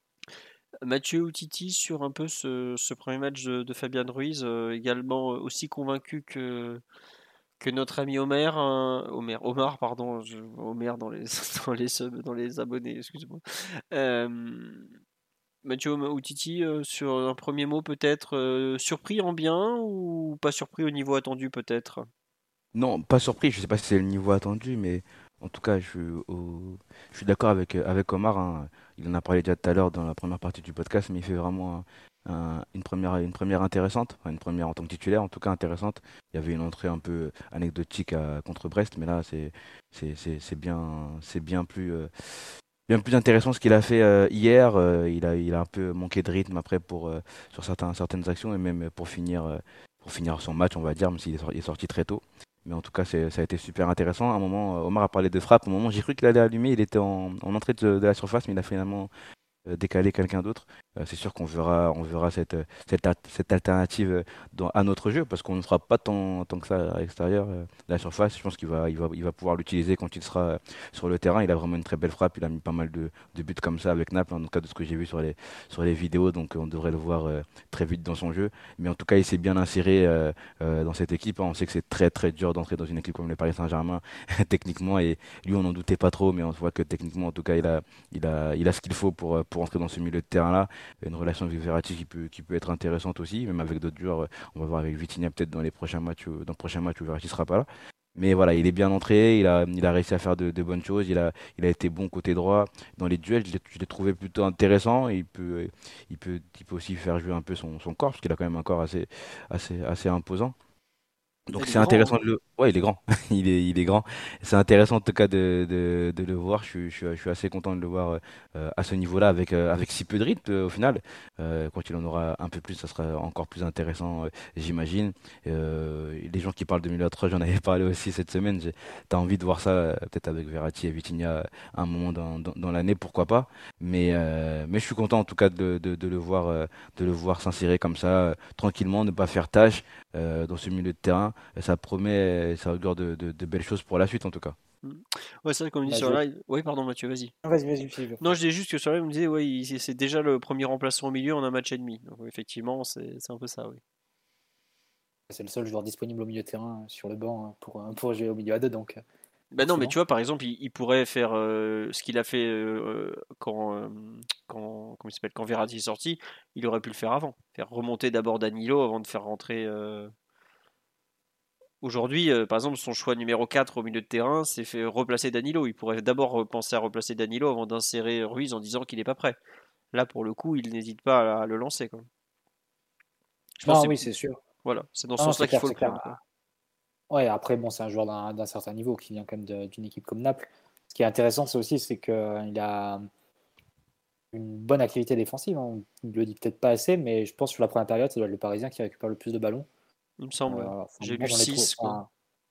Mathieu ou Titi sur un peu ce premier match de Fabian Ruiz, également aussi convaincu que notre ami Omer, Omar, pardon, Omer dans les, dans les subs, dans les abonnés, excuse-moi. Euh, Mathieu ou Titi, sur un premier mot peut-être, surpris en bien ou pas surpris au niveau attendu peut-être? Non, pas surpris, je sais pas si c'est le niveau attendu, mais en tout cas, je suis d'accord avec Omar, hein. Il en a parlé déjà tout à l'heure dans la première partie du podcast, mais il fait vraiment une première intéressante, enfin, une première en tant que titulaire, en tout cas intéressante. Il y avait une entrée un peu anecdotique contre Brest, mais là, c'est bien plus intéressant ce qu'il a fait hier. Il a un peu manqué de rythme après sur certaines actions et même pour finir son match, on va dire, même il est sorti très tôt. Mais en tout cas, ça a été super intéressant. À un moment, Omar a parlé de frappe. Au moment, j'ai cru qu'il allait allumer. Il était en entrée de la surface, mais il a finalement décaler quelqu'un d'autre. C'est sûr on verra cette alternative à notre jeu parce qu'on ne fera pas tant que ça à l'extérieur de la surface. Je pense il va pouvoir l'utiliser quand il sera sur le terrain. Il a vraiment une très belle frappe. Il a mis pas mal de buts comme ça avec Naples, en tout cas de ce que j'ai vu sur les vidéos. Donc on devrait le voir très vite dans son jeu. Mais en tout cas, il s'est bien inséré dans cette équipe, hein. On sait que c'est très très dur d'entrer dans une équipe comme le Paris Saint-Germain techniquement. Et lui, on n'en doutait pas trop, mais on voit que techniquement, en tout cas, il a ce qu'il faut pour entrer dans ce milieu de terrain-là. Une relation avec Verratti qui peut être intéressante aussi, même avec d'autres joueurs. On va voir avec Vitinha peut-être dans le prochain match où Verratti sera pas là. Mais voilà, il est bien entré, il a réussi à faire de bonnes choses, il a été bon côté droit. Dans les duels, je l'ai trouvé plutôt intéressant. Il peut aussi faire jouer un peu son corps, parce qu'il a quand même un corps assez imposant. Donc Il est c'est grand, intéressant hein. de le... Ouais, il est grand. Il est grand. C'est intéressant en tout cas de le voir. Je suis assez content de le voir à ce niveau-là avec si peu de rythme au final. Quand il en aura un peu plus, ça sera encore plus intéressant, j'imagine. Les gens qui parlent de 2023, j'en avais parlé aussi cette semaine. T'as envie de voir ça peut-être avec Verratti et Vitinha à un moment dans l'année, pourquoi pas. Mais je suis content en tout cas de le voir s'insérer comme ça, tranquillement, ne pas faire tâche dans ce milieu de terrain. Ça promet, ça augure de belles choses pour la suite en tout cas. Mm. Ouais, c'est vrai qu'on me dit Bah, sur le live. Oui, pardon Mathieu, vas-y. Vas-y, Philippe. Non, je dis juste que sur le live, on me disait, ouais, c'est déjà le premier remplaçant au milieu en un match et demi. Donc effectivement, c'est un peu ça, oui. C'est le seul joueur disponible au milieu de terrain sur le banc pour jouer au milieu à deux. Donc Bah non, mais tu forcément. vois, par exemple, il pourrait faire ce qu'il a fait comment il s'appelle, quand Verratti est sorti, il aurait pu le faire avant. Faire remonter d'abord Danilo avant de faire rentrer. Aujourd'hui, par exemple, son choix numéro 4 au milieu de terrain, c'est fait replacer Danilo. Il pourrait d'abord penser à replacer Danilo avant d'insérer Ruiz en disant qu'il n'est pas prêt. Là, pour le coup, il n'hésite pas à le lancer, quoi. Je pense Non, que oui, c'est sûr. voilà, c'est dans ce Non, non, sens-là c'est qu'il clair, faut le c'est clair. prendre, quoi. Ouais, après, bon, c'est un joueur d'un certain niveau qui vient quand même d'une équipe comme Naples. Ce qui est intéressant, c'est aussi, c'est qu'il a une bonne activité défensive, hein. On ne le dit peut-être pas assez, mais je pense que sur la première période, ça doit être le Parisien qui récupère le plus de ballons. Il me semble, ouais. Enfin, J'ai moi, lu j'en ai trouvé. 6, quoi. Enfin,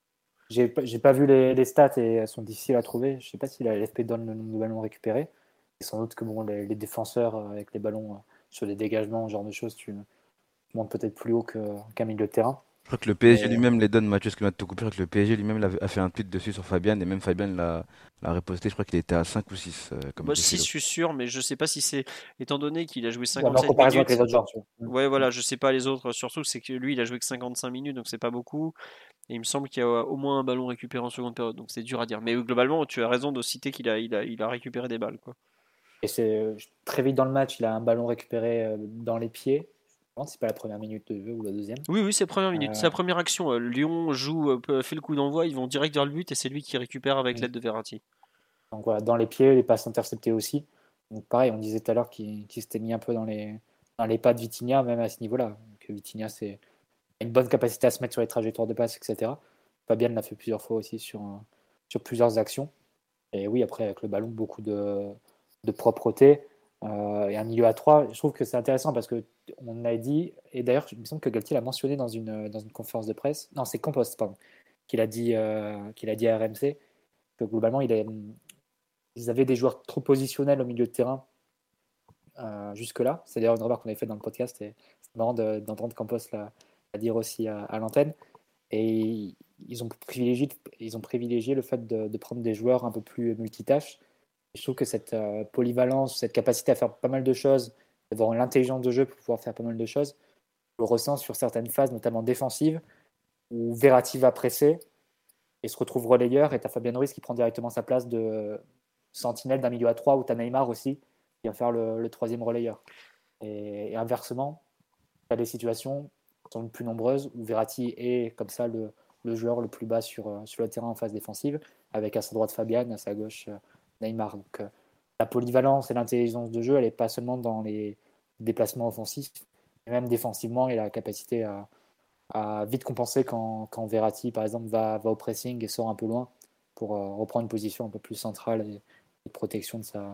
j'ai pas vu les stats et elles sont difficiles à trouver. Je sais pas si la LFP donne le nombre de ballons récupérés. Et sans doute que bon, les défenseurs avec les ballons sur des dégagements, ce genre de choses, tu montes peut-être plus haut qu'un milieu de terrain. Je crois que le PSG Mais lui-même les donne, Mathieu, ce que m'a te couper, je crois que le PSG lui-même a fait un tweet dessus sur Fabian, et même Fabian l'a reposté, je crois qu'il était à 5 ou 6 comme Moi, 6, je décilo. suis sûr, mais je sais pas si c'est. Étant donné qu'il a joué ouais, mais en 57 comparaison avec minutes. les autres joueurs, tu vois. Ouais, voilà, je sais pas les autres, surtout, c'est que lui, il a joué que 55 minutes, donc c'est pas beaucoup. Et il me semble qu'il y a au moins un ballon récupéré en seconde période, donc c'est dur à dire. Mais globalement, tu as raison de citer qu'il a récupéré des balles, quoi. Et c'est très vite dans le match, il a un ballon récupéré dans les pieds. Je me demande si c'est pas la première minute de jeu ou la deuxième. Oui, oui, c'est la première minute. C'est Euh, la première action. Lyon joue, fait le coup d'envoi, ils vont direct vers le but et c'est lui qui récupère avec l'aide de Verratti. donc voilà, dans les pieds, les passes interceptées aussi. Donc pareil, on disait tout à l'heure qu'il s'était mis un peu dans les pas de Vitinha, même à ce niveau-là. Donc Vitinha, a une bonne capacité à se mettre sur les trajectoires de passe, etc. Fabien l'a fait plusieurs fois aussi sur plusieurs actions. Et oui, après, avec le ballon, beaucoup de propreté. Et un milieu à 3, je trouve que c'est intéressant parce qu'on a dit, et d'ailleurs, il me semble que Galtier l'a mentionné dans une conférence de presse, non, c'est Campos, pardon, qu'il a dit à RMC, que globalement, ils avaient des joueurs trop positionnels au milieu de terrain jusque-là. C'est d'ailleurs une remarque qu'on avait faite dans le podcast et c'est marrant d'entendre Campos la dire aussi à l'antenne. Et ils ont privilégié le fait de prendre des joueurs un peu plus multitâches. Et je trouve que cette polyvalence, cette capacité à faire pas mal de choses, d'avoir l'intelligence de jeu pour pouvoir faire pas mal de choses, je le ressens sur certaines phases, notamment défensives, où Verratti va presser et se retrouve relayeur, et tu as Fabien Ruiz qui prend directement sa place de sentinelle d'un milieu à 3, où tu as Neymar aussi, qui va faire le troisième relayeur. Et inversement, tu as des situations qui sont plus nombreuses, où Verratti est comme ça le joueur le plus bas sur le terrain en phase défensive, avec à sa droite Fabian, à sa gauche Neymar. Donc la polyvalence et l'intelligence de jeu, elle n'est pas seulement dans les déplacements offensifs, mais même défensivement, et la capacité à vite compenser quand Verratti, par exemple, va au pressing et sort un peu loin pour reprendre une position un peu plus centrale et de protection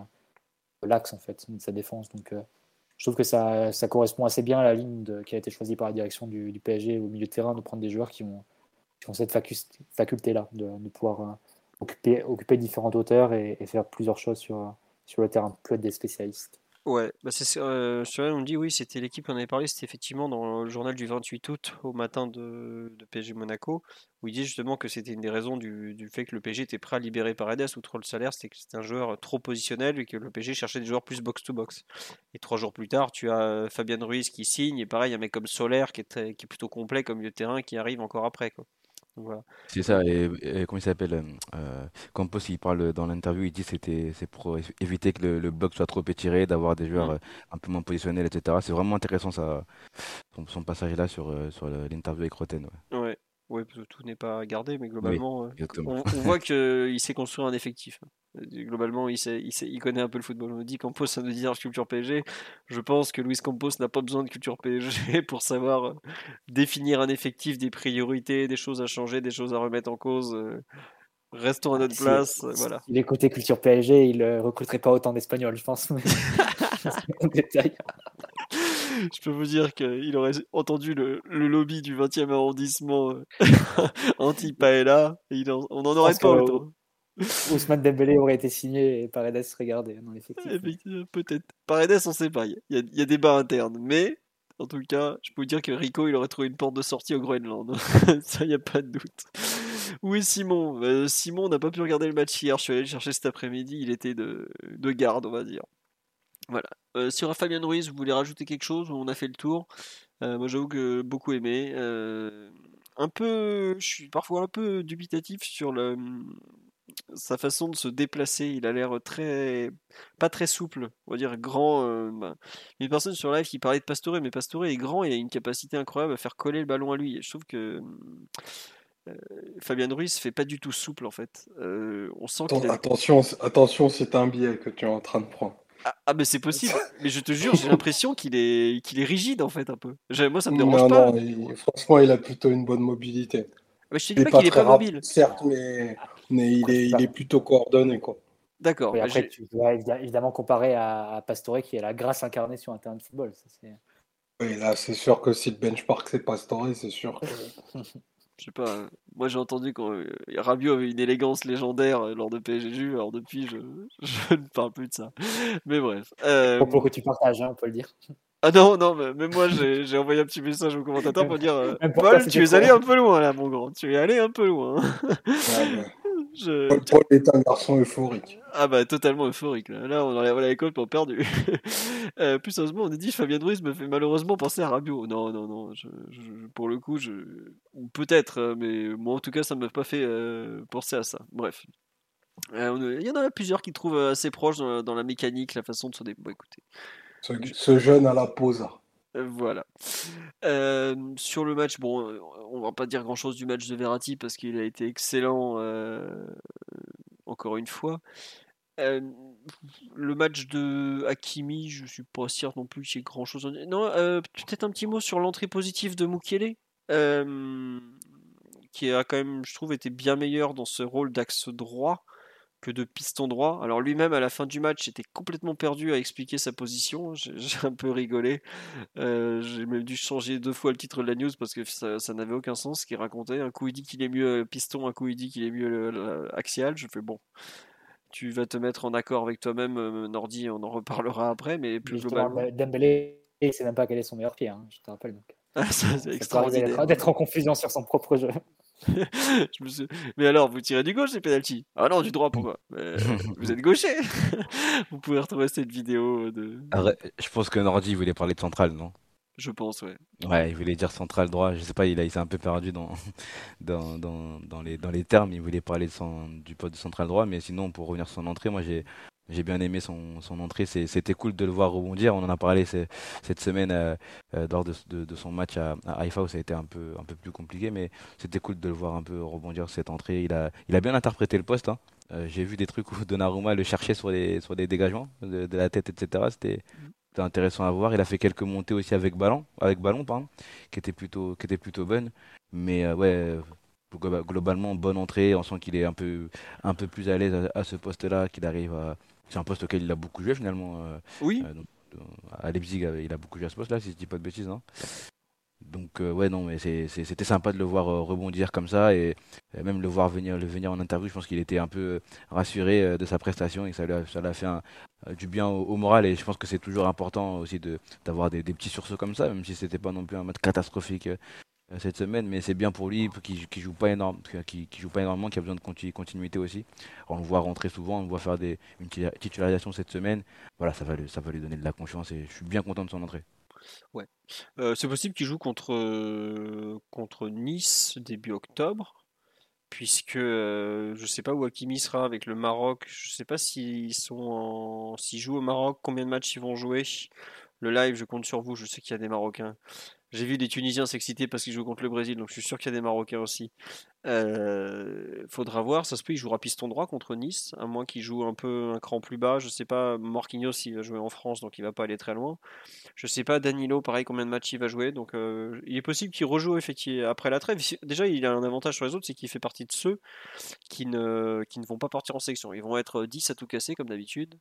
de l'axe, en fait, de sa défense. Donc je trouve que ça correspond assez bien à la ligne qui a été choisie par la direction du PSG au milieu de terrain, de prendre des joueurs qui ont cette faculté-là de pouvoir occuper différentes hauteurs et faire plusieurs choses sur le terrain, plus être des spécialistes. Ouais, bah on me dit oui, c'était l'équipe qu'on avait parlé, c'était effectivement dans le journal du 28 août au matin de PSG Monaco, où il dit justement que c'était une des raisons du fait que le PSG était prêt à libérer Paredes outre le salaire, c'était que c'était un joueur trop positionnel et que le PSG cherchait des joueurs plus box-to-box. Et 3 jours plus tard, tu as Fabien Ruiz qui signe, et pareil, un mec comme Soler qui est plutôt complet comme milieu de terrain qui arrive encore après, quoi. Donc voilà. C'est ça, et comment il s'appelle Campos, il parle dans l'interview, il dit que c'est pour éviter que le bloc soit trop étiré, d'avoir des joueurs Mm. un peu moins positionnels, etc. C'est vraiment intéressant ça, son passage là sur l'interview avec Roten. Ouais. Ouais, ouais, parce que tout n'est pas gardé, mais Oui, globalement, exactement. on voit qu'il s'est construit un effectif. Globalement, il connaît un peu le football. On nous dit Campos, ça nous dit culture PSG. Je pense que Luis Campos n'a pas besoin de culture PSG pour savoir définir un effectif, des priorités, des choses à changer, des choses à remettre en cause. Restons à notre place, voilà. S'il est côté culture PSG, il ne recruterait pas autant d'Espagnols, je pense. Mais c'est un détail. Je peux vous dire qu'il aurait entendu le lobby du 20e arrondissement anti-Paella et on n'en Je aurait pense pas que autant. Ousmane Dembélé aurait été signé et Paredes serait gardé dans l'effectif. Effectivement, peut-être. Paredes, on sait pas. Il y a des bas internes. Mais, en tout cas, je peux vous dire que Rico, il aurait trouvé une porte de sortie au Groenland. Ça, il n'y a pas de doute. Oui, Simon. Simon n'a pas pu regarder le match hier. Je suis allé le chercher cet après-midi. Il était de garde, on va dire. Voilà. Sur Fabien Ruiz, vous voulez rajouter quelque chose ou on a fait le tour? Moi, j'avoue que beaucoup aimé. Je suis parfois un peu dubitatif sur sa façon de se déplacer, il a l'air pas très souple, on va dire grand. Une personne sur live qui parlait de Pastore, mais Pastore est grand et a une capacité incroyable à faire coller le ballon à lui. Et je trouve que Fabien Ruiz fait pas du tout souple en fait. On sent qu'il a... Attention, c'est un biais que tu es en train de prendre. mais c'est possible. Mais je te jure, j'ai l'impression qu'il est rigide en fait un peu. Moi, ça me dérange Non, pas. franchement, il a plutôt une bonne mobilité. Mais je te Il dis est pas pas qu'il est très pas rapide, mobile. certes, mais il est plutôt coordonné, quoi. D'accord. Oui, après, tu dois évidemment comparer à Pastore qui est la grâce incarnée sur un terrain de football. Ça, Oui, là, c'est sûr que si le benchmark c'est Pastore, c'est sûr que... Je sais pas, moi j'ai entendu quand Rabiot avait une élégance légendaire lors de PSG Juve, alors depuis je ne parle plus de ça. Mais bref. Propos que tu partages, on peut le dire. Ah non, mais moi j'ai envoyé un petit message au commentateur pour dire Même pour toi, Paul, tu es allé un peu loin là, mon grand. Tu es allé un peu loin. Paul est un garçon euphorique. Ah bah totalement euphorique là. Là on enlève l'école pour perdu. Plus sérieusement, on a dit Fabien Ruiz me fait malheureusement penser à Rabiot. Non. Pour le coup, peut-être, mais moi en tout cas ça ne m'a pas fait penser à ça. Bref. Il y en a plusieurs qui trouvent assez proches dans la mécanique, la façon de se débrouiller. Bon, écoutez. Ce jeune à la pose. Voilà. Sur le match, bon, on va pas dire grand chose du match de Verratti parce qu'il a été excellent encore une fois. Le match de Hakimi, je suis pas sûr non plus qu'il y ait grand chose à dire. Non, peut-être un petit mot sur l'entrée positive de Mukele, qui a quand même, je trouve, été bien meilleur dans ce rôle d'axe droit que de piston droit. Alors lui-même à la fin du match était complètement perdu à expliquer sa position. J'ai un peu rigolé. J'ai même dû changer 2 fois le titre de la news parce que ça n'avait aucun sens ce qu'il racontait. Un coup il dit qu'il est mieux piston, un coup il dit qu'il est mieux axial. Je fais bon. Tu vas te mettre en accord avec toi-même, Nordi, on en reparlera après, mais plus globalement. Dembélé, il ne sait même pas quel est son meilleur pied, je te rappelle. Donc. C'est extraordinaire. D'être en confusion sur son propre jeu. Mais alors, vous tirez du gauche, c'est penalty. Ah non, du droit, pourquoi? Vous êtes gaucher. Vous pouvez retrouver cette vidéo de... Je pense que Nordi voulait parler de central, non? Je pense, ouais. Ouais, il voulait dire central droit. Je sais pas, il s'est un peu perdu dans les termes. Il voulait parler du poste de central droit, mais sinon, pour revenir sur son entrée, moi j'ai bien aimé son entrée. C'était cool de le voir rebondir. On en a parlé cette semaine lors de son match à Haïfa où ça a été un peu plus compliqué, mais c'était cool de le voir un peu rebondir cette entrée. Il a bien interprété le poste, hein. J'ai vu des trucs où Donnarumma le cherchait sur des dégagements de la tête, etc. C'était intéressant à voir. Il a fait quelques montées aussi avec ballon, pardon, qui étaient plutôt bonnes. Mais ouais, globalement, bonne entrée. On sent qu'il est un peu plus à l'aise à ce poste-là, qu'il arrive à. C'est un poste auquel il a beaucoup joué finalement. Oui. À Leipzig, il a beaucoup joué à ce poste-là, si je dis pas de bêtises, hein. Donc ouais, non, mais c'était sympa de le voir rebondir comme ça et même le voir venir en interview. Je pense qu'il était un peu rassuré de sa prestation et que ça lui a fait du bien au moral. Et je pense que c'est toujours important aussi d'avoir des petits sursauts comme ça, même si c'était pas non plus un match catastrophique cette semaine. Mais c'est bien pour lui qui joue pas énormément, qui a besoin de continuité aussi. On le voit rentrer souvent, on le voit faire une titularisation cette semaine. Voilà, ça va lui donner de la confiance et je suis bien content de son entrée. Ouais. C'est possible qu'il joue contre Nice début octobre, puisque je sais pas où Hakimi sera avec le Maroc. Je sais pas s'ils jouent au Maroc, combien de matchs ils vont jouer. Le live, je compte sur vous. Je sais qu'il y a des Marocains. J'ai vu des Tunisiens s'exciter parce qu'ils jouent contre le Brésil, donc je suis sûr qu'il y a des Marocains aussi. Faudra voir, ça se peut, il jouera piston droit contre Nice, à moins qu'il joue un peu un cran plus bas. Je sais pas, Marquinhos il va jouer en France, donc il va pas aller très loin. Je sais pas, Danilo, pareil, combien de matchs il va jouer, donc il est possible qu'il rejoue effectivement après la trêve. Déjà, il a un avantage sur les autres, c'est qu'il fait partie de ceux qui ne vont pas partir en sélection. Ils vont être 10 à tout casser, comme d'habitude.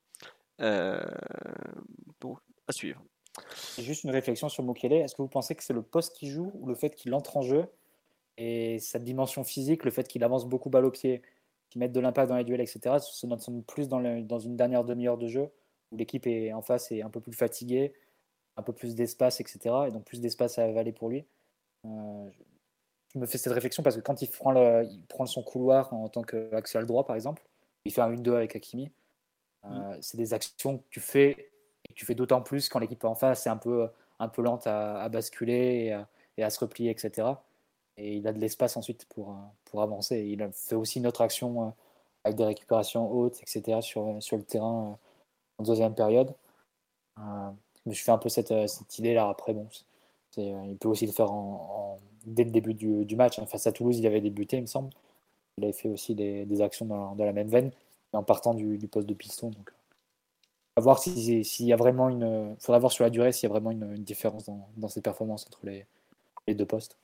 Bon, à suivre. Juste une réflexion sur Mukele. Est-ce que vous pensez que c'est le poste qu'il joue ou le fait qu'il entre en jeu et sa dimension physique, le fait qu'il avance beaucoup balle au pied, qu'il mette de l'impact dans les duels, etc., se note plus dans une dernière demi-heure de jeu où l'équipe en face est un peu plus fatiguée, un peu plus d'espace, etc., et donc plus d'espace à avaler pour lui. Je me fais cette réflexion parce que quand il prend son couloir en tant qu'axial droit, par exemple, il fait un 1-2 avec Hakimi. C'est des actions que tu fais et que tu fais d'autant plus quand l'équipe en face est un peu lente à basculer et à se replier, etc. Et il a de l'espace ensuite pour avancer. Il a fait aussi une autre action avec des récupérations hautes, etc. sur le terrain en deuxième période. Je me suis fait un peu cette idée-là. Après, bon, il peut aussi le faire dès le début du match. Face à Toulouse, il avait débuté, il me semble. Il avait fait aussi des actions dans la même veine, et en partant du poste de piston. Donc, à voir s'il y a vraiment faudra voir sur la durée s'il y a vraiment une différence dans ses performances entre les deux postes.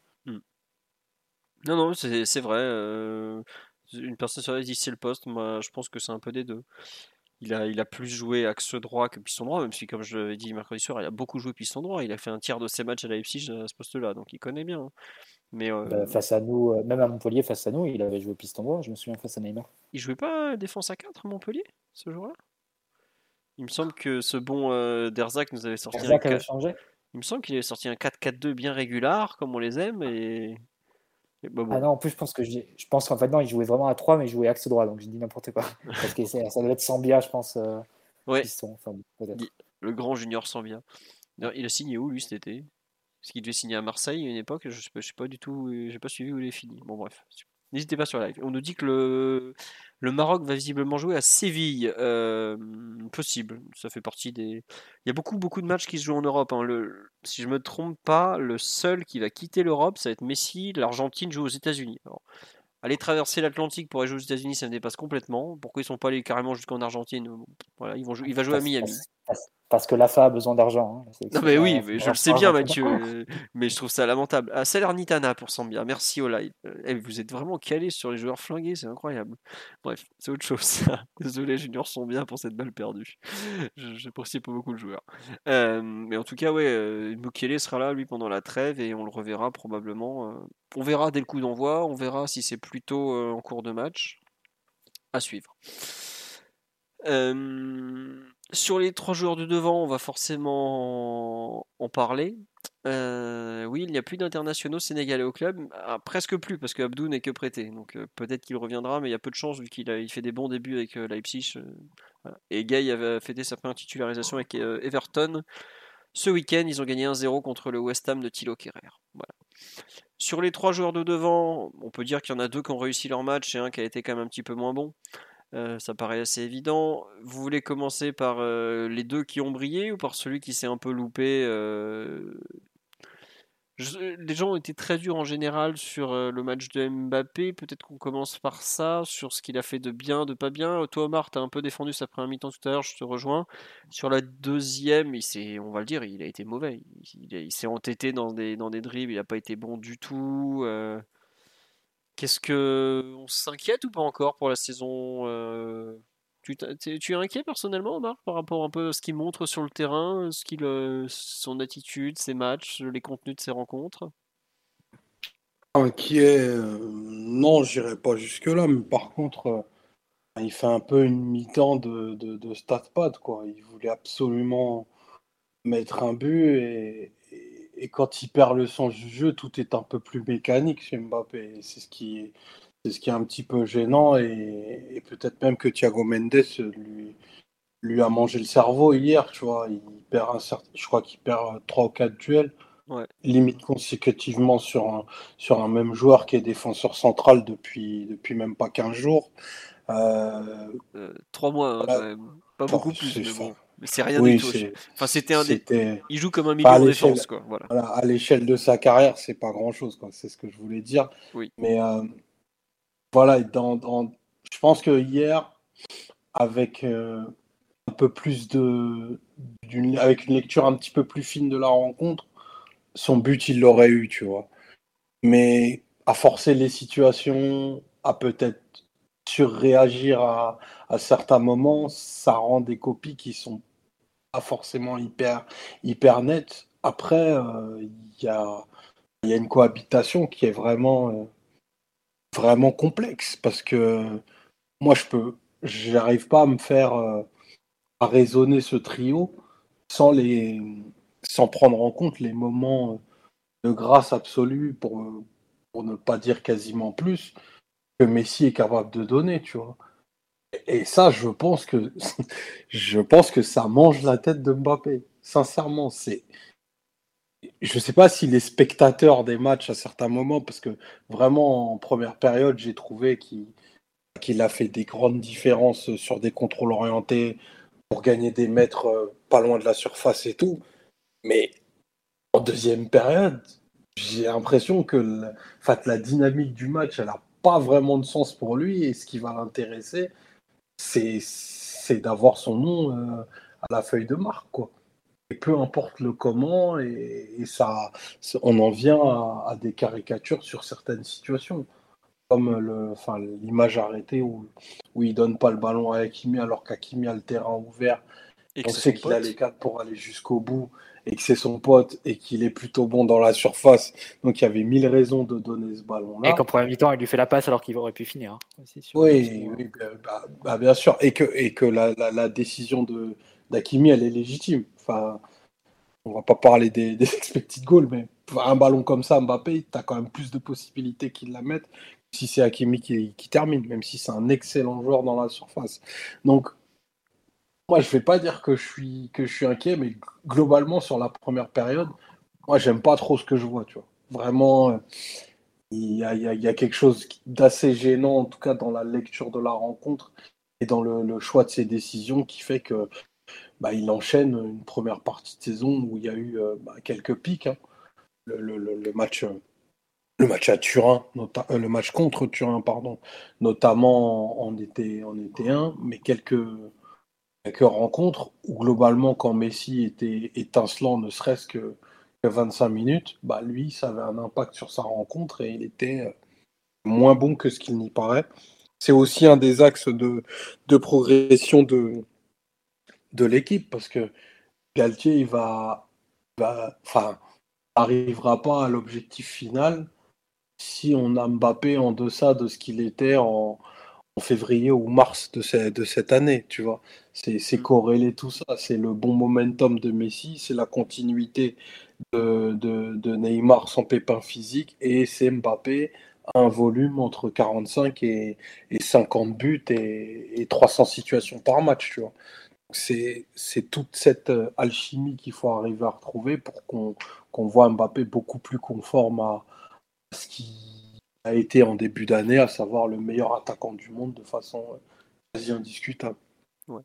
Non, c'est vrai. Une personne sur la dit c'est le poste. Moi, je pense que c'est un peu des deux. Il a plus joué axe droit que piston droit, même si, comme je l'ai dit mercredi soir, il a beaucoup joué piston droit. Il a fait un tiers de ses matchs à Leipzig à ce poste-là, donc il connaît bien. Mais Face à nous, même à Montpellier, face à nous, il avait joué piston droit, je me souviens, face à Neymar. il jouait pas défense à 4 à Montpellier, ce jour-là? Il me semble que ce bon Derzac nous avait sorti Derzac avait changé. Il me semble qu'il avait sorti un 4-4-2 bien régulier, comme on les aime. Bon. Ah non, en plus, je pense qu'en fait, non, il jouait vraiment à 3, mais il jouait axe droit, donc j'ai dit n'importe quoi. Parce que ça devait être Sambia, je pense. Ouais. Piston, enfin, peut-être. Le grand junior Sambia. Il a signé où, lui, cet été? Parce qu'il devait signer à Marseille à une époque, je sais pas du tout, j'ai pas suivi où il est fini. Bon, bref. N'hésitez pas sur live. On nous dit que le Maroc va visiblement jouer à Séville. Possible. Ça fait partie des. Il y a beaucoup de matchs qui se jouent en Europe. Hein. Si je me trompe pas, le seul qui va quitter l'Europe, ça va être Messi. L'Argentine joue aux États-Unis. Alors, aller traverser l'Atlantique pour aller jouer aux États-Unis, ça me dépasse complètement. Pourquoi ils sont pas allés carrément jusqu'en Argentine? Voilà, il va jouer à Miami. Parce que l'AFA a besoin d'argent. Hein. Non mais oui, mais je le sais bien, Mathieu. Mais je trouve ça lamentable. Salernitana pour Sambia. Merci au live. Vous êtes vraiment calés sur les joueurs flingués, c'est incroyable. Bref, c'est autre chose. Désolé, Junior sont bien pour cette balle perdue. J'apprécie pas beaucoup le joueur. Mais en tout cas, ouais, Mukiele sera là lui pendant la trêve et on le reverra probablement. On verra dès le coup d'envoi. On verra si c'est plutôt en cours de match. À suivre. Sur les 3 joueurs de devant, on va forcément en parler. Oui, il n'y a plus d'internationaux sénégalais au club. Presque plus, parce que Abdou n'est que prêté. Donc peut-être qu'il reviendra, mais il y a peu de chance vu qu'il fait des bons débuts avec Leipzig. Voilà. Et Gay avait fêté sa première titularisation avec Everton. Ce week-end, ils ont gagné 1-0 contre le West Ham de Thilo Kehrer. Voilà. Sur les 3 joueurs de devant, on peut dire qu'il y en a 2 qui ont réussi leur match et un qui a été quand même un petit peu moins bon. Ça paraît assez évident. Vous voulez commencer par les 2 qui ont brillé ou par celui qui s'est un peu loupé? Les gens ont été très durs en général sur le match de Mbappé. Peut-être qu'on commence par ça, sur ce qu'il a fait de bien, de pas bien. Toi, Omar, tu as un peu défendu sa première mi-temps tout à l'heure, je te rejoins. Sur la deuxième, on va le dire, il a été mauvais. Il s'est entêté dans des dribbles, il n'a pas été bon du tout. Qu'est-ce que on s'inquiète ou pas encore pour la saison? Tu es inquiet personnellement, Omar, par rapport un peu à ce qu'il montre sur le terrain, son attitude, ses matchs, les contenus de ses rencontres? Inquiet, non, j'irai pas jusque-là, mais par contre, il fait un peu une mi-temps de stat-pad, quoi. Il voulait absolument mettre un but et quand il perd le sens du jeu, tout est un peu plus mécanique chez Mbappé. C'est ce qui est un petit peu gênant et peut-être même que Thiago Mendes lui a mangé le cerveau hier, tu vois. Je crois qu'il perd 3 ou 4 duels, Ouais. limite consécutivement sur un même joueur qui est défenseur central depuis même pas 15 jours. 3 mois, Voilà. quand même. Pas beaucoup plus, mais bon. Mais c'est rien Oui, du tout. Enfin, il joue comme un Pas à milieu en l'échelle. défense, quoi. Voilà. Voilà, à l'échelle de sa carrière, c'est pas grand-chose, quoi. C'est ce que je voulais dire. Oui. Mais voilà, je pense que hier, avec un peu plus avec une lecture un petit peu plus fine de la rencontre, son but, il l'aurait eu, tu vois. Mais à forcer les situations, à peut-être surréagir à certains moments, ça rend des copies qui sont pas forcément hyper nettes. Après, il y a une cohabitation qui est vraiment complexe parce que moi, j'arrive pas à me faire à raisonner ce trio sans prendre en compte les moments de grâce absolue pour ne pas dire quasiment plus que Messi est capable de donner, tu vois. Et ça, je pense que ça mange la tête de Mbappé. Sincèrement, je sais pas si les spectateurs des matchs à certains moments, parce que vraiment en première période, j'ai trouvé qu'il qu'il a fait des grandes différences sur des contrôles orientés pour gagner des mètres pas loin de la surface et tout. Mais en deuxième période, j'ai l'impression que la dynamique du match, elle n'a pas vraiment de sens pour lui. Et ce qui va l'intéresser, c'est d'avoir son nom à la feuille de marque, quoi. Et peu importe le comment, et ça, on en vient à des caricatures sur certaines situations. Comme l'image arrêtée où il donne pas le ballon à Hakimi alors qu'Hakimi a le terrain ouvert. Et On que c'est sait son qu'il a pote. les cadres pour aller jusqu'au bout et que c'est son pote et qu'il est plutôt bon dans la surface. Donc il y avait 1000 raisons de donner ce Et ballon-là. qu'en première mi-temps, il lui fait la passe alors qu'il aurait pu finir. Aussi sur Oui, bien sûr. Et que la décision d'Hakimi, elle est légitime. Enfin, on va pas parler des expected goals, mais un ballon comme ça, Mbappé, tu as quand même plus de possibilités qu'il la mette si c'est Hakimi qui termine, même si c'est un excellent joueur dans la surface. Donc, moi, je vais pas dire que je suis inquiet, mais globalement, sur la première période, moi, j'aime pas trop ce que je vois, tu vois. Vraiment, il y a quelque chose d'assez gênant, en tout cas dans la lecture de la rencontre et dans le choix de ses décisions qui fait que il enchaîne une première partie de saison où il y a eu quelques pics, hein. Le match à Turin, le match contre Turin, pardon, notamment en été 1, mais quelques rencontres où globalement, quand Messi était étincelant, ne serait-ce que 25 minutes, lui, ça avait un impact sur sa rencontre et il était moins bon que ce qu'il n'y paraît. C'est aussi un des axes de progression de l'équipe parce que Galtier, n'arrivera pas à l'objectif final si on a Mbappé en deçà de ce qu'il était en février ou mars de cette année, tu vois. C'est corrélé tout ça. C'est le bon momentum de Messi, c'est la continuité de Neymar sans pépin physique, et c'est Mbappé à un volume entre 45 et 50 buts et 300 situations par match, tu vois. C'est toute cette alchimie qu'il faut arriver à retrouver pour qu'on voit Mbappé beaucoup plus conforme à ce qui a été en début d'année, à savoir le meilleur attaquant du monde de façon quasi indiscutable. Ouais.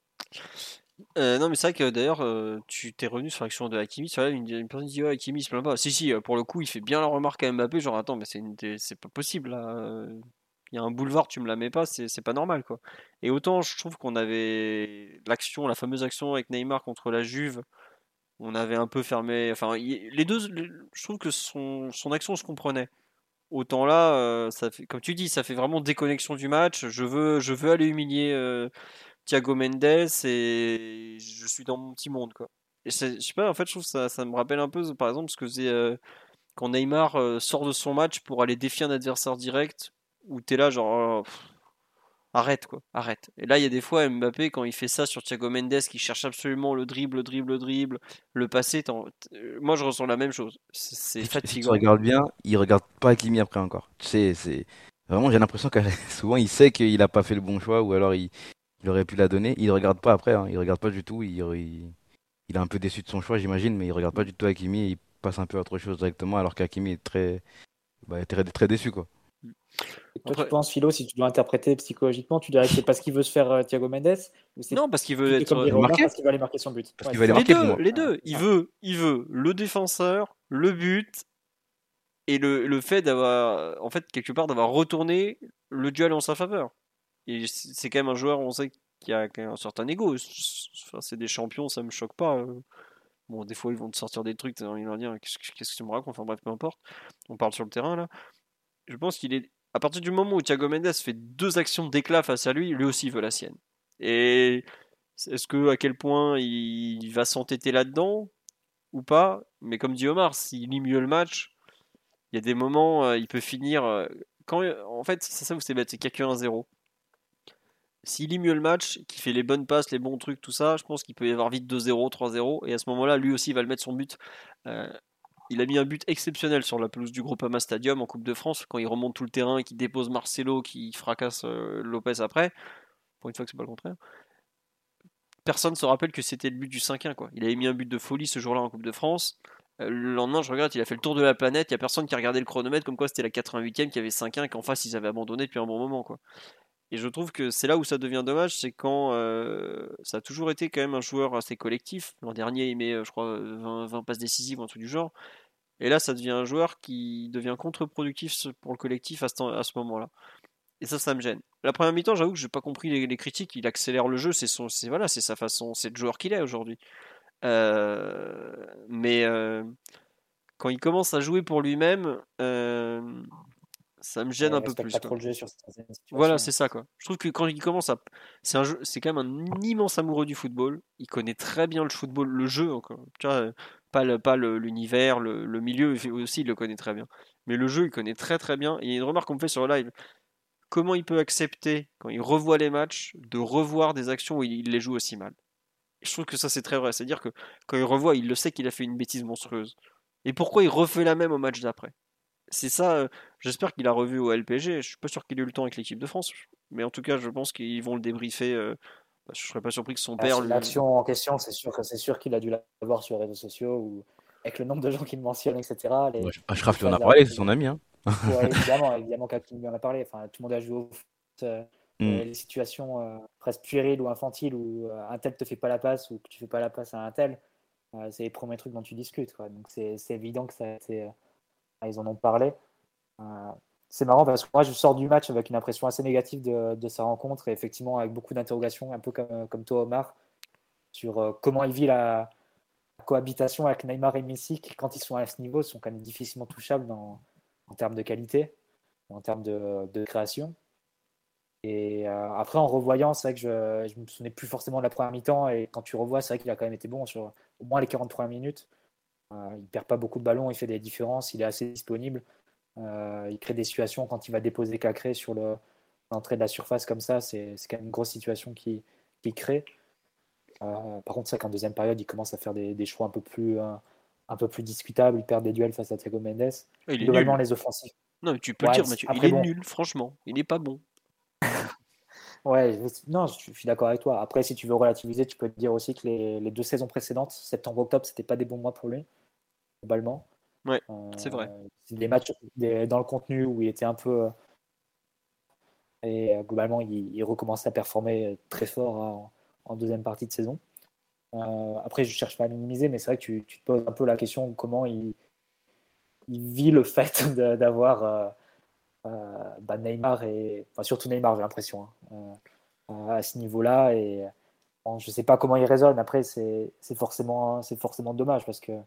Non, mais c'est vrai que d'ailleurs, tu t'es revenu sur l'action de Hakimi. C'est vrai, une personne dit Hakimi il se plaint pas. Si, pour le coup, il fait bien la remarque à Mbappé. Genre, attends, mais c'est pas possible là. Il y a un boulevard, tu me la mets pas, c'est pas normal quoi. Et autant je trouve qu'on avait la fameuse action avec Neymar contre la Juve, on avait un peu fermé. Enfin, les deux, je trouve que son action se comprenait. Autant là, ça fait, comme tu dis, ça fait vraiment déconnexion du match. Je veux aller humilier Thiago Mendes et je suis dans mon petit monde quoi. Et je sais pas, en fait, je trouve que ça me rappelle un peu, par exemple, ce que c'est quand Neymar sort de son match pour aller défier un adversaire direct, où t'es là genre arrête quoi, arrête. Et là, il y a des fois Mbappé quand il fait ça sur Thiago Mendes qui cherche absolument le dribble, le passé. Moi, je ressens la même chose. C'est Si tu fatigant. regardes bien, il regarde pas Hakimi après encore. Tu sais, c'est vraiment, j'ai l'impression que souvent il sait qu'il a pas fait le bon choix ou alors il aurait pu la donner. Il regarde pas après, hein. Il regarde pas du tout. Il est un peu déçu de son choix, j'imagine, mais il regarde pas du tout Hakimi et il passe un peu à autre chose directement alors qu'Hakimi est très déçu quoi. Et toi, tu penses, Philo, si tu dois interpréter psychologiquement, tu dirais que c'est parce qu'il veut se faire Thiago Mendes ou c'est Non, parce qu'il veut comme être dirait Omar, marqué parce qu'il va aller marquer son but. Parce Ouais, qu'il va c'est aller ça. marquer pour moi. les deux. Il veut le défenseur, le but et le fait d'avoir, en fait, quelque part, d'avoir retourné le duel en sa faveur. Et c'est quand même un joueur, on sait qu'il a quand même un certain ego. Enfin, c'est des champions, ça me choque pas. Bon, des fois, ils vont te sortir des trucs, ils vont dire qu'est-ce que tu me racontes. Enfin bref, peu importe. On parle sur le terrain là. Je pense qu'il est, à partir du moment où Thiago Mendes fait deux actions d'éclat face à lui, lui aussi veut la sienne. Et est-ce que à quel point il va s'entêter là-dedans ou pas? Mais comme dit Omar, s'il lit mieux le match, il y a des moments, il peut finir. Quand, en fait, c'est ça où c'est bête, c'est qu'il n'y a que 1-0. S'il lit mieux le match, qu'il fait les bonnes passes, les bons trucs, tout ça, je pense qu'il peut y avoir vite 2-0, 3-0. Et à ce moment-là, lui aussi, il va le mettre son but. Euh, il a mis un but exceptionnel sur la pelouse du Groupama Stadium en Coupe de France, quand il remonte tout le terrain et qu'il dépose Marcelo, qui fracasse Lopez après. Pour une fois que c'est pas le contraire. Personne ne se rappelle que c'était le but du 5-1, quoi. Il avait mis un but de folie ce jour-là en Coupe de France. Le lendemain, je regarde, il a fait le tour de la planète. Il n'y a personne qui a regardé le chronomètre, comme quoi c'était la 88e, qui avait 5-1, qu'en face ils avaient abandonné depuis un bon moment, quoi. Et je trouve que c'est là où ça devient dommage, c'est quand ça a toujours été quand même un joueur assez collectif. L'an dernier, il met, je crois, 20 passes décisives ou un truc du genre. Et là, ça devient un joueur qui devient contre-productif pour le collectif à ce moment-là. Et ça me gêne. La première mi-temps, j'avoue que j'ai pas compris les critiques. Il accélère le jeu, voilà, c'est sa façon, c'est le joueur qu'il est aujourd'hui. Mais quand il commence à jouer pour lui-même, ça me gêne Il un peu respecte plus, pas quoi. trop le jeu sur certaines Voilà, situations. c'est ça, quoi. Je trouve que quand il commence à, c'est quand même un immense amoureux du football. Il connaît très bien le football, le jeu encore. Tu vois, pas l'univers, le milieu aussi, il le connaît très bien. Mais le jeu, il connaît très très bien. Et il y a une remarque qu'on me fait sur le live. Comment il peut accepter, quand il revoit les matchs, de revoir des actions où il les joue aussi mal? Je trouve que ça, c'est très vrai. C'est-à-dire que quand il revoit, il le sait qu'il a fait une bêtise monstrueuse. Et pourquoi il refait la même au match d'après? C'est ça, j'espère qu'il a revu au LPG. Je suis pas sûr qu'il ait eu le temps avec l'équipe de France. Mais en tout cas, je pense qu'ils vont le débriefer. Je serais pas surpris que son père lui. L'action en question, c'est sûr qu'il a dû la voir sur les réseaux sociaux ou avec le nombre de gens qui le mentionnent, etc. Ouais, Les Ashraf lui en phases a parlé, c'est d'arrêt. son ami, hein. Ouais, évidemment qu'Hakim lui en a parlé. Enfin, tout le monde a joué au foot. Mm. Les situations presque puériles ou infantiles où un tel te fait pas la passe ou que tu fais pas la passe à un tel, c'est les premiers trucs dont tu discutes, quoi. Donc c'est évident que ça a été, ils en ont parlé. Euh, c'est marrant parce que moi je sors du match avec une impression assez négative de sa rencontre et effectivement avec beaucoup d'interrogations, un peu comme toi Omar, sur comment il vit la cohabitation avec Neymar et Messi qui, quand ils sont à ce niveau, sont quand même difficilement touchables en termes de qualité, en termes de création. Et après, en revoyant, c'est vrai que je me souvenais plus forcément de la première mi-temps. Et quand tu revois, c'est vrai qu'il a quand même été bon sur au moins les 43 minutes. Il perd pas beaucoup de ballons, il fait des différences, il est assez disponible. Il crée des situations quand il va déposer Cacré sur l'entrée de la surface comme ça. C'est quand même une grosse situation qu'il crée. Par contre, c'est vrai qu'en deuxième période, il commence à faire des choix un peu plus discutables. Il perd des duels face à Thiago Mendes. Ah, il est Globalement, nul. les offensifs. Non, mais tu peux le Ouais, dire, Mathieu. Il après, est bon, nul, franchement. Il n'est pas bon. ouais, non, je suis d'accord avec toi. Après, si tu veux relativiser, tu peux te dire aussi que les deux saisons précédentes, septembre-octobre, c'était pas des bons mois pour lui, globalement. Ouais, c'est vrai. C'est des matchs dans le contenu où il était un peu. Et globalement, il recommençait à performer très fort en deuxième partie de saison. Après, je cherche pas à minimiser, mais c'est vrai que tu te poses un peu la question de comment il vit le fait d'avoir Neymar et. Enfin, surtout Neymar, j'ai l'impression, hein, à ce niveau-là. Et bon, je sais pas comment il résonne. Après, c'est forcément dommage parce que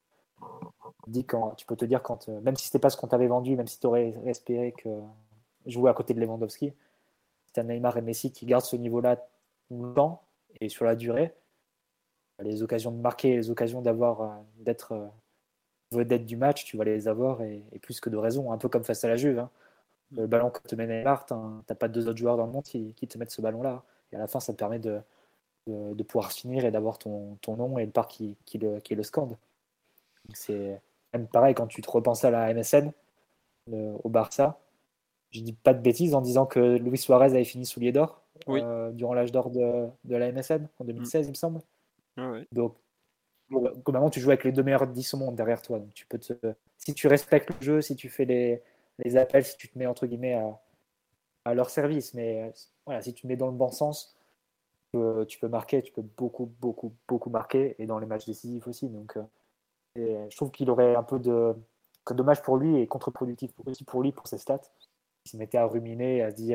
tu peux te dire même si c'était pas ce qu'on t'avait vendu, même si tu aurais espéré que jouer à côté de Lewandowski, c'est un Neymar et Messi qui gardent ce niveau-là longtemps et sur la durée. Les occasions de marquer, les occasions d'être vedette du match, tu vas les avoir et plus que de raison, un peu comme face à la Juve. Hein. Le ballon que te met Neymar, t'as pas deux autres joueurs dans le monde qui te mettent ce ballon-là. Et à la fin, ça te permet de pouvoir finir et d'avoir ton nom et le parc qui le scande. Donc c'est même pareil quand tu te repenses à la MSN, au Barça. Je dis pas de bêtises en disant que Luis Suarez avait fini soulier d'or durant l'âge d'or de la MSN en 2016, il me semble. Ouais. Donc, globalement, tu joues avec les deux meilleurs 10 au monde derrière toi. Donc, si tu respectes le jeu, si tu fais les appels, si tu te mets entre guillemets à leur service, mais voilà, si tu te mets dans le bon sens, tu peux marquer, tu peux beaucoup, beaucoup, beaucoup marquer et dans les matchs décisifs aussi. Donc, je trouve qu'il aurait un peu que dommage pour lui et contre-productif aussi pour lui, pour ses stats. Il se mettait à ruminer, à se dire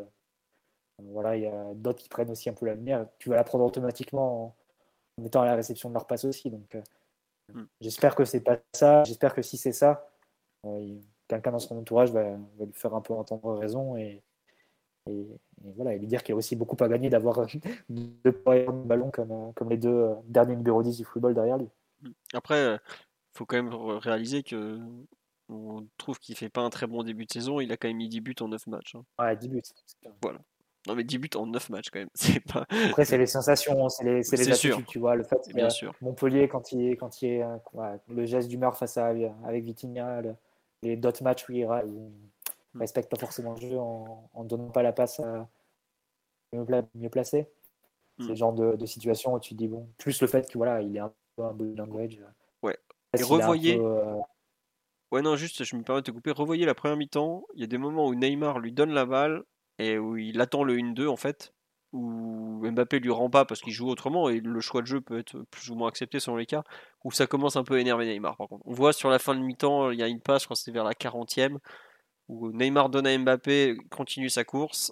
voilà, il y a d'autres qui prennent aussi un peu la lumière. Tu vas la prendre automatiquement en étant à la réception de leur passe aussi. Donc, j'espère que c'est pas ça. J'espère que si c'est ça, quelqu'un dans son entourage va lui faire un peu entendre raison et voilà, et lui dire qu'il y a aussi beaucoup à gagner d'avoir deux porteurs de ballon comme les deux derniers numéro 10 du football derrière lui. Après, faut quand même réaliser que on trouve qu'il fait pas un très bon début de saison. Il a quand même mis 10 buts en 9 matchs. Hein. Ouais, 10 buts. Voilà. Non, mais 10 buts en 9 matchs quand même. C'est pas... Après, c'est les sensations, c'est les attitudes, sûr. Tu vois. Le fait bien que sûr. Montpellier, quand il est le geste d'humeur face avec Vitinha, les d'autres matchs où il respecte pas forcément le jeu en donnant pas la passe à mieux placé. C'est le genre de situation où tu te dis, bon, plus le fait que voilà, il est un peu un body language. Ouais. Et revoyez. Ouais, non, juste, je me permets de te couper. Revoyez la première mi-temps. Il y a des moments où Neymar lui donne la balle. et où il attend le 1-2 en fait, où Mbappé lui rend pas parce qu'il joue autrement et le choix de jeu peut être plus ou moins accepté selon les cas, où ça commence un peu à énerver Neymar par contre. On voit sur la fin de mi-temps, il y a une passe, je crois que c'est vers la 40e, où Neymar donne à Mbappé, continue sa course.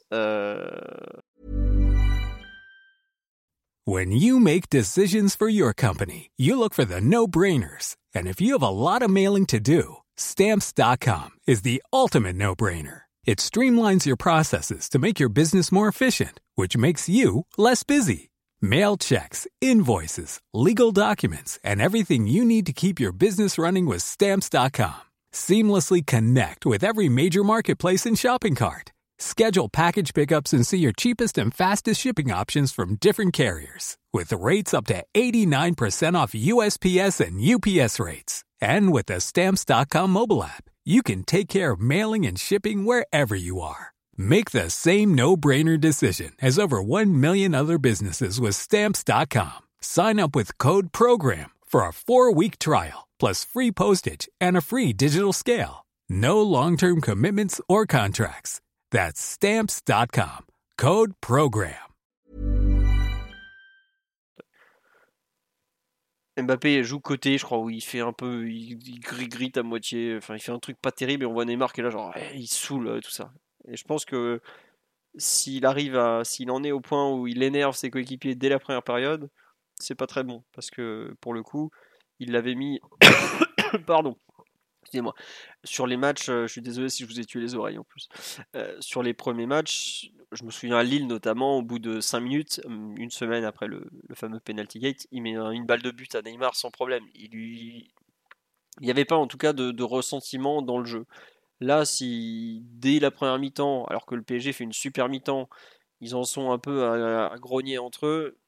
When you make decisions for your company, you look for the no-brainers. And if you have a lot of mailing to do, Stamps.com is the ultimate no-brainer. It streamlines your processes to make your business more efficient, which makes you less busy. Mail checks, invoices, legal documents, and everything you need to keep your business running with Stamps.com. Seamlessly connect with every major marketplace and shopping cart. Schedule package pickups and see your cheapest and fastest shipping options from different carriers. With rates up to 89% off USPS and UPS rates. And with the Stamps.com mobile app, you can take care of mailing and shipping wherever you are. Make the same no-brainer decision as over 1 million other businesses with Stamps.com. Sign up with code PROGRAM for a 4-week trial, plus free postage and a free digital scale. No long-term commitments or contracts. That's Stamps.com. Code PROGRAM. Mbappé joue côté, je crois, où il fait un peu, il grite à moitié, enfin il fait un truc pas terrible et on voit Neymar qui est là genre, il saoule tout ça. Et je pense que s'il en est au point où il énerve ses coéquipiers dès la première période, c'est pas très bon parce que pour le coup, il l'avait mis, pardon. Excusez-moi. Sur les matchs, je suis désolé si je vous ai tué les oreilles en plus. Sur les premiers matchs, je me souviens à Lille notamment, au bout de 5 minutes, une semaine après le fameux penalty gate, il met une balle de but à Neymar sans problème. Il n'y avait pas en tout cas de ressentiment dans le jeu. Là, si dès la première mi-temps, alors que le PSG fait une super mi-temps, ils en sont un peu à grogner entre eux,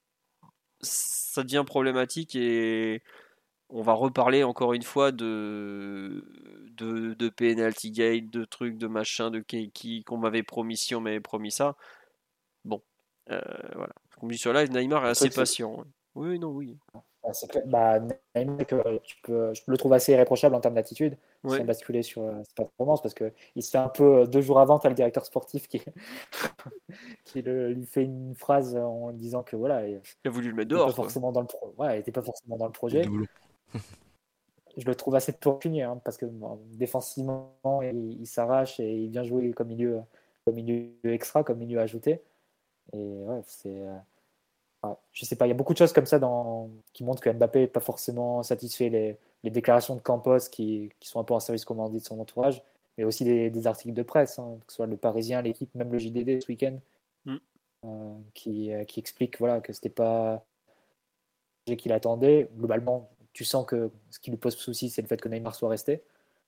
ça devient problématique et on va reparler encore une fois de penalty gate, de trucs, de machin, de Keiki, qu'on m'avait promis ci, on m'avait promis ça. Bon, voilà. Comme dit sur live, Neymar est assez patient. Oui, non, oui. C'est clair. Neymar, je le trouve assez irréprochable en termes d'attitude. Ouais. Sans basculer sur sa performance, parce qu'il se fait un peu 2 jours avant, tu as le directeur sportif qui lui fait une phrase en disant que voilà, il a voulu le mettre n'était dehors. Pas forcément dans il n'était pas forcément dans le projet. Je le trouve assez torpigné, parce que défensivement, il s'arrache et il vient jouer comme milieu extra, comme milieu ajouté. Et ouais, je sais pas, il y a beaucoup de choses comme ça qui montrent que Mbappé n'est pas forcément satisfait. Les déclarations de Campos qui sont un peu en service commandé de son entourage, mais aussi des articles de presse, que ce soit le Parisien, l'Équipe, même le JDD ce week-end, qui expliquent que c'était pas ce qu'il attendait. Globalement, tu sens que ce qui lui pose souci, c'est le fait que Neymar soit resté.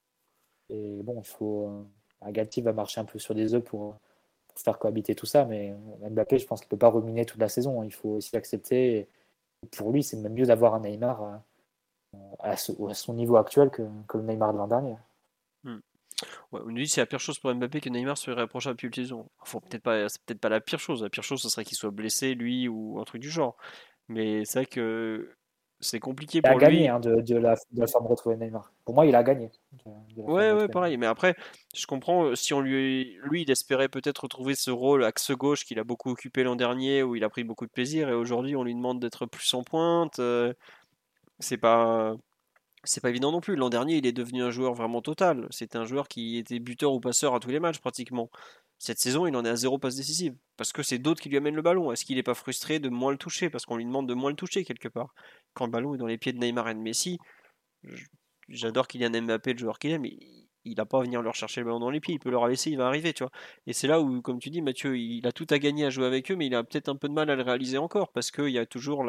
Et bon, Galtier va marcher un peu sur des œufs pour faire cohabiter tout ça, mais Mbappé, je pense qu'il ne peut pas ruminer toute la saison. Il faut aussi l'accepter. Et pour lui, c'est même mieux d'avoir un Neymar à son niveau actuel que le Neymar de l'an dernier. Ouais, on nous dit que c'est la pire chose pour Mbappé que Neymar soit irréprochable depuis une saison. Enfin, c'est peut-être pas la pire chose. La pire chose, ce serait qu'il soit blessé, lui, ou un truc du genre. Mais c'est vrai que c'est compliqué pour lui. Il a gagné de la forme retrouvée de Neymar. Pour moi, il a gagné. Ouais, pareil. Mais après, je comprends, si lui, il espérait peut-être retrouver ce rôle axe gauche qu'il a beaucoup occupé l'an dernier, où il a pris beaucoup de plaisir, et aujourd'hui, on lui demande d'être plus en pointe. C'est pas évident non plus. L'an dernier, il est devenu un joueur vraiment total. C'était un joueur qui était buteur ou passeur à tous les matchs pratiquement. Cette saison, il en est à 0 passe décisive. Parce que c'est d'autres qui lui amènent le ballon. Est-ce qu'il n'est pas frustré de moins le toucher? Parce qu'on lui demande de moins le toucher quelque part. Quand le ballon est dans les pieds de Neymar et de Messi, j'adore Kylian Mbappé, le joueur qu'il est, mais il n'a pas à venir leur chercher le ballon dans les pieds. Il peut leur laisser, il va arriver, tu vois. Et c'est là où, comme tu dis, Mathieu, il a tout à gagner à jouer avec eux, mais il a peut-être un peu de mal à le réaliser encore. Parce qu'il y a toujours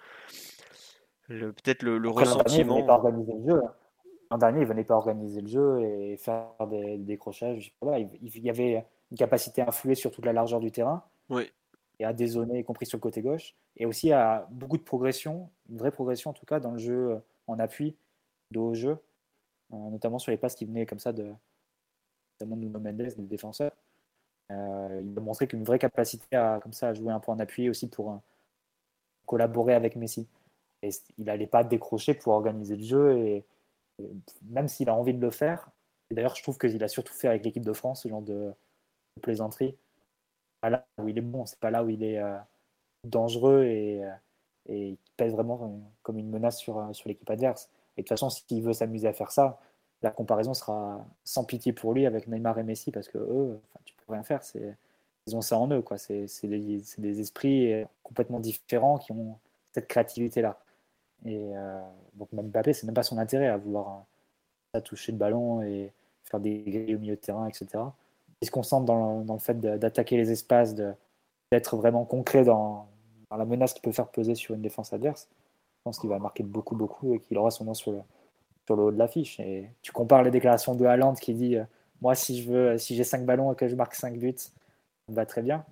peut-être le ressentiment. L'an dernier, il venait pas organiser le jeu et faire des décrochages. Il y avait une capacité à influer sur toute la largeur du terrain, et à dézoner, y compris sur le côté gauche, et aussi à beaucoup de progression, une vraie progression en tout cas dans le jeu en appui, de haut jeu, notamment sur les passes qui venaient comme ça notamment de Nuno Mendes, des défenseurs. Il a montré qu'une vraie capacité à jouer un peu en appui aussi pour collaborer avec Messi. Et il n'allait pas décrocher pour organiser le jeu, et même s'il a envie de le faire, et d'ailleurs je trouve qu'il a surtout fait avec l'équipe de France ce genre de plaisanterie, pas là où il est bon, c'est pas là où il est dangereux et il pèse vraiment comme une menace sur l'équipe adverse. Et de toute façon, s'il veut s'amuser à faire ça, la comparaison sera sans pitié pour lui avec Neymar et Messi parce que eux, tu peux rien faire. Ils ont ça en eux, quoi. C'est des esprits complètement différents qui ont cette créativité-là. Et donc même Mbappé, c'est même pas son intérêt à vouloir toucher le ballon et faire des grilles au milieu de terrain, etc. Il se concentre dans le fait d'attaquer les espaces, d'être vraiment concret dans la menace qu'il peut faire peser sur une défense adverse. Je pense qu'il va marquer beaucoup et qu'il aura son nom sur le haut de l'affiche. Et tu compares les déclarations de Haaland qui dit moi, si j'ai 5 ballons et que je marque 5 buts, ça me va très bien.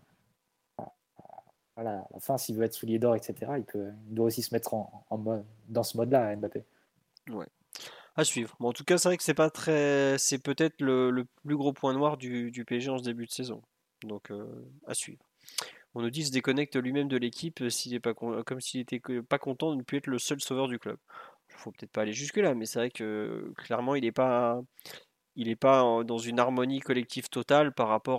Voilà, à la fin, s'il veut être soulier d'or, etc., il doit aussi se mettre dans ce mode-là, Mbappé. Ouais. À suivre. Bon, en tout cas, c'est vrai que c'est peut-être le plus gros point noir du PSG en ce début de saison. Donc, à suivre. On nous dit qu'il se déconnecte lui-même de l'équipe comme s'il était pas content de ne plus être le seul sauveur du club. Il faut peut-être pas aller jusque-là, mais c'est vrai que clairement, il n'est pas dans une harmonie collective totale par rapport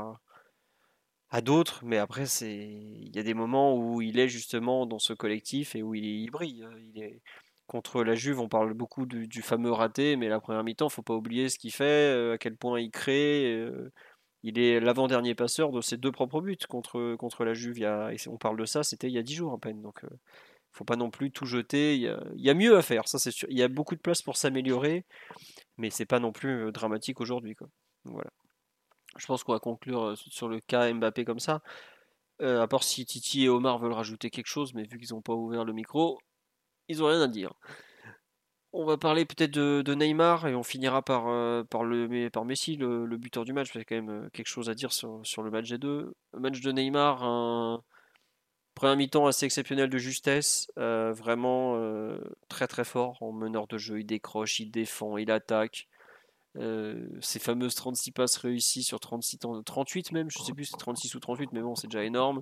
à d'autres. Mais après, il y a des moments où il est justement dans ce collectif et où il brille. Contre la Juve, on parle beaucoup du fameux raté, mais la première mi-temps, faut pas oublier ce qu'il fait, à quel point il crée. Il est l'avant-dernier passeur de ses 2 propres buts contre la Juve. Et on parle de ça, c'était il y a 10 jours à peine. Donc, faut pas non plus tout jeter. Il y a mieux à faire, ça c'est sûr. Il y a beaucoup de place pour s'améliorer, mais c'est pas non plus dramatique aujourd'hui, quoi. Voilà. Je pense qu'on va conclure sur le cas Mbappé comme ça. À part si Titi et Omar veulent rajouter quelque chose, mais vu qu'ils n'ont pas ouvert le micro, ils n'ont rien à dire. On va parler peut-être de Neymar et on finira par Messi, le buteur du match, parce qu'il y a quand même quelque chose à dire sur le match des deux. Le match de Neymar, un premier mi-temps assez exceptionnel de justesse, vraiment très très fort en meneur de jeu. Il décroche, il défend, il attaque. Ces fameuses 36 passes réussies sur 38 même, je sais plus si c'est 36 ou 38, mais bon, c'est déjà énorme.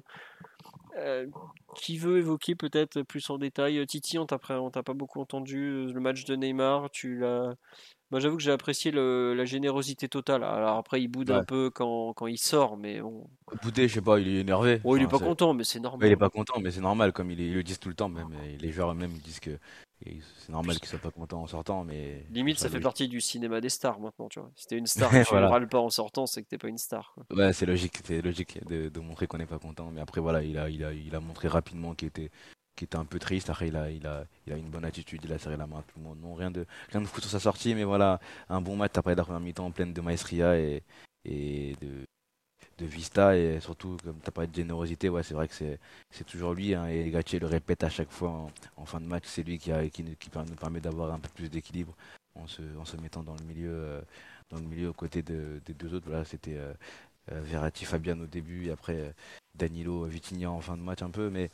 Qui veut évoquer peut-être plus en détail Titi, on t'a pas beaucoup entendu le match de Neymar. Moi, j'avoue que j'ai apprécié la générosité totale. Alors après, il boude un Ouais. peu quand il sort, mais bon. Boudé, je sais pas, il est énervé. Oh, il est Enfin, pas content, mais c'est ouais, il normal. est pas content, mais c'est normal, comme ils le disent tout le temps, même les joueurs eux-mêmes ils disent que c'est normal qu'ils soient pas contents en sortant, mais je trouve Limite, ça ça fait logique. partie du cinéma des stars maintenant, tu vois. Si t'es une star et que tu Voilà. râles pas en sortant, c'est que t'es pas une star, quoi. Ouais, c'est logique de montrer qu'on n'est pas content. Mais après, voilà, il a montré rapidement qu'il était un peu triste. Après, il a une bonne attitude, il a serré la main à tout le monde. Non, rien de fou sur sa sortie, mais voilà, un bon match après la première mi-temps pleine de maestria et de vista. Et surtout, comme tu as parlé de générosité, ouais, c'est vrai que c'est toujours lui. Hein, et Gatier le répète à chaque fois en fin de match, c'est lui qui nous permet d'avoir un peu plus d'équilibre en se mettant dans le milieu aux côtés des deux autres. Voilà, c'était. Verratti, Fabian au début, et après Danilo, Vitinha en fin de match un peu, mais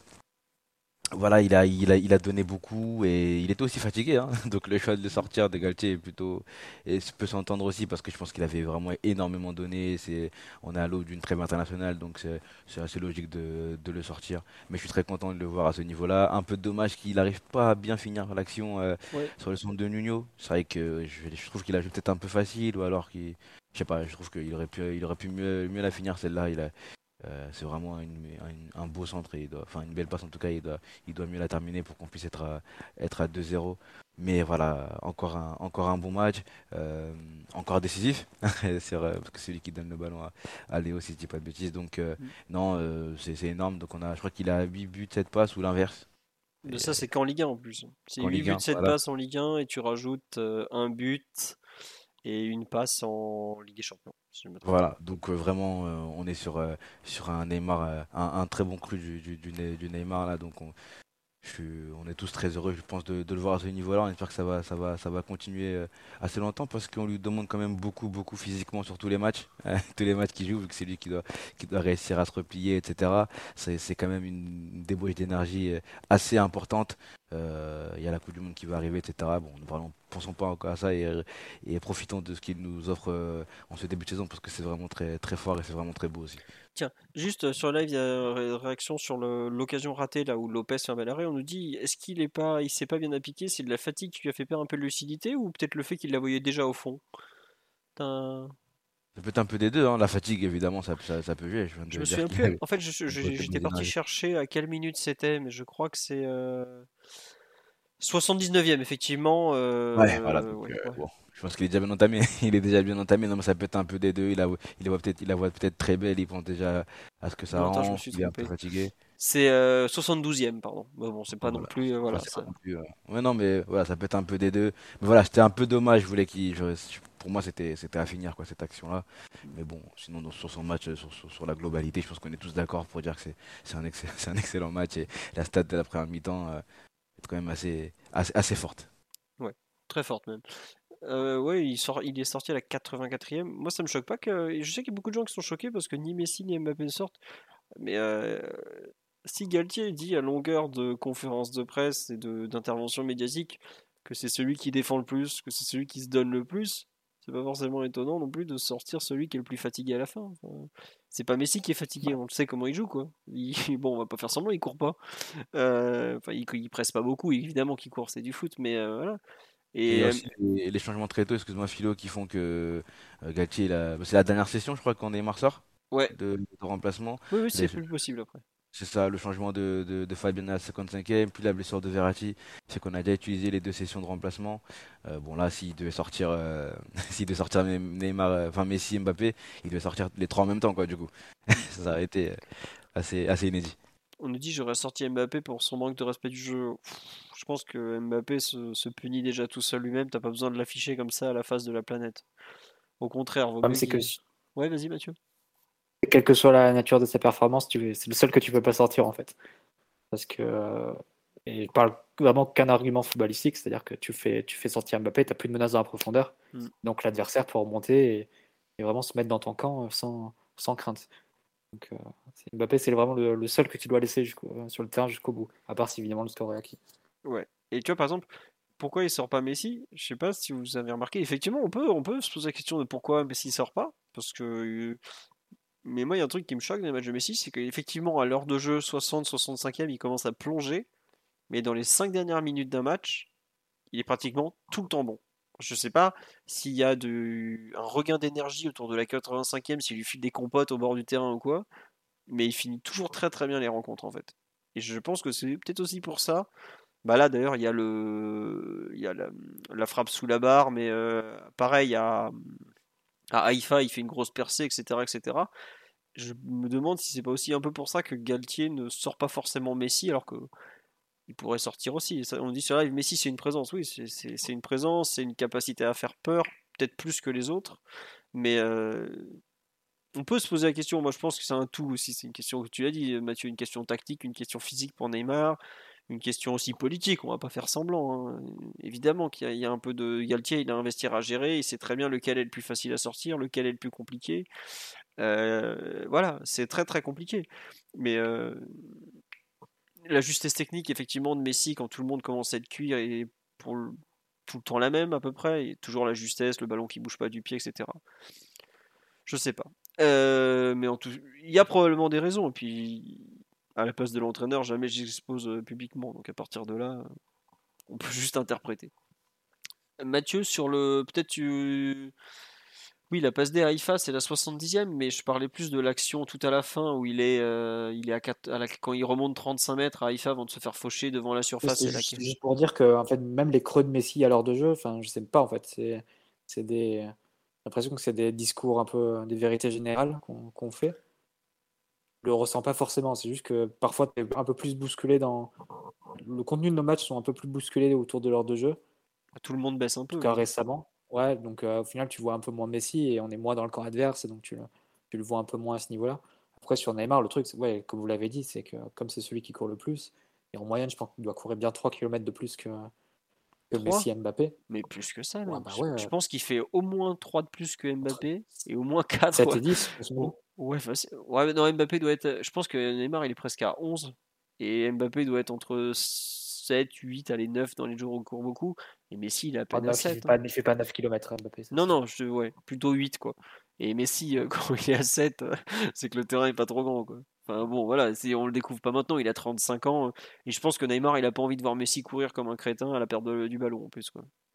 voilà, il a donné beaucoup et il était aussi fatigué, hein. Donc le choix de le sortir de Galtier est plutôt et peut s'entendre aussi parce que je pense qu'il avait vraiment énormément donné. On est à l'aube d'une trêve internationale, donc c'est assez logique de le sortir. Mais je suis très content de le voir à ce niveau-là. Un peu dommage qu'il n'arrive pas à bien finir l'action Ouais. sur le centre de Nuno. C'est vrai que je trouve qu'il a joué peut-être un peu facile ou alors je sais pas, je trouve qu'il aurait pu mieux la finir celle-là. C'est vraiment un beau centre et enfin une belle passe en tout cas. Il doit mieux la terminer pour qu'on puisse être à 2-0. Mais voilà, encore un bon match, encore décisif. C'est vrai, parce que c'est lui qui donne le ballon à Léo si je dis pas de bêtises. Donc non, c'est énorme. Donc je crois qu'il a 8 buts, 7 passes ou l'inverse. Mais ça, c'est qu'en Ligue 1 en plus. C'est En 8 Ligue buts, 1, 7 voilà. passes en Ligue 1 et tu rajoutes un but et une passe en Ligue des Champions, si je me trompe pas. Voilà, donc vraiment, on est sur un Neymar, un très bon cru du Neymar là, donc on est tous très heureux, je pense, de le voir à ce niveau-là. On espère que ça va continuer assez longtemps parce qu'on lui demande quand même beaucoup, beaucoup physiquement sur tous les matchs, tous les matchs qu'il joue, vu que c'est lui qui doit réussir à se replier, etc. C'est quand même une débauche d'énergie assez importante. Il y a la Coupe du Monde qui va arriver, etc. Bon, vraiment, pensons pas encore à ça et profitons de ce qu'il nous offre en ce début de saison parce que c'est vraiment très, très fort et c'est vraiment très beau aussi. Tiens, juste sur live, il y a une réaction sur l'occasion ratée là où Lopez fait un bel arrêt. On nous dit est-ce il s'est pas bien appliqué? C'est de la fatigue qui lui a fait perdre un peu de lucidité ou peut-être le fait qu'il la voyait déjà au fond? T'as- Ça peut être un peu des deux, hein. La fatigue, évidemment, ça peut jouer. Je viens de Je me dire souviens qu'il plus. avait En fait, une grosse j'étais parti énergie. chercher à quelle minute c'était, mais je crois que c'est 79e, effectivement. Ouais, voilà. Donc, Ouais, ouais. bon, je pense qu'il est déjà bien entamé. Il est déjà bien entamé. Non, mais ça peut être un peu des deux. Il la voit peut-être très belle. Il pense déjà à ce que ça Non, attends, je me rentre. suis Il est un peu trompé. fatigué. C'est 72e, pardon. Mais bon, c'est pas non Voilà, plus. ouais, Voilà, c'est pas ça. non plus. Ouais, non, mais voilà, ça peut être un peu des deux. Mais voilà, c'était un peu dommage. Je voulais pour moi, c'était à finir, quoi, cette action-là. Mais bon, sinon, sur son match, sur la globalité, je pense qu'on est tous d'accord pour dire que c'est un excellent match. Et la stat de la première mi-temps est quand même assez forte. Ouais, très forte même. Ouais, il est sorti à la 84e. Moi, ça me choque pas que. Je sais qu'il y a beaucoup de gens qui sont choqués parce que ni Messi ni Mbappé ne sortent. Mais si Galtier dit à longueur de conférences de presse et d'interventions médiatiques que c'est celui qui défend le plus, que c'est celui qui se donne le plus, c'est pas forcément étonnant non plus de sortir celui qui est le plus fatigué à la fin. Enfin, c'est pas Messi qui est fatigué, on le sait comment il joue quoi. Bon, on va pas faire semblant, il court pas. Enfin, il presse pas beaucoup, évidemment qu'il court, c'est du foot, mais voilà. Et il y Et a aussi les changements très tôt, excuse-moi Philo, qui font que Galtier, c'est la dernière session, je crois, quand Neymar sort ouais, de remplacement. oui, oui, Les- c'est plus possible après. C'est ça, le changement de Fabien à la 55e, puis la blessure de Verratti, c'est qu'on a déjà utilisé les deux sessions de remplacement. Bon là, s'il devait sortir, s'il devait sortir Neymar, enfin Messi et Mbappé, il devait sortir les trois en même temps, quoi, du coup. Ça aurait été assez inédit. On nous dit j'aurais sorti Mbappé pour son manque de respect du jeu. Je pense que Mbappé se punit déjà tout seul lui-même. T'as pas besoin de l'afficher comme ça à la face de la planète. Au contraire, vaut Le problème, mieux c'est que qu'il. Ouais, vas-y Mathieu. quelle que soit la nature de sa performance, c'est le seul que tu peux pas sortir en fait. Parce que et je parle vraiment qu'un argument footballistique, c'est-à-dire que tu fais sortir Mbappé, tu n'as plus de menace dans la profondeur, Mm. donc l'adversaire peut remonter et vraiment se mettre dans ton camp sans crainte. Donc Mbappé, c'est vraiment le seul que tu dois laisser sur le terrain jusqu'au bout, à part si évidemment le score est acquis. Ouais. Et tu vois par exemple, pourquoi il sort pas Messi? Je sais pas si vous avez remarqué. Effectivement, on peut se poser la question de pourquoi Messi sort pas. Parce que. Mais moi, il y a un truc qui me choque dans les matchs de Messi, c'est qu'effectivement, à l'heure de jeu, 60-65e, il commence à plonger. Mais dans les 5 dernières minutes d'un match, il est pratiquement tout le temps bon. Je sais pas s'il y a un regain d'énergie autour de la 85e, s'il lui file des compotes au bord du terrain ou quoi, mais il finit toujours très très bien les rencontres en fait. Et je pense que c'est peut-être aussi pour ça. Bah là d'ailleurs il y a la frappe sous la barre, mais pareil à Haïfa il fait une grosse percée, etc., etc. Je me demande si c'est pas aussi un peu pour ça que Galtier ne sort pas forcément Messi alors que il pourrait sortir aussi. On dit sur live, Messi c'est une présence, oui, c'est une présence, c'est une capacité à faire peur, peut-être plus que les autres, mais on peut se poser la question, moi je pense que c'est un tout aussi, c'est une question que tu as dit Mathieu, une question tactique, une question physique pour Neymar, une question aussi politique, on va pas faire semblant, hein. Évidemment qu'il y a un peu de Galtier, il a un vestiaire à gérer, il sait très bien lequel est le plus facile à sortir, lequel est le plus compliqué. Voilà, c'est très très compliqué. Mais la justesse technique, effectivement, de Messi, quand tout le monde commence à être cuit, est tout le temps la même, à peu près. Et toujours la justesse, le ballon qui bouge pas du pied, etc. Je sais pas. Mais il y a probablement des raisons. Et puis, à la place de l'entraîneur, jamais j'expose publiquement. Donc, à partir de là, on peut juste interpréter. Mathieu, sur le. Peut-être tu. Oui, la passe D à Haïfa, c'est la 70e, mais je parlais plus de l'action tout à la fin où il est quand il remonte 35 mètres à Haïfa avant de se faire faucher devant la surface. C'est C'est là juste pour dire que en fait, même les creux de Messi à l'heure de jeu, enfin, je sais pas en fait, c'est j'ai l'impression que c'est des discours un peu des vérités générales qu'on fait. Je le ressens pas forcément, c'est juste que parfois tu es un peu plus bousculé dans le contenu de nos matchs sont un peu plus bousculés autour de l'heure de jeu, en tout le monde baisse un tout peu. cas récemment. Ouais, donc au final tu vois un peu moins Messi et on est moins dans le camp adverse et donc tu le vois un peu moins à ce niveau-là. Après sur Neymar, le truc, ouais, comme vous l'avez dit, c'est que comme c'est celui qui court le plus, et en moyenne, je pense qu'il doit courir bien 3 km de plus que 3, Messi et Mbappé. mais plus que ça Ouais, même. bah Je ouais, pense qu'il fait au moins 3 de plus que Mbappé et au moins 4. 7 Ouais, et 10, grosso modo. ouais, facile. Ouais, mais non, Mbappé doit être. Je pense que Neymar il est presque à 11 et Mbappé doit être entre 7, 8, allez 9 dans les jours où on court beaucoup. Et Messi il est à Ah, peine à 9, 7. il fait pas 9 km Mbappé, ça Non, c'est sûr. non, ouais, plutôt 8 quoi. Et Messi, quand il est à 7, c'est que le terrain est pas trop grand quoi. Enfin bon, voilà, on le découvre pas maintenant, il a 35 ans. Et je pense que Neymar, il a pas envie de voir Messi courir comme un crétin à la perte du ballon en plus quoi.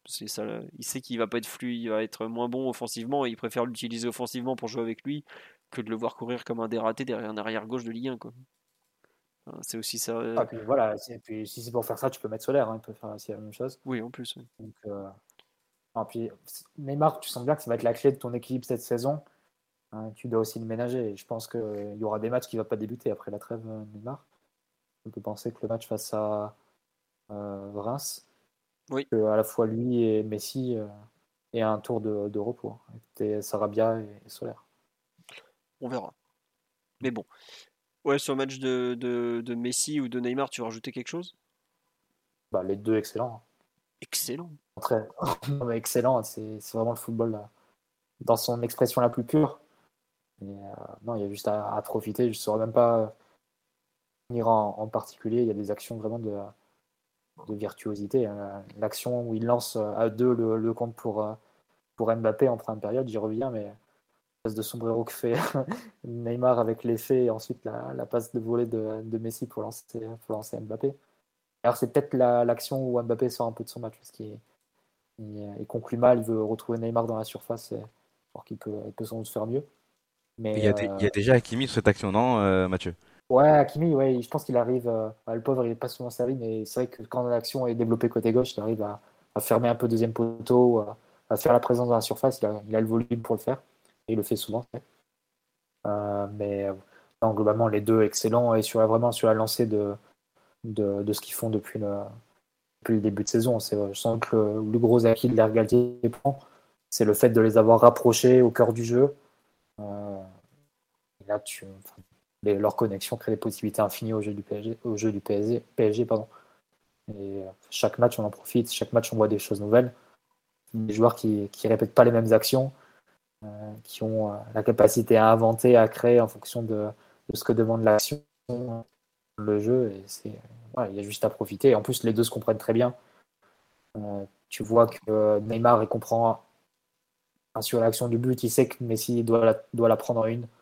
C'est ça, il sait qu'il va pas être fluide, il va être moins bon offensivement, et il préfère l'utiliser offensivement pour jouer avec lui que de le voir courir comme un dératé derrière un arrière gauche de Ligue 1, quoi. C'est aussi ça. Ah, puis voilà, puis, si c'est pour faire ça, tu peux mettre Solaire, hein, il peut faire aussi la même chose. Oui, en plus. Oui. Donc, puis Neymar, tu sens bien que ça va être la clé de ton équipe cette saison. Tu dois aussi le ménager. Et je pense qu'il y aura des matchs qui ne vont pas débuter après la trêve Neymar. On peut penser que le match face à Reims, oui. que à la fois lui et Messi aient un tour de repos. Et Sarabia et Solaire. On verra. Mais bon. Ouais, sur le match de Messi ou de Neymar, tu veux rajouter quelque chose ? Les deux excellents. Excellent. Très excellent, c'est vraiment le football là, dans son expression la plus pure. Et, non, il y a juste à profiter. Je ne saurais même pas venir en particulier. Il y a des actions vraiment de virtuosité. L'action où il lance à deux le compte pour Mbappé en première période, j'y reviens, mais la passe de sombrero que fait Neymar avec l'effet et ensuite la passe de volée de Messi pour lancer Mbappé. Alors c'est peut-être l'action où Mbappé sort un peu de son match parce qu'il conclut mal, il veut retrouver Neymar dans la surface alors qu'il peut sans doute faire mieux. Mais Il y a déjà Hakimi sur cette action, non, Mathieu? Ouais, Hakimi, ouais, je pense qu'il arrive. Le pauvre, il n'est pas souvent servi, mais c'est vrai que quand l'action est développée côté gauche, il arrive à fermer un peu deuxième poteau, à faire la présence dans la surface. Il a le volume pour le faire et il le fait souvent. Mais non, globalement, les deux excellents et vraiment sur la lancée de ce qu'ils font depuis le début de saison. Je sens que le gros acquis de l'Air Galtier prend, c'est le fait de les avoir rapprochés au cœur du jeu. Et là, leur connexion crée des possibilités infinies au jeu du PSG, pardon. Et chaque match, on en profite. Chaque match, on voit des choses nouvelles. Des joueurs qui répètent pas les mêmes actions, qui ont la capacité à inventer, à créer en fonction de ce que demande l'action, le jeu. Et il y a juste à profiter. Et en plus, les deux se comprennent très bien. Tu vois que Neymar, il comprend sur l'action du but, il sait que Messi doit la prendre en une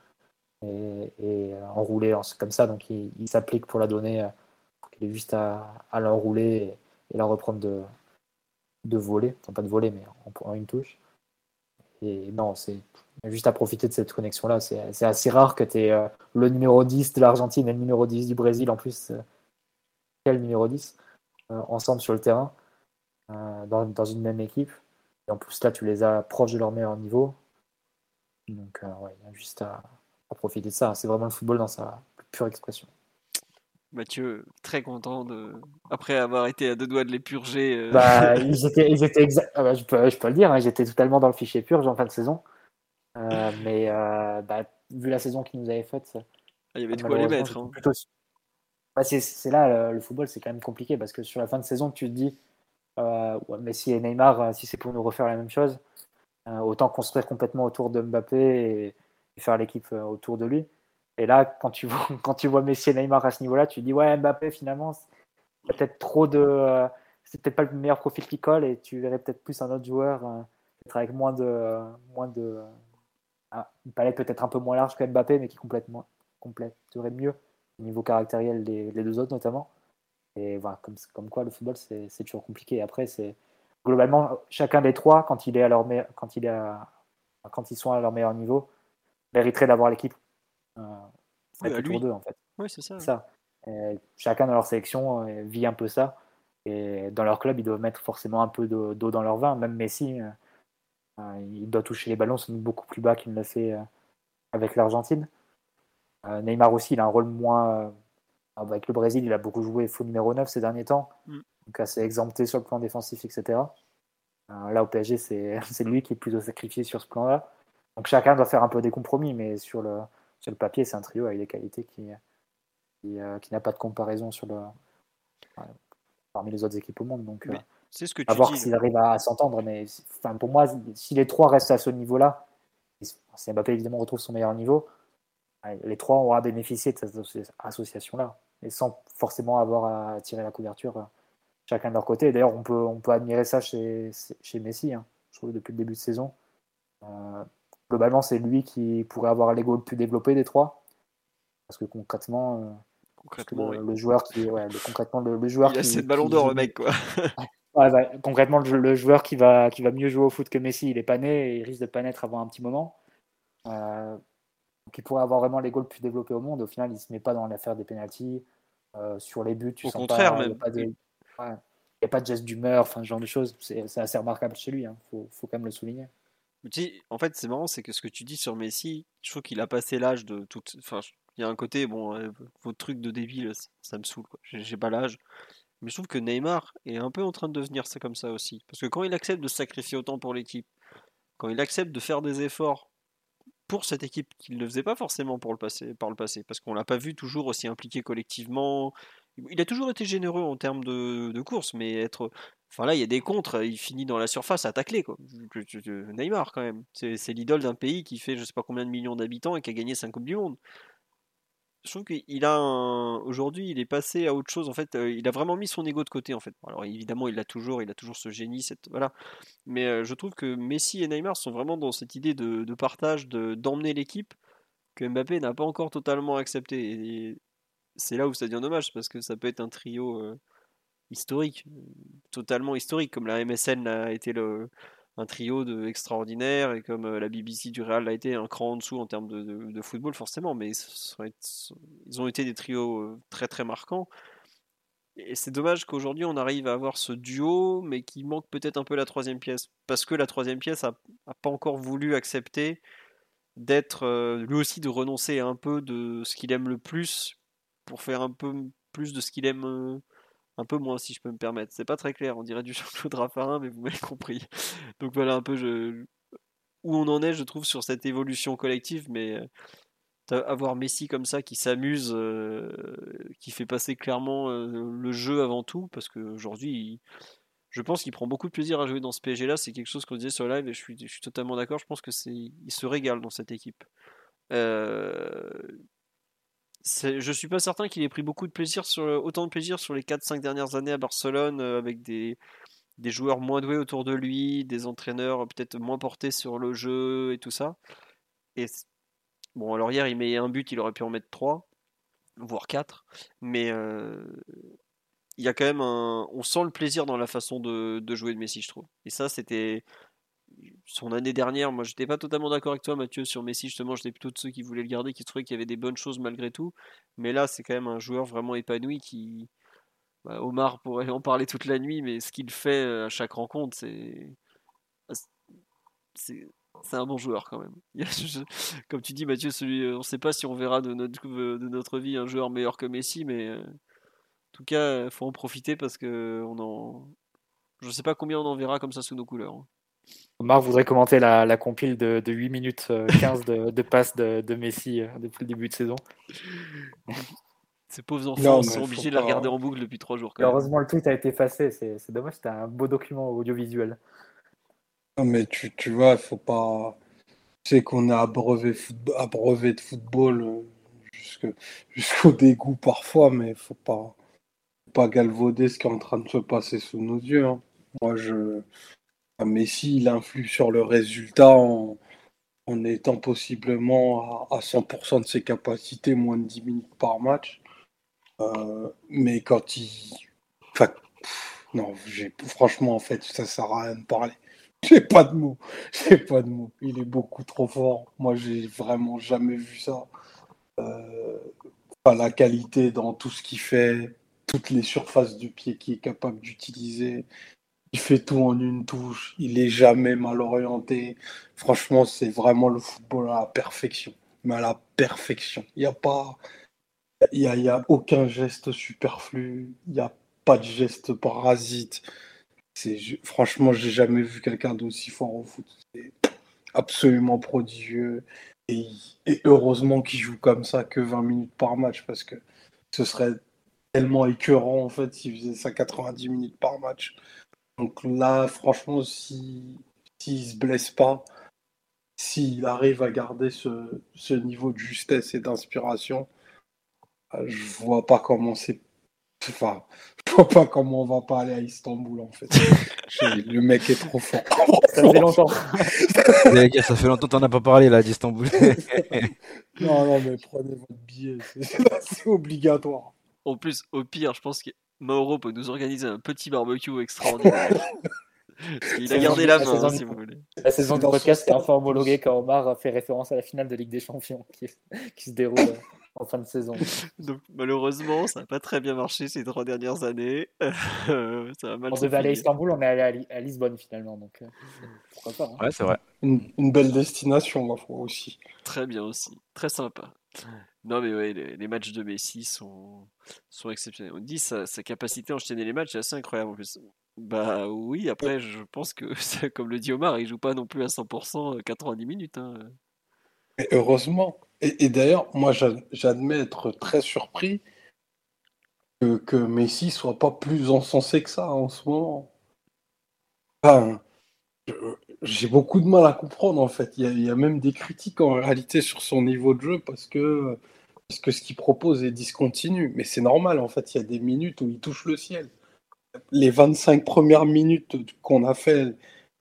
et enrouler comme ça. Donc, il s'applique pour la donner. Il est juste à l'enrouler et la reprendre de voler. Enfin, pas de voler, mais en une touche. Et non, c'est juste à profiter de cette connexion-là. C'est assez rare que tu aies le numéro 10 de l'Argentine et le numéro 10 du Brésil, en plus, quel numéro 10, ensemble sur le terrain, dans une même équipe. Et en plus, là, tu les as proches de leur meilleur niveau. Donc, il y a juste à profiter de ça. C'est vraiment le football dans sa plus pure expression. Mathieu, très content après avoir été à deux doigts de les purger. Ils étaient je peux le dire, hein, j'étais totalement dans le fichier purge en fin de saison. Mais vu la saison qu'ils nous avaient faite, il y avait de quoi les mettre. Hein. C'est là, le football, c'est quand même compliqué parce que sur la fin de saison, tu te dis Messi et Neymar, si c'est pour nous refaire la même chose, autant construire complètement autour de Mbappé et faire l'équipe autour de lui. Et là, quand tu vois Messi et Neymar à ce niveau-là, tu te dis ouais, Mbappé finalement, c'est peut-être trop c'est peut-être pas le meilleur profil qui colle et tu verrais peut-être plus un autre joueur peut-être avec moins de une palette peut-être un peu moins large que Mbappé, mais qui compléterait mieux au niveau caractériel les deux autres notamment. Et voilà, comme quoi le football c'est toujours compliqué. Et après c'est globalement chacun des trois quand ils sont à leur meilleur niveau mériterait d'avoir l'équipe. Autour d'eux en fait. Oui, c'est ça. Chacun dans leur sélection vit un peu ça et dans leur club ils doivent mettre forcément un peu d'eau dans leur vin. Même Messi il doit toucher les ballons beaucoup plus bas qu'il ne le fait avec l'Argentine. Neymar aussi il a un rôle moins avec le Brésil il a beaucoup joué faux numéro 9 ces derniers temps donc assez exempté sur le plan défensif etc. Là au PSG c'est lui qui est plutôt sacrifié sur ce plan là donc chacun doit faire un peu des compromis mais sur le papier, c'est un trio avec des qualités qui n'a pas de comparaison parmi les autres équipes au monde. Donc, c'est ce que à voir s'ils arrivent à s'entendre. Mais pour moi, si les trois restent à ce niveau-là, si Mbappé évidemment retrouve son meilleur niveau, les trois auront bénéficié de cette association-là, et sans forcément avoir à tirer la couverture chacun de leur côté. Et d'ailleurs, on peut admirer ça chez Messi, hein, je trouve, depuis le début de saison. Globalement, c'est lui qui pourrait avoir l'ego le plus développé des trois. Parce que concrètement, oui. le joueur qui. Ouais, concrètement, le joueur il a 7 ballons d'or, le mec, quoi. Concrètement, le joueur qui va mieux jouer au foot que Messi, il est pas né et il risque de pas naître avant un petit moment. Donc il pourrait avoir vraiment l'ego le plus développé au monde. Au final, il se met pas dans l'affaire des pénaltys. Sur les buts, tu Au sens contraire, pas, il même. n'y a pas de geste d'humeur, ce genre de choses. C'est assez remarquable chez lui. Faut quand même le souligner. Tu sais, en fait, c'est marrant, c'est que ce que tu dis sur Messi, je trouve qu'il a passé l'âge de tout. Enfin, il y a un côté, bon, vos trucs de débile, ça me saoule, quoi. J'ai pas l'âge. Mais je trouve que Neymar est un peu en train de devenir ça comme ça aussi. Parce que quand il accepte de se sacrifier autant pour l'équipe, quand il accepte de faire des efforts pour cette équipe qu'il ne faisait pas forcément par le passé, parce qu'on l'a pas vu toujours aussi impliqué collectivement. Il a toujours été généreux en termes de course, mais enfin là, il y a des contres, il finit dans la surface à tacler, quoi. Neymar, quand même. C'est l'idole d'un pays qui fait je sais pas combien de millions d'habitants et qui a gagné 5 Coupes du Monde. Je trouve qu'il a aujourd'hui, il est passé à autre chose. En fait, il a vraiment mis son ego de côté. En fait, alors évidemment, il a toujours ce génie, voilà. Mais je trouve que Messi et Neymar sont vraiment dans cette idée de partage, d'emmener l'équipe que Mbappé n'a pas encore totalement accepté. Et c'est là où ça devient dommage parce que ça peut être un trio historique, totalement historique, comme la MSN a été un trio extraordinaire et comme la BBC du Real a été un cran en dessous en termes de football forcément, mais ils ont été des trios très très marquants. Et c'est dommage qu'aujourd'hui on arrive à avoir ce duo, mais qui manque peut-être un peu la troisième pièce, parce que la troisième pièce a pas encore voulu accepter d'être lui aussi de renoncer un peu de ce qu'il aime le plus pour faire un peu plus de ce qu'il aime un peu moins, si je peux me permettre. C'est pas très clair, on dirait du Jean-Claude Raffarin, mais vous m'avez compris. Donc voilà un peu où on en est, je trouve, sur cette évolution collective, mais avoir Messi comme ça qui s'amuse, qui fait passer clairement le jeu avant tout, parce qu'aujourd'hui, je pense qu'il prend beaucoup de plaisir à jouer dans ce PSG là. C'est quelque chose qu'on disait sur live et je suis totalement d'accord. Je pense que il se régale dans cette équipe. Je suis pas certain qu'il ait pris autant de plaisir sur les 4-5 dernières années à Barcelone avec des joueurs moins doués autour de lui, des entraîneurs peut-être moins portés sur le jeu et tout ça. Et bon, alors hier il met un but, il aurait pu en mettre 3 voire 4, mais il y a quand même on sent le plaisir dans la façon de jouer de Messi, je trouve. Et ça, c'était son année dernière. Moi, j'étais pas totalement d'accord avec toi, Mathieu, sur Messi. Justement, j'étais plutôt de ceux qui voulaient le garder, qui trouvaient qu'il y avait des bonnes choses malgré tout. Mais là, c'est quand même un joueur vraiment épanoui qui. Omar pourrait en parler toute la nuit, mais ce qu'il fait à chaque rencontre, c'est un bon joueur quand même. Comme tu dis, Mathieu, on ne sait pas si on verra de notre vie un joueur meilleur que Messi, mais en tout cas, il faut en profiter parce que je ne sais pas combien on en verra comme ça sous nos couleurs. Omar voudrait commenter la compile de 8 minutes 15 de passes de Messi depuis le début de saison. Ces pauvres enfants sont obligés de la regarder en boucle depuis 3 jours. Heureusement, le tweet a été effacé. C'est dommage, c'était un beau document audiovisuel. Non, mais tu vois, il faut pas. Tu sais qu'on est abreuvé de football jusqu'au dégoût parfois, mais il faut pas galvauder ce qui est en train de se passer sous nos yeux. Hein. Moi, Messi, il influe sur le résultat en étant possiblement à 100% de ses capacités, moins de 10 minutes par match. Mais quand non, franchement, en fait, ça sert à rien de parler. J'ai pas de mots. Il est beaucoup trop fort. Moi, j'ai vraiment jamais vu ça. La qualité dans tout ce qu'il fait, toutes les surfaces du pied qu'il est capable d'utiliser. Il fait tout en une touche. Il est jamais mal orienté. Franchement, c'est vraiment le football à la perfection. Mais à la perfection. Il y a aucun geste superflu. Il n'y a pas de geste parasite. Franchement, j'ai jamais vu quelqu'un d'aussi fort au foot. C'est absolument prodigieux. Et heureusement qu'il joue comme ça que 20 minutes par match, parce que ce serait tellement écœurant en fait s'il faisait ça 90 minutes par match. Donc là, franchement, s'il se blesse pas, s'il arrive à garder ce niveau de justesse et d'inspiration, je vois pas comment je vois pas comment on va pas aller à Istanbul en fait. Le mec est trop fort. Ça fait longtemps. Ça fait longtemps que t'en as pas parlé là d'Istanbul. Non, mais prenez votre billet, c'est obligatoire. En plus, au pire, je pense que Mauro peut nous organiser un petit barbecue extraordinaire. Parce qu'il a gardé la main, si vous voulez. La saison du podcast est enfin homologuée quand Omar fait référence à la finale de Ligue des Champions qui se déroule en fin de saison. Donc malheureusement, ça n'a pas très bien marché ces 3 dernières années. Ça va mal On se devait aller à finir. Istanbul, on est allé à Lisbonne finalement, donc pourquoi pas. Ouais, c'est vrai. Une belle destination, ma foi, aussi. Très bien aussi, très sympa. Non mais ouais, les matchs de Messi sont exceptionnels. On dit sa capacité à enchaîner les matchs est assez incroyable en plus. Bah oui, après je pense que, comme le dit Omar, il joue pas non plus à 100% 90 minutes. Hein. Et heureusement. Et d'ailleurs, moi, j'admets être très surpris que Messi soit pas plus encensé que ça en ce moment. Enfin, j'ai beaucoup de mal à comprendre, en fait. Il y a même des critiques, en réalité, sur son niveau de jeu parce que ce qu'il propose est discontinu. Mais c'est normal, en fait. Il y a des minutes où il touche le ciel. Les 25 premières minutes qu'on a fait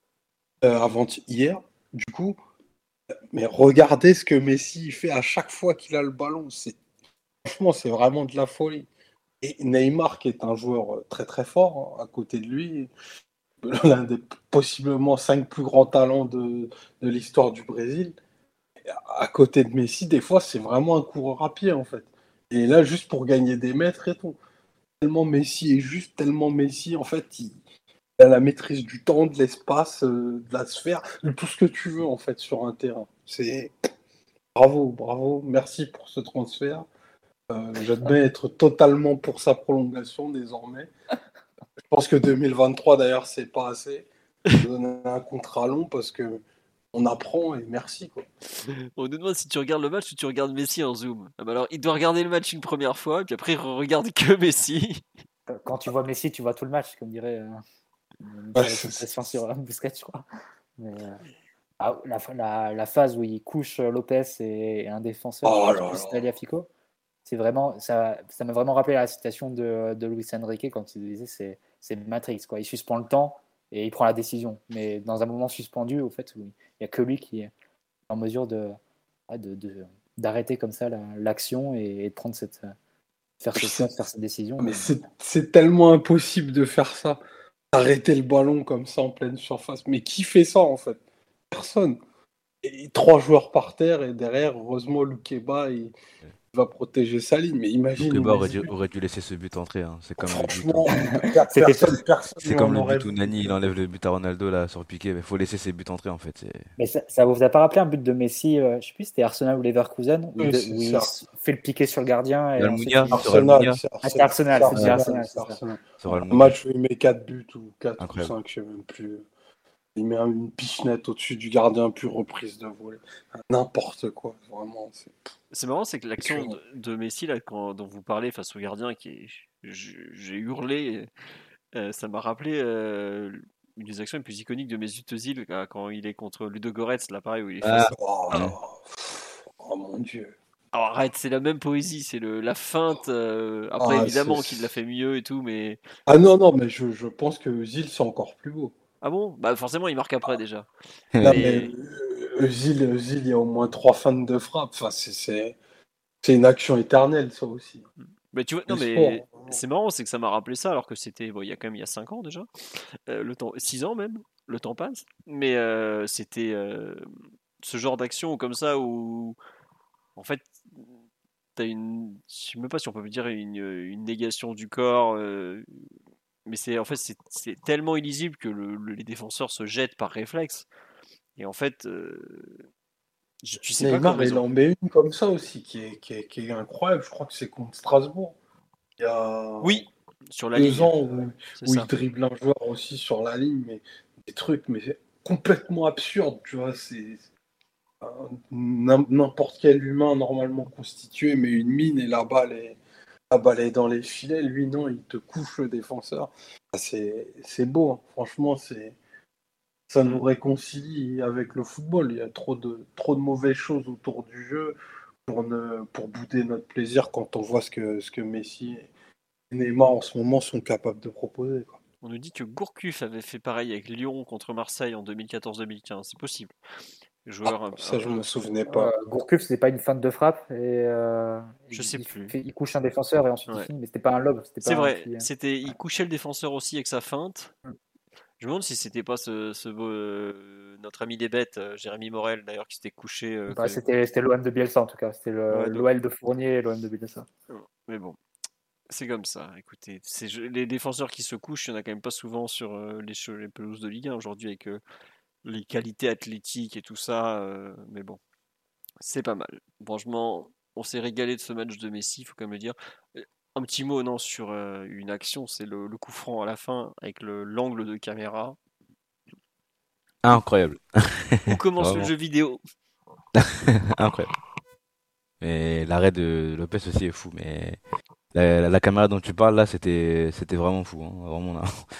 avant-hier, du coup, mais regardez ce que Messi fait à chaque fois qu'il a le ballon. Franchement, c'est vraiment de la folie. Et Neymar, qui est un joueur très très fort, hein, à côté de lui, l'un des possiblement 5 plus grands talents de l'histoire du Brésil, à côté de Messi, des fois, c'est vraiment un coureur à pied, en fait. Et là, juste pour gagner des mètres et tout. Tellement Messi est juste, tellement Messi, en fait, il a la maîtrise du temps, de l'espace, de la sphère, de tout ce que tu veux, en fait, sur un terrain. C'est bravo, merci pour ce transfert. J'admets être totalement pour sa prolongation désormais. Je pense que 2023, d'ailleurs, c'est pas assez. Donner un contrat long parce que on apprend et merci, quoi. On nous demande si tu regardes le match ou tu regardes Messi en zoom. Ah bah alors, il doit regarder le match une première fois, et puis après il regarde que Messi. Quand tu vois Messi, tu vois tout le match, comme dirait Ouais, l'expression sur Busquets, je crois. Mais, la phase où il couche Lopez et un défenseur, Oh je sais là plus si là. c'était Tagliafico, c'est vraiment, ça m'a vraiment rappelé la citation de Luis Enrique quand il disait c'est Matrix, quoi. Il suspend le temps et il prend la décision. Mais dans un moment suspendu, au fait, où il n'y a que lui qui est en mesure d'arrêter comme ça l'action et de prendre faire ce choix, de faire cette décision. Mais c'est tellement impossible de faire ça. Arrêter le ballon comme ça en pleine surface. Mais qui fait ça, en fait? Personne. Et 3 joueurs par terre et derrière, heureusement, Lukeba, il va protéger sa ligne. Mais imagine. Lukeba aurait dû laisser ce but entrer. Hein. C'est comme Franchement, personne lui comme en le aurait but où Nani il enlève le but à Ronaldo là sur le piqué. Il faut laisser ses buts entrer en fait. Mais ça vous a pas rappelé un but de Messi, je sais plus, c'était Arsenal ou Leverkusen, où il fait le piqué sur le gardien et Arsenal, c'était Arsenal. Un match où il met 4 buts ou 4 ou 5, je sais même plus. Il met une pichenette au-dessus du gardien, puis reprise de volée. N'importe quoi, vraiment. C'est marrant, c'est que l'action de Messi là, dont vous parlez face au gardien, j'ai hurlé, ça m'a rappelé une des actions les plus iconiques de Mesut Özil quand il est contre Ludogorets, là pareil, où il est face. Oh mon Dieu. Alors arrête, c'est la même poésie, c'est la feinte. Après, évidemment qu'il l'a fait mieux et tout, mais. Ah non, mais je pense que Özil, c'est encore plus beau. Ah bon? Bah forcément, il marque après déjà. Non, mais Özil, il y a au moins 3 feintes de frappe. Enfin, c'est une action éternelle, ça aussi. Mais tu vois, non, mais c'est marrant, c'est que ça m'a rappelé ça, alors que c'était il y a quand même 5 ans déjà. Le temps, 6 ans même, le temps passe. Mais c'était ce genre d'action comme ça où, en fait, t'as une. Je sais même pas si on peut dire une négation du corps. Mais c'est tellement illisible que les défenseurs se jettent par réflexe. Et en fait, tu sais Neymar, pas il en met une comme ça aussi, qui est incroyable. Je crois que c'est contre Strasbourg. Il y a sur la 2 ligne. ans où il dribble un joueur aussi sur la ligne, mais des trucs mais complètement absurdes, tu vois. C'est n'importe quel humain normalement constitué, mais une mine et la balle est dans les filets. Lui, non, il te couche le défenseur. C'est beau, hein. Franchement, ça nous réconcilie avec le football. Il y a trop de mauvaises choses autour du jeu pour bouder notre plaisir quand on voit ce que Messi et Neymar en ce moment sont capables de proposer, quoi. On nous dit que Gourcuff avait fait pareil avec Lyon contre Marseille en 2014-2015. C'est possible. Joueur Ça, je me souvenais pas. Gourcuff, c'est pas une feinte de frappe et Je sais plus. il couche un défenseur et ensuite Ouais. il finit, mais c'était pas un lob. C'était C'est pas vrai, il couchait le défenseur aussi avec sa feinte. Je me demande si c'était pas notre ami des bêtes, Jérémy Morel d'ailleurs, qui s'était couché. C'était l'OM de Bielsa en tout cas. C'était Ouais, donc- l'OL de Fournier et l'OM de Bielsa. Mais bon, c'est comme ça. Écoutez, les défenseurs qui se couchent, il n'y en a quand même pas souvent sur les pelouses de Ligue 1 aujourd'hui avec les qualités athlétiques et tout ça. Mais bon, c'est pas mal. Franchement, on s'est régalé de ce match de Messi, il faut quand même le dire. Un petit mot non, sur une action, c'est le coup franc à la fin avec l'angle de caméra. Incroyable. Où commence le Vraiment. jeu vidéo? Incroyable. Et l'arrêt de Lopez aussi est fou, mais la caméra dont tu parles là, c'était vraiment fou, hein. Vraiment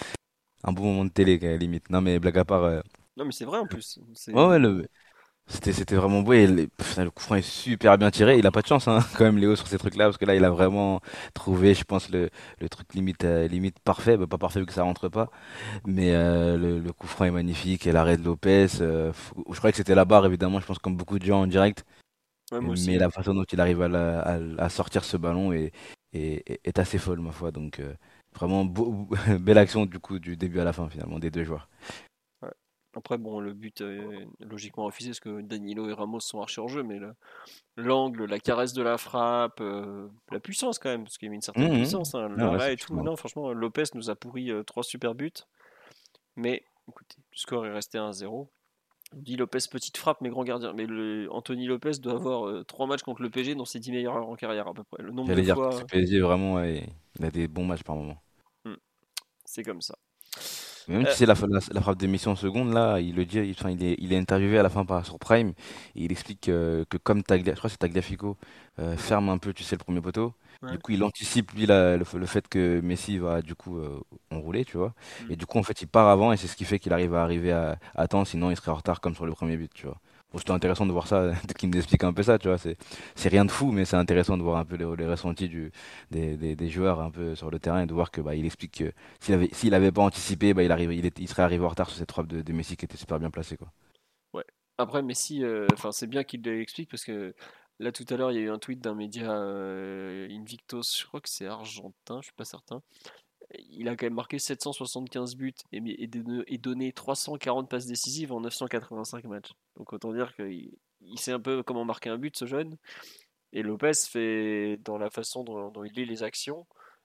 un bon moment de télé, limite. Non, mais blague à part, Non, mais c'est vrai en plus. ouais, c'était vraiment beau et putain, le coup franc est super bien tiré. Il a pas de chance, hein, quand même, Léo, sur ces trucs-là, parce que là, il a vraiment trouvé, je pense, le truc limite parfait. Bah, pas parfait vu que ça rentre pas, mais le coup franc est magnifique et l'arrêt de Lopez. Je croyais que c'était la barre, évidemment, je pense, comme beaucoup de gens en direct. Ouais, moi aussi. Mais la façon dont il arrive à sortir ce ballon est assez folle, ma foi. Donc, vraiment, belle action, du coup, du début à la fin, finalement, des deux joueurs. Ouais. Après, bon, le but est logiquement refusé parce que Danilo et Ramos sont archi hors jeu, mais l'angle, la caresse de la frappe, la puissance quand même, parce qu'il y a une certaine puissance, hein, Ah ouais, l'arrêt et tout. effectivement. Non, franchement, Lopez nous a pourri 3 super buts, mais écoutez, le score est resté 1-0. On dit Lopez petite frappe mais grand gardien, mais Anthony Lopez doit avoir 3 matchs contre le PSG dans ses 10 meilleures heures en carrière à peu près. Le nombre J'allais de dire, fois, ce PSG, vraiment, ouais, il a des bons matchs par moment. c'est comme ça. Mais même, tu sais, la frappe d'émission en seconde, là, il le dit, enfin, il est interviewé à la fin sur Prime, et il explique que comme je crois que c'est Tagliafico, ferme un peu, tu sais, le premier poteau. Ouais. Du coup, il anticipe, lui, le fait que Messi va, du coup, enrouler, tu vois. Et du coup, en fait, il part avant, et c'est ce qui fait qu'il arriver à temps, sinon il serait en retard comme sur le premier but, tu vois. Bon, c'était intéressant de voir ça, qu'il nous explique un peu ça, tu vois. C'est rien de fou, mais c'est intéressant de voir un peu les ressentis des joueurs un peu sur le terrain et de voir que bah, il explique que s'il avait pas anticipé, bah, il serait arrivé en retard sur cette frappe de Messi qui était super bien placée, quoi. Ouais. Après, Messi, c'est bien qu'il l'explique parce que là, tout à l'heure, il y a eu un tweet d'un média Invictus, je crois que c'est argentin, je suis pas certain. Il a quand même marqué 775 buts et donné 340 passes décisives en 985 matchs. Donc autant dire qu'il sait un peu comment marquer un but, ce jeune. Et Lopez fait, dans la façon dont il lit les actions,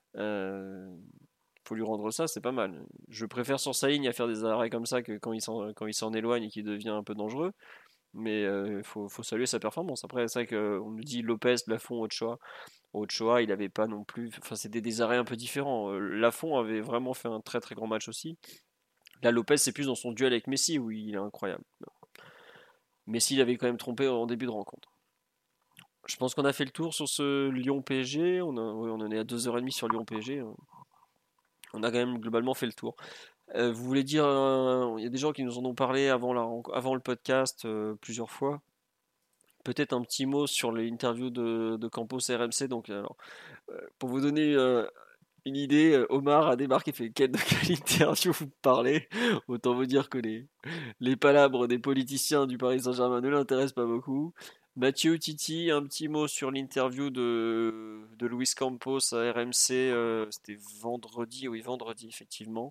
faut lui rendre ça, c'est pas mal. Je préfère sur sa ligne à faire des arrêts comme ça que quand il s'en éloigne et qu'il devient un peu dangereux. Mais il faut saluer sa performance. Après, c'est vrai qu'on nous dit Lopez, Lafont, Ochoa. Ochoa, il avait pas non plus. Enfin, c'était des arrêts un peu différents. Lafont avait vraiment fait un très très grand match aussi. Là, Lopez, c'est plus dans son duel avec Messi où il est incroyable. Messi, il avait quand même trompé en début de rencontre. Je pense qu'on a fait le tour sur ce Lyon-PSG. On en est à 2h30 sur Lyon-PSG. On a quand même globalement fait le tour. Vous voulez dire, il y a des gens qui nous en ont parlé avant le podcast plusieurs fois. Peut-être un petit mot sur l'interview de Campos RMC. Donc, alors, pour vous donner une idée, Omar a débarqué, fait quelle interview vous parlez. Autant vous dire que les palabres des politiciens du Paris Saint-Germain ne l'intéressent pas beaucoup. Mathieu Titi, un petit mot sur l'interview de Luis Campos à RMC. C'était vendredi, oui, vendredi, effectivement.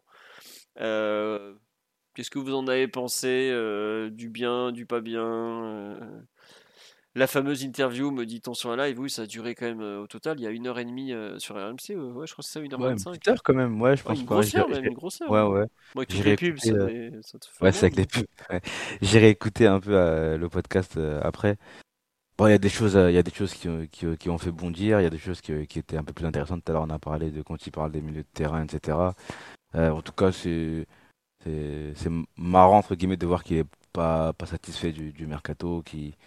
Qu'est-ce que vous en avez pensé? Du bien, du pas bien? La fameuse interview, me dit-on sur la live, oui, ça a duré quand même au total, il y a 1h30 sur RMC, ouais, je crois que c'est ça, Ouais, une 1h25. petite heure quand même, ouais, je Ouais, pense une pas. grosse heure même, une grosse heure. Ouais, Hein. ouais. Bon, avec toutes J'irai les pubs, écouter, ça te fait ouais, moins, c'est avec les pubs. Ouais. J'irai écouter un peu le podcast après. Bon, il y a des choses qui ont fait bondir, il y a des choses qui étaient un peu plus intéressantes. Tout à l'heure, on a parlé de quand il parle des milieux de terrain, etc. En tout cas, c'est marrant, entre guillemets, de voir qu'il est pas satisfait du mercato,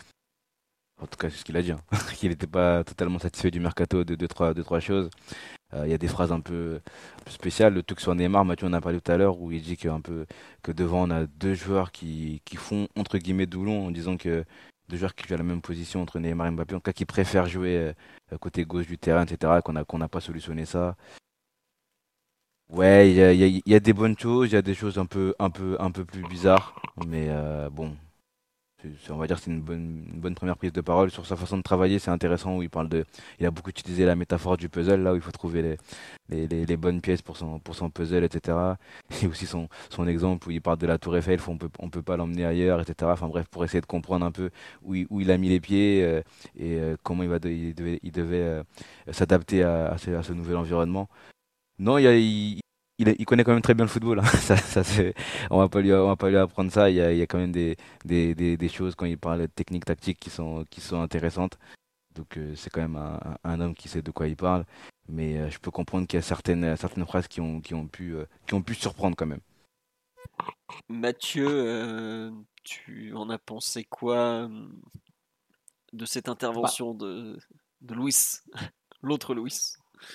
en tout cas, c'est ce qu'il a dit, hein, qu'il n'était pas totalement satisfait du mercato de deux, trois choses. Il y a des phrases un peu spéciales. Le truc sur Neymar, Mathieu en a parlé tout à l'heure, où il dit que devant, on a deux joueurs qui font, entre guillemets, doublon, en disant que deux joueurs qui jouent à la même position entre Neymar et Mbappé, en tout cas, qui préfèrent jouer côté gauche du terrain, etc., qu'on n'a pas solutionné ça. Ouais, il y a des bonnes choses, il y a des choses un peu plus bizarres, mais bon. On va dire que c'est une bonne première prise de parole sur sa façon de travailler. C'est intéressant où il a beaucoup utilisé la métaphore du puzzle, là où il faut trouver les bonnes pièces pour son puzzle, etc. Et aussi son exemple où il parle de la Tour Eiffel, on peut pas l'emmener ailleurs, etc. Enfin bref, pour essayer de comprendre un peu où il a mis les pieds et comment il devait s'adapter à ce nouvel environnement. Non, il connaît quand même très bien le football, hein. On va pas lui apprendre ça. Il y a quand même des choses quand il parle de techniques tactiques qui sont intéressantes. Donc c'est quand même un homme qui sait de quoi il parle. Mais je peux comprendre qu'il y a certaines phrases qui ont pu surprendre quand même. Mathieu, tu en as pensé quoi de cette intervention de Luis, l'autre Luis?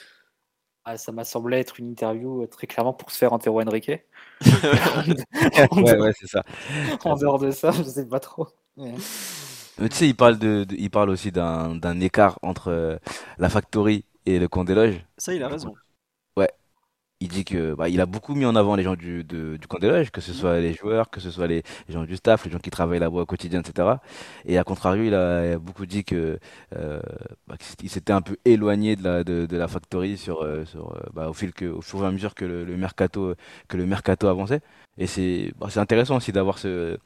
Ça m'a semblé être une interview très clairement pour se faire Antero Henrique. Ouais, c'est ça. En dehors de ça, je sais pas trop. Ouais. Mais tu sais, il parle aussi d'un écart entre la Factory et le Camp des Loges. Ça, il a raison. Ouais, il dit que il a beaucoup mis en avant les gens du Camp des Loges, que ce soit les joueurs, que ce soit les gens du staff, les gens qui travaillent là-bas au quotidien, etc. Et à contrario, il a beaucoup dit que qu'il s'était un peu éloigné de la Factory au fur et à mesure que le mercato avançait. Et c'est intéressant aussi d'avoir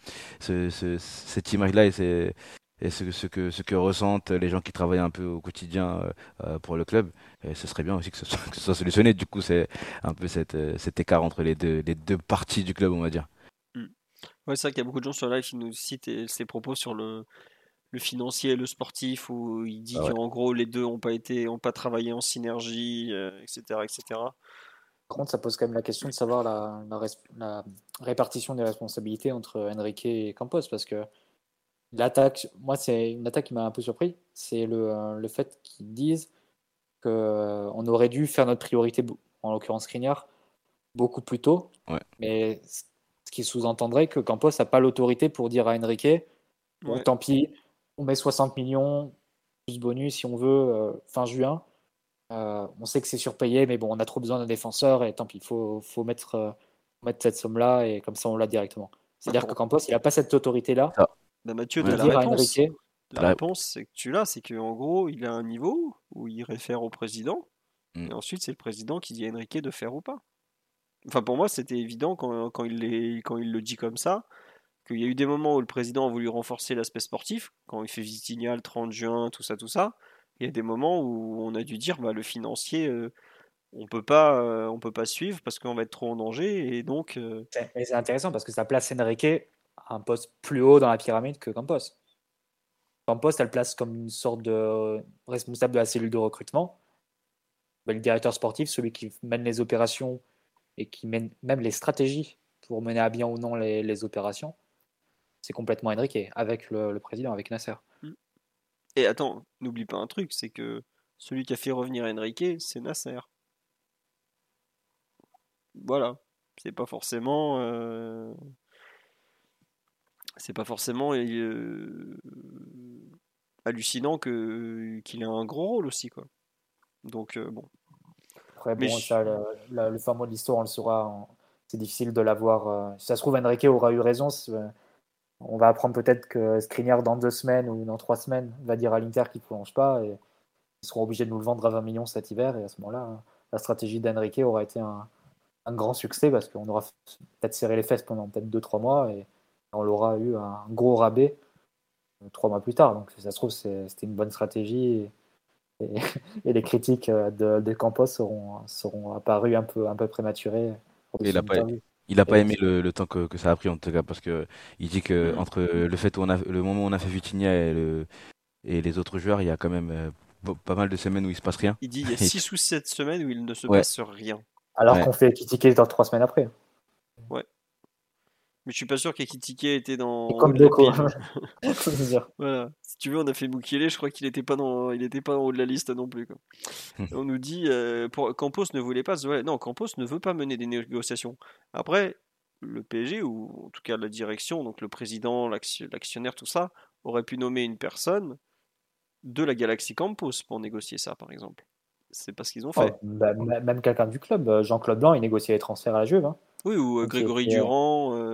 cette image-là et ce que ressentent les gens qui travaillent un peu au quotidien pour le club. Et ce serait bien aussi que que ce soit solutionné. Du coup, c'est un peu cet écart entre les deux parties du club, on va dire. Ouais, c'est vrai qu'il y a beaucoup de gens sur live qui nous citent ses propos sur le financier et le sportif, où il dit qu'en gros les deux ont pas travaillé en synergie, etc., etc. Par contre, ça pose quand même la question de savoir la répartition des responsabilités entre Henrique et Campos, parce que l'attaque, moi, c'est une attaque qui m'a un peu surpris, c'est le fait qu'ils disent qu'on aurait dû faire notre priorité, en l'occurrence Skriniar, beaucoup plus tôt, mais ce qui sous-entendrait que Campos n'a pas l'autorité pour dire à Henrique, bon, tant pis, on met 60 millions plus bonus si on veut fin juin. On sait que c'est surpayé, mais bon, on a trop besoin d'un défenseur et tant pis, il faut mettre cette somme-là et comme ça on l'a directement. C'est-à-dire que Campos, il n'a pas cette autorité-là. Bah Mathieu, tu as la réponse. La réponse, c'est que tu l'as, c'est qu'en gros, il a un niveau où il réfère au président, et ensuite c'est le président qui dit à Henrique de faire ou pas. Enfin, pour moi, c'était évident quand il le dit comme ça, qu'il y a eu des moments où le président a voulu renforcer l'aspect sportif, quand il fait Vitinha le 30 juin, tout ça. Il y a des moments où on a dû dire, le financier, on peut pas suivre parce qu'on va être trop en danger, et donc... C'est intéressant parce que ça place Henrique à un poste plus haut dans la pyramide que Campos. Campos, ça le place comme une sorte de responsable de la cellule de recrutement. Le directeur sportif, celui qui mène les opérations et qui mène même les stratégies pour mener à bien ou non les opérations. C'est complètement Henrique, avec le président, avec Nasser. Et attends, n'oublie pas un truc, c'est que celui qui a fait revenir Henrique, c'est Nasser. Voilà. C'est pas forcément hallucinant qu'il ait un gros rôle aussi, quoi. Donc bon. Après, ça, le fin mot de l'histoire, on le saura. C'est difficile de l'avoir. Si ça se trouve, Henrique aura eu raison. On va apprendre peut-être que Skriniar, dans 2 semaines ou dans 3 semaines, va dire à l'Inter qu'il ne prolonge pas. Et ils seront obligés de nous le vendre à 20 millions cet hiver. Et à ce moment-là, la stratégie d'Henrique aura été un grand succès parce qu'on aura peut-être serré les fesses pendant peut-être 2-3 mois et on l'aura eu un gros rabais 3 mois plus tard. Donc, si ça se trouve, c'était une bonne stratégie. Et les critiques de Campos seront apparues un peu prématurées. Il n'a pas aimé le temps que ça a pris en tout cas parce que il dit que entre le moment où on a fait Vitinha et les autres joueurs, il y a quand même pas mal de semaines où il se passe rien. Il dit il y a 6 ou 7 semaines où il ne se passe rien. Alors qu'on fait Ekitike dans 3 semaines après. Ouais. Mais je suis pas sûr qu'Ekitike était dans. Comme Doko. Voilà. Si tu veux, on a fait Mukiele, je crois qu'il était pas en haut de la liste non plus, quoi. On nous dit Campos ne voulait pas. Non, Campos ne veut pas mener des négociations. Après, le PSG, ou en tout cas la direction, donc le président, l'actionnaire, tout ça, aurait pu nommer une personne de la Galaxy Campos pour négocier ça, par exemple. C'est pas ce qu'ils ont fait. Même quelqu'un du club, Jean-Claude Blanc, il négociait les transferts à la Juve. Oui, ou Grégory Durand,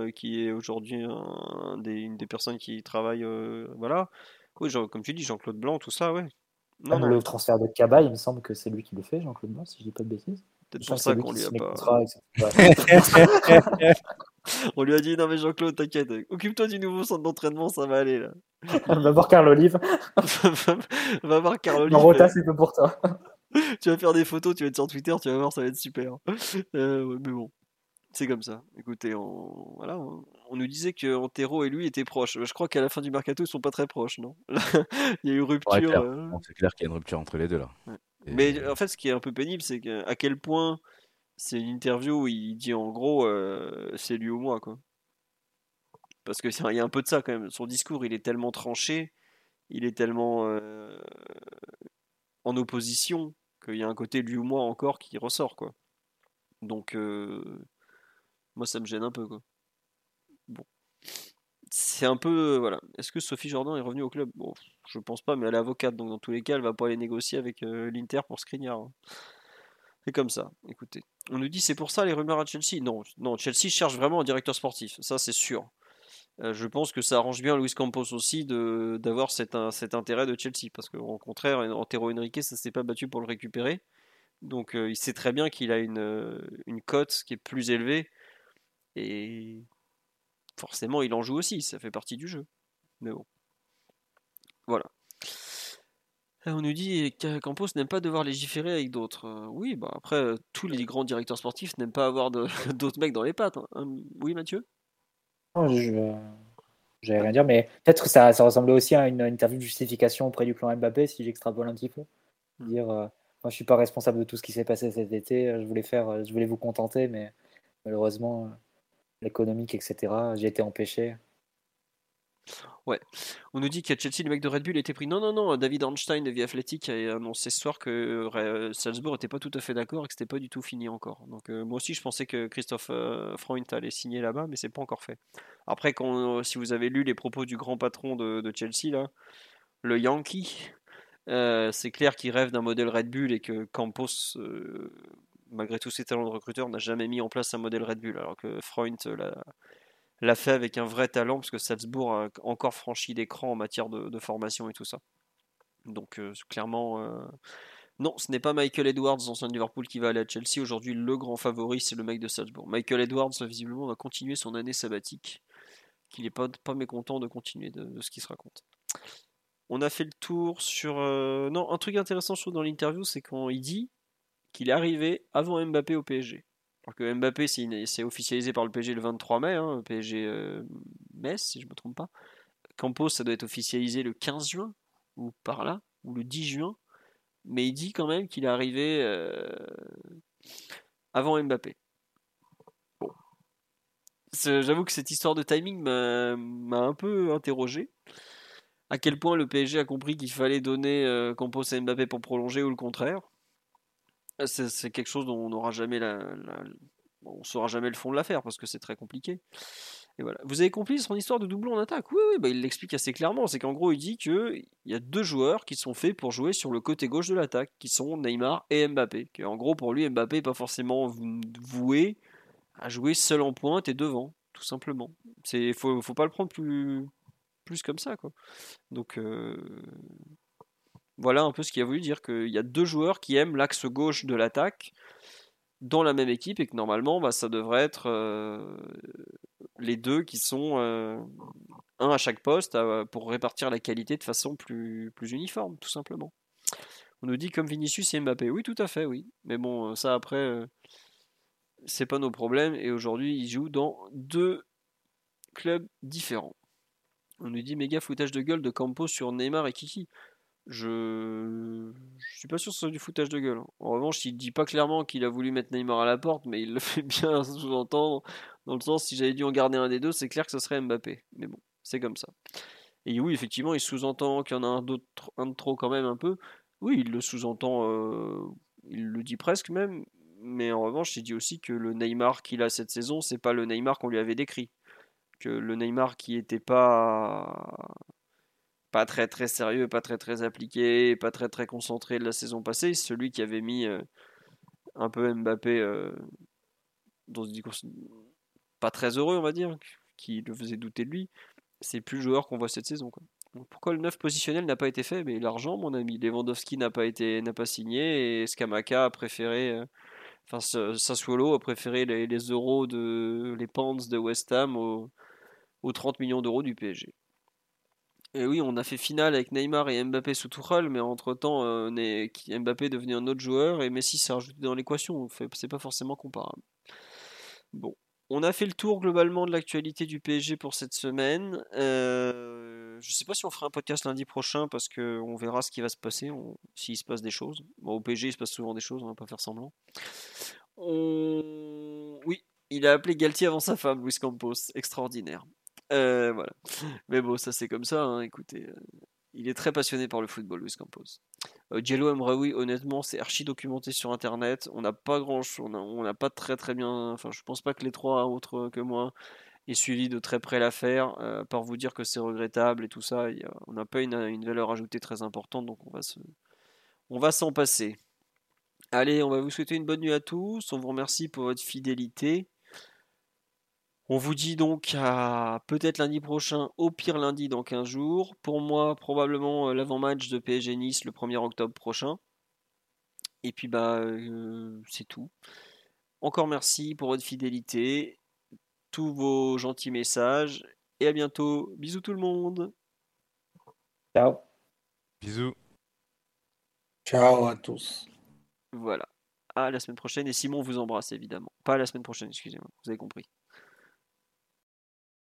qui est aujourd'hui une des personnes qui travaillent, voilà. Oui, comme tu dis, Jean-Claude Blanc, tout ça, ouais. Non, Même non, le transfert de Kaba, il me semble que c'est lui qui le fait, Jean-Claude Blanc, si je dis pas de bêtises. peut-être Je pour pense que ça c'est lui qu'on qui lui a signe les pas. contrats, etc. On lui a dit, non mais Jean-Claude, t'inquiète, occupe-toi du nouveau centre d'entraînement, ça va aller là. Va voir Carl Olive. Va voir Carl Olive. Rota, c'est peu pour toi. Tu vas faire des photos, tu vas être sur Twitter, tu vas voir, ça va être super. Ouais, mais bon, c'est comme ça. Écoutez, voilà, on nous disait que Antero et lui étaient proches. Je crois qu'à la fin du mercato, ils sont pas très proches, non? Il y a eu Ouais, rupture. clair. Bon, c'est clair qu'il y a une rupture entre les deux là. Ouais. Et- Mais en fait, ce qui est un peu pénible, c'est à quel point c'est une interview où il dit en gros c'est lui ou moi, quoi. Parce que il y a un peu de ça quand même. Son discours, il est tellement tranché, il est tellement en opposition qu'il y a un côté lui ou moi encore qui ressort, quoi. Donc moi, ça me gêne un peu, quoi. Bon, c'est un peu voilà. Est-ce que Sophie Jordan est revenue au club? Bon, je pense pas, mais elle est avocate, donc dans tous les cas, elle va pas aller négocier avec l'Inter pour Skriniar, hein. C'est comme ça. Écoutez, on nous dit c'est pour ça les rumeurs à Chelsea. Non, non, Chelsea cherche vraiment un directeur sportif, ça c'est sûr. Je pense que ça arrange bien Luis Campos aussi d'avoir cet intérêt de Chelsea, parce qu'au contraire, Antero Henrique, ça s'est pas battu pour le récupérer. Donc il sait très bien qu'il a une cote qui est plus élevée, et forcément il en joue aussi, ça fait partie du jeu. Mais bon, voilà. On nous dit que Campos n'aime pas devoir légiférer avec d'autres. Oui, bah après, tous les grands directeurs sportifs n'aiment pas avoir d'autres mecs dans les pattes, hein. Oui, Mathieu? Non, j'allais rien dire, mais peut-être que ça ressemblait aussi à une interview de justification auprès du clan Mbappé, si j'extrapole un petit peu. Dire, moi je suis pas responsable de tout ce qui s'est passé cet été, je voulais vous contenter, mais malheureusement, l'économique, etc., j'ai été empêché. Ouais. On nous dit qu'à Chelsea, le mec de Red Bull était pris. Non, non, non. David Ornstein de The Athletic a annoncé ce soir que Salzbourg n'était pas tout à fait d'accord et que c'était pas du tout fini encore. Donc moi aussi, je pensais que Christophe Freund allait signer là-bas, mais c'est pas encore fait. Après, si vous avez lu les propos du grand patron de Chelsea, là, le Yankee, c'est clair qu'il rêve d'un modèle Red Bull et que Campos, malgré tous ses talents de recruteur, n'a jamais mis en place un modèle Red Bull, alors que Freund l'a fait avec un vrai talent, parce que Salzbourg a encore franchi d'écran en matière de formation et tout ça. Donc clairement, non, ce n'est pas Michael Edwards, ancien de Liverpool, qui va aller à Chelsea. Aujourd'hui, le grand favori, c'est le mec de Salzbourg. Michael Edwards, visiblement, va continuer son année sabbatique, qu'il n'est pas mécontent de continuer de ce qui se raconte. On a fait le tour sur... Non, un truc intéressant, je trouve, dans l'interview, c'est quand il dit qu'il est arrivé avant Mbappé au PSG. Alors que Mbappé, c'est officialisé par le PSG le 23 mai, hein, PSG Metz, si je ne me trompe pas. Campos, ça doit être officialisé le 15 juin, ou par là, ou le 10 juin. Mais il dit quand même qu'il est arrivé avant Mbappé. Bon. J'avoue que cette histoire de timing m'a un peu interrogé. À quel point le PSG a compris qu'il fallait donner Campos à Mbappé pour prolonger ou le contraire. C'est quelque chose dont on n'aura jamais on saura jamais le fond de l'affaire parce que c'est très compliqué. Et voilà. Vous avez compris son histoire de doublon en attaque? Oui, bah, il l'explique assez clairement. C'est qu'en gros, il dit qu'il y a deux joueurs qui sont faits pour jouer sur le côté gauche de l'attaque, qui sont Neymar et Mbappé. En gros, pour lui, Mbappé n'est pas forcément voué à jouer seul en pointe et devant, tout simplement. Faut pas le prendre plus comme ça, quoi. Donc voilà un peu ce qu'il a voulu dire, qu'il y a deux joueurs qui aiment l'axe gauche de l'attaque dans la même équipe et que normalement bah, ça devrait être les deux qui sont un à chaque poste pour répartir la qualité de façon plus uniforme, tout simplement. On nous dit comme Vinicius et Mbappé. Oui, tout à fait, oui. Mais bon, ça après, c'est pas nos problèmes. Et aujourd'hui, ils jouent dans deux clubs différents. On nous dit méga foutage de gueule de Campos sur Neymar et Kiki. Je suis pas sûr que ce soit du foutage de gueule. En revanche, il dit pas clairement qu'il a voulu mettre Neymar à la porte, mais il le fait bien sous-entendre, dans le sens si j'avais dû en garder un des deux, c'est clair que ce serait Mbappé. Mais bon, c'est comme ça. Et oui, effectivement, il sous-entend qu'il y en a un de trop quand même un peu. Oui, il le sous-entend, il le dit presque même. Mais en revanche, il dit aussi que le Neymar qu'il a cette saison, c'est pas le Neymar qu'on lui avait décrit. Que le Neymar qui était pas très très sérieux, pas très très appliqué, pas très très concentré de la saison passée, celui qui avait mis un peu Mbappé dans une pas très heureux, on va dire, qui le faisait douter de lui, c'est plus le joueur qu'on voit cette saison, quoi. Donc pourquoi le 9 positionnel n'a pas été fait? Mais l'argent, mon ami. Lewandowski n'a pas signé et Scamacca a préféré, Sassuolo a préféré les euros les pounds de West Ham aux 30 millions d'euros du PSG. Et oui, on a fait finale avec Neymar et Mbappé sous Tuchel, mais entre-temps, Mbappé est devenu un autre joueur et Messi s'est rajouté dans l'équation. C'est pas forcément comparable. Bon, on a fait le tour globalement de l'actualité du PSG pour cette semaine. Je sais pas si on fera un podcast lundi prochain parce qu'on verra ce qui va se passer, s'il se passe des choses. Bon, au PSG, il se passe souvent des choses, on va pas faire semblant. Oui, il a appelé Galtier avant sa femme, Luis Campos. Extraordinaire. Voilà. Mais bon, ça c'est comme ça, hein, écoutez. Il est très passionné par le football, Luis Campos. Diallo Amraoui, honnêtement, c'est archi documenté sur internet. On n'a pas on n'a pas très très bien. Enfin, je pense pas que les trois autres que moi aient suivi de très près l'affaire. Par vous dire que c'est regrettable et tout ça, on n'a pas une valeur ajoutée très importante, donc on va s'en passer. Allez, on va vous souhaiter une bonne nuit à tous. On vous remercie pour votre fidélité. On vous dit donc à peut-être lundi prochain, au pire lundi dans 15 jours. Pour moi, probablement l'avant-match de PSG Nice le 1er octobre prochain. Et puis c'est tout. Encore merci pour votre fidélité, tous vos gentils messages. Et à bientôt. Bisous tout le monde. Ciao. Bisous. Ciao à tous. Voilà. À la semaine prochaine. Et Simon vous embrasse évidemment. Pas à la semaine prochaine, excusez-moi. Vous avez compris.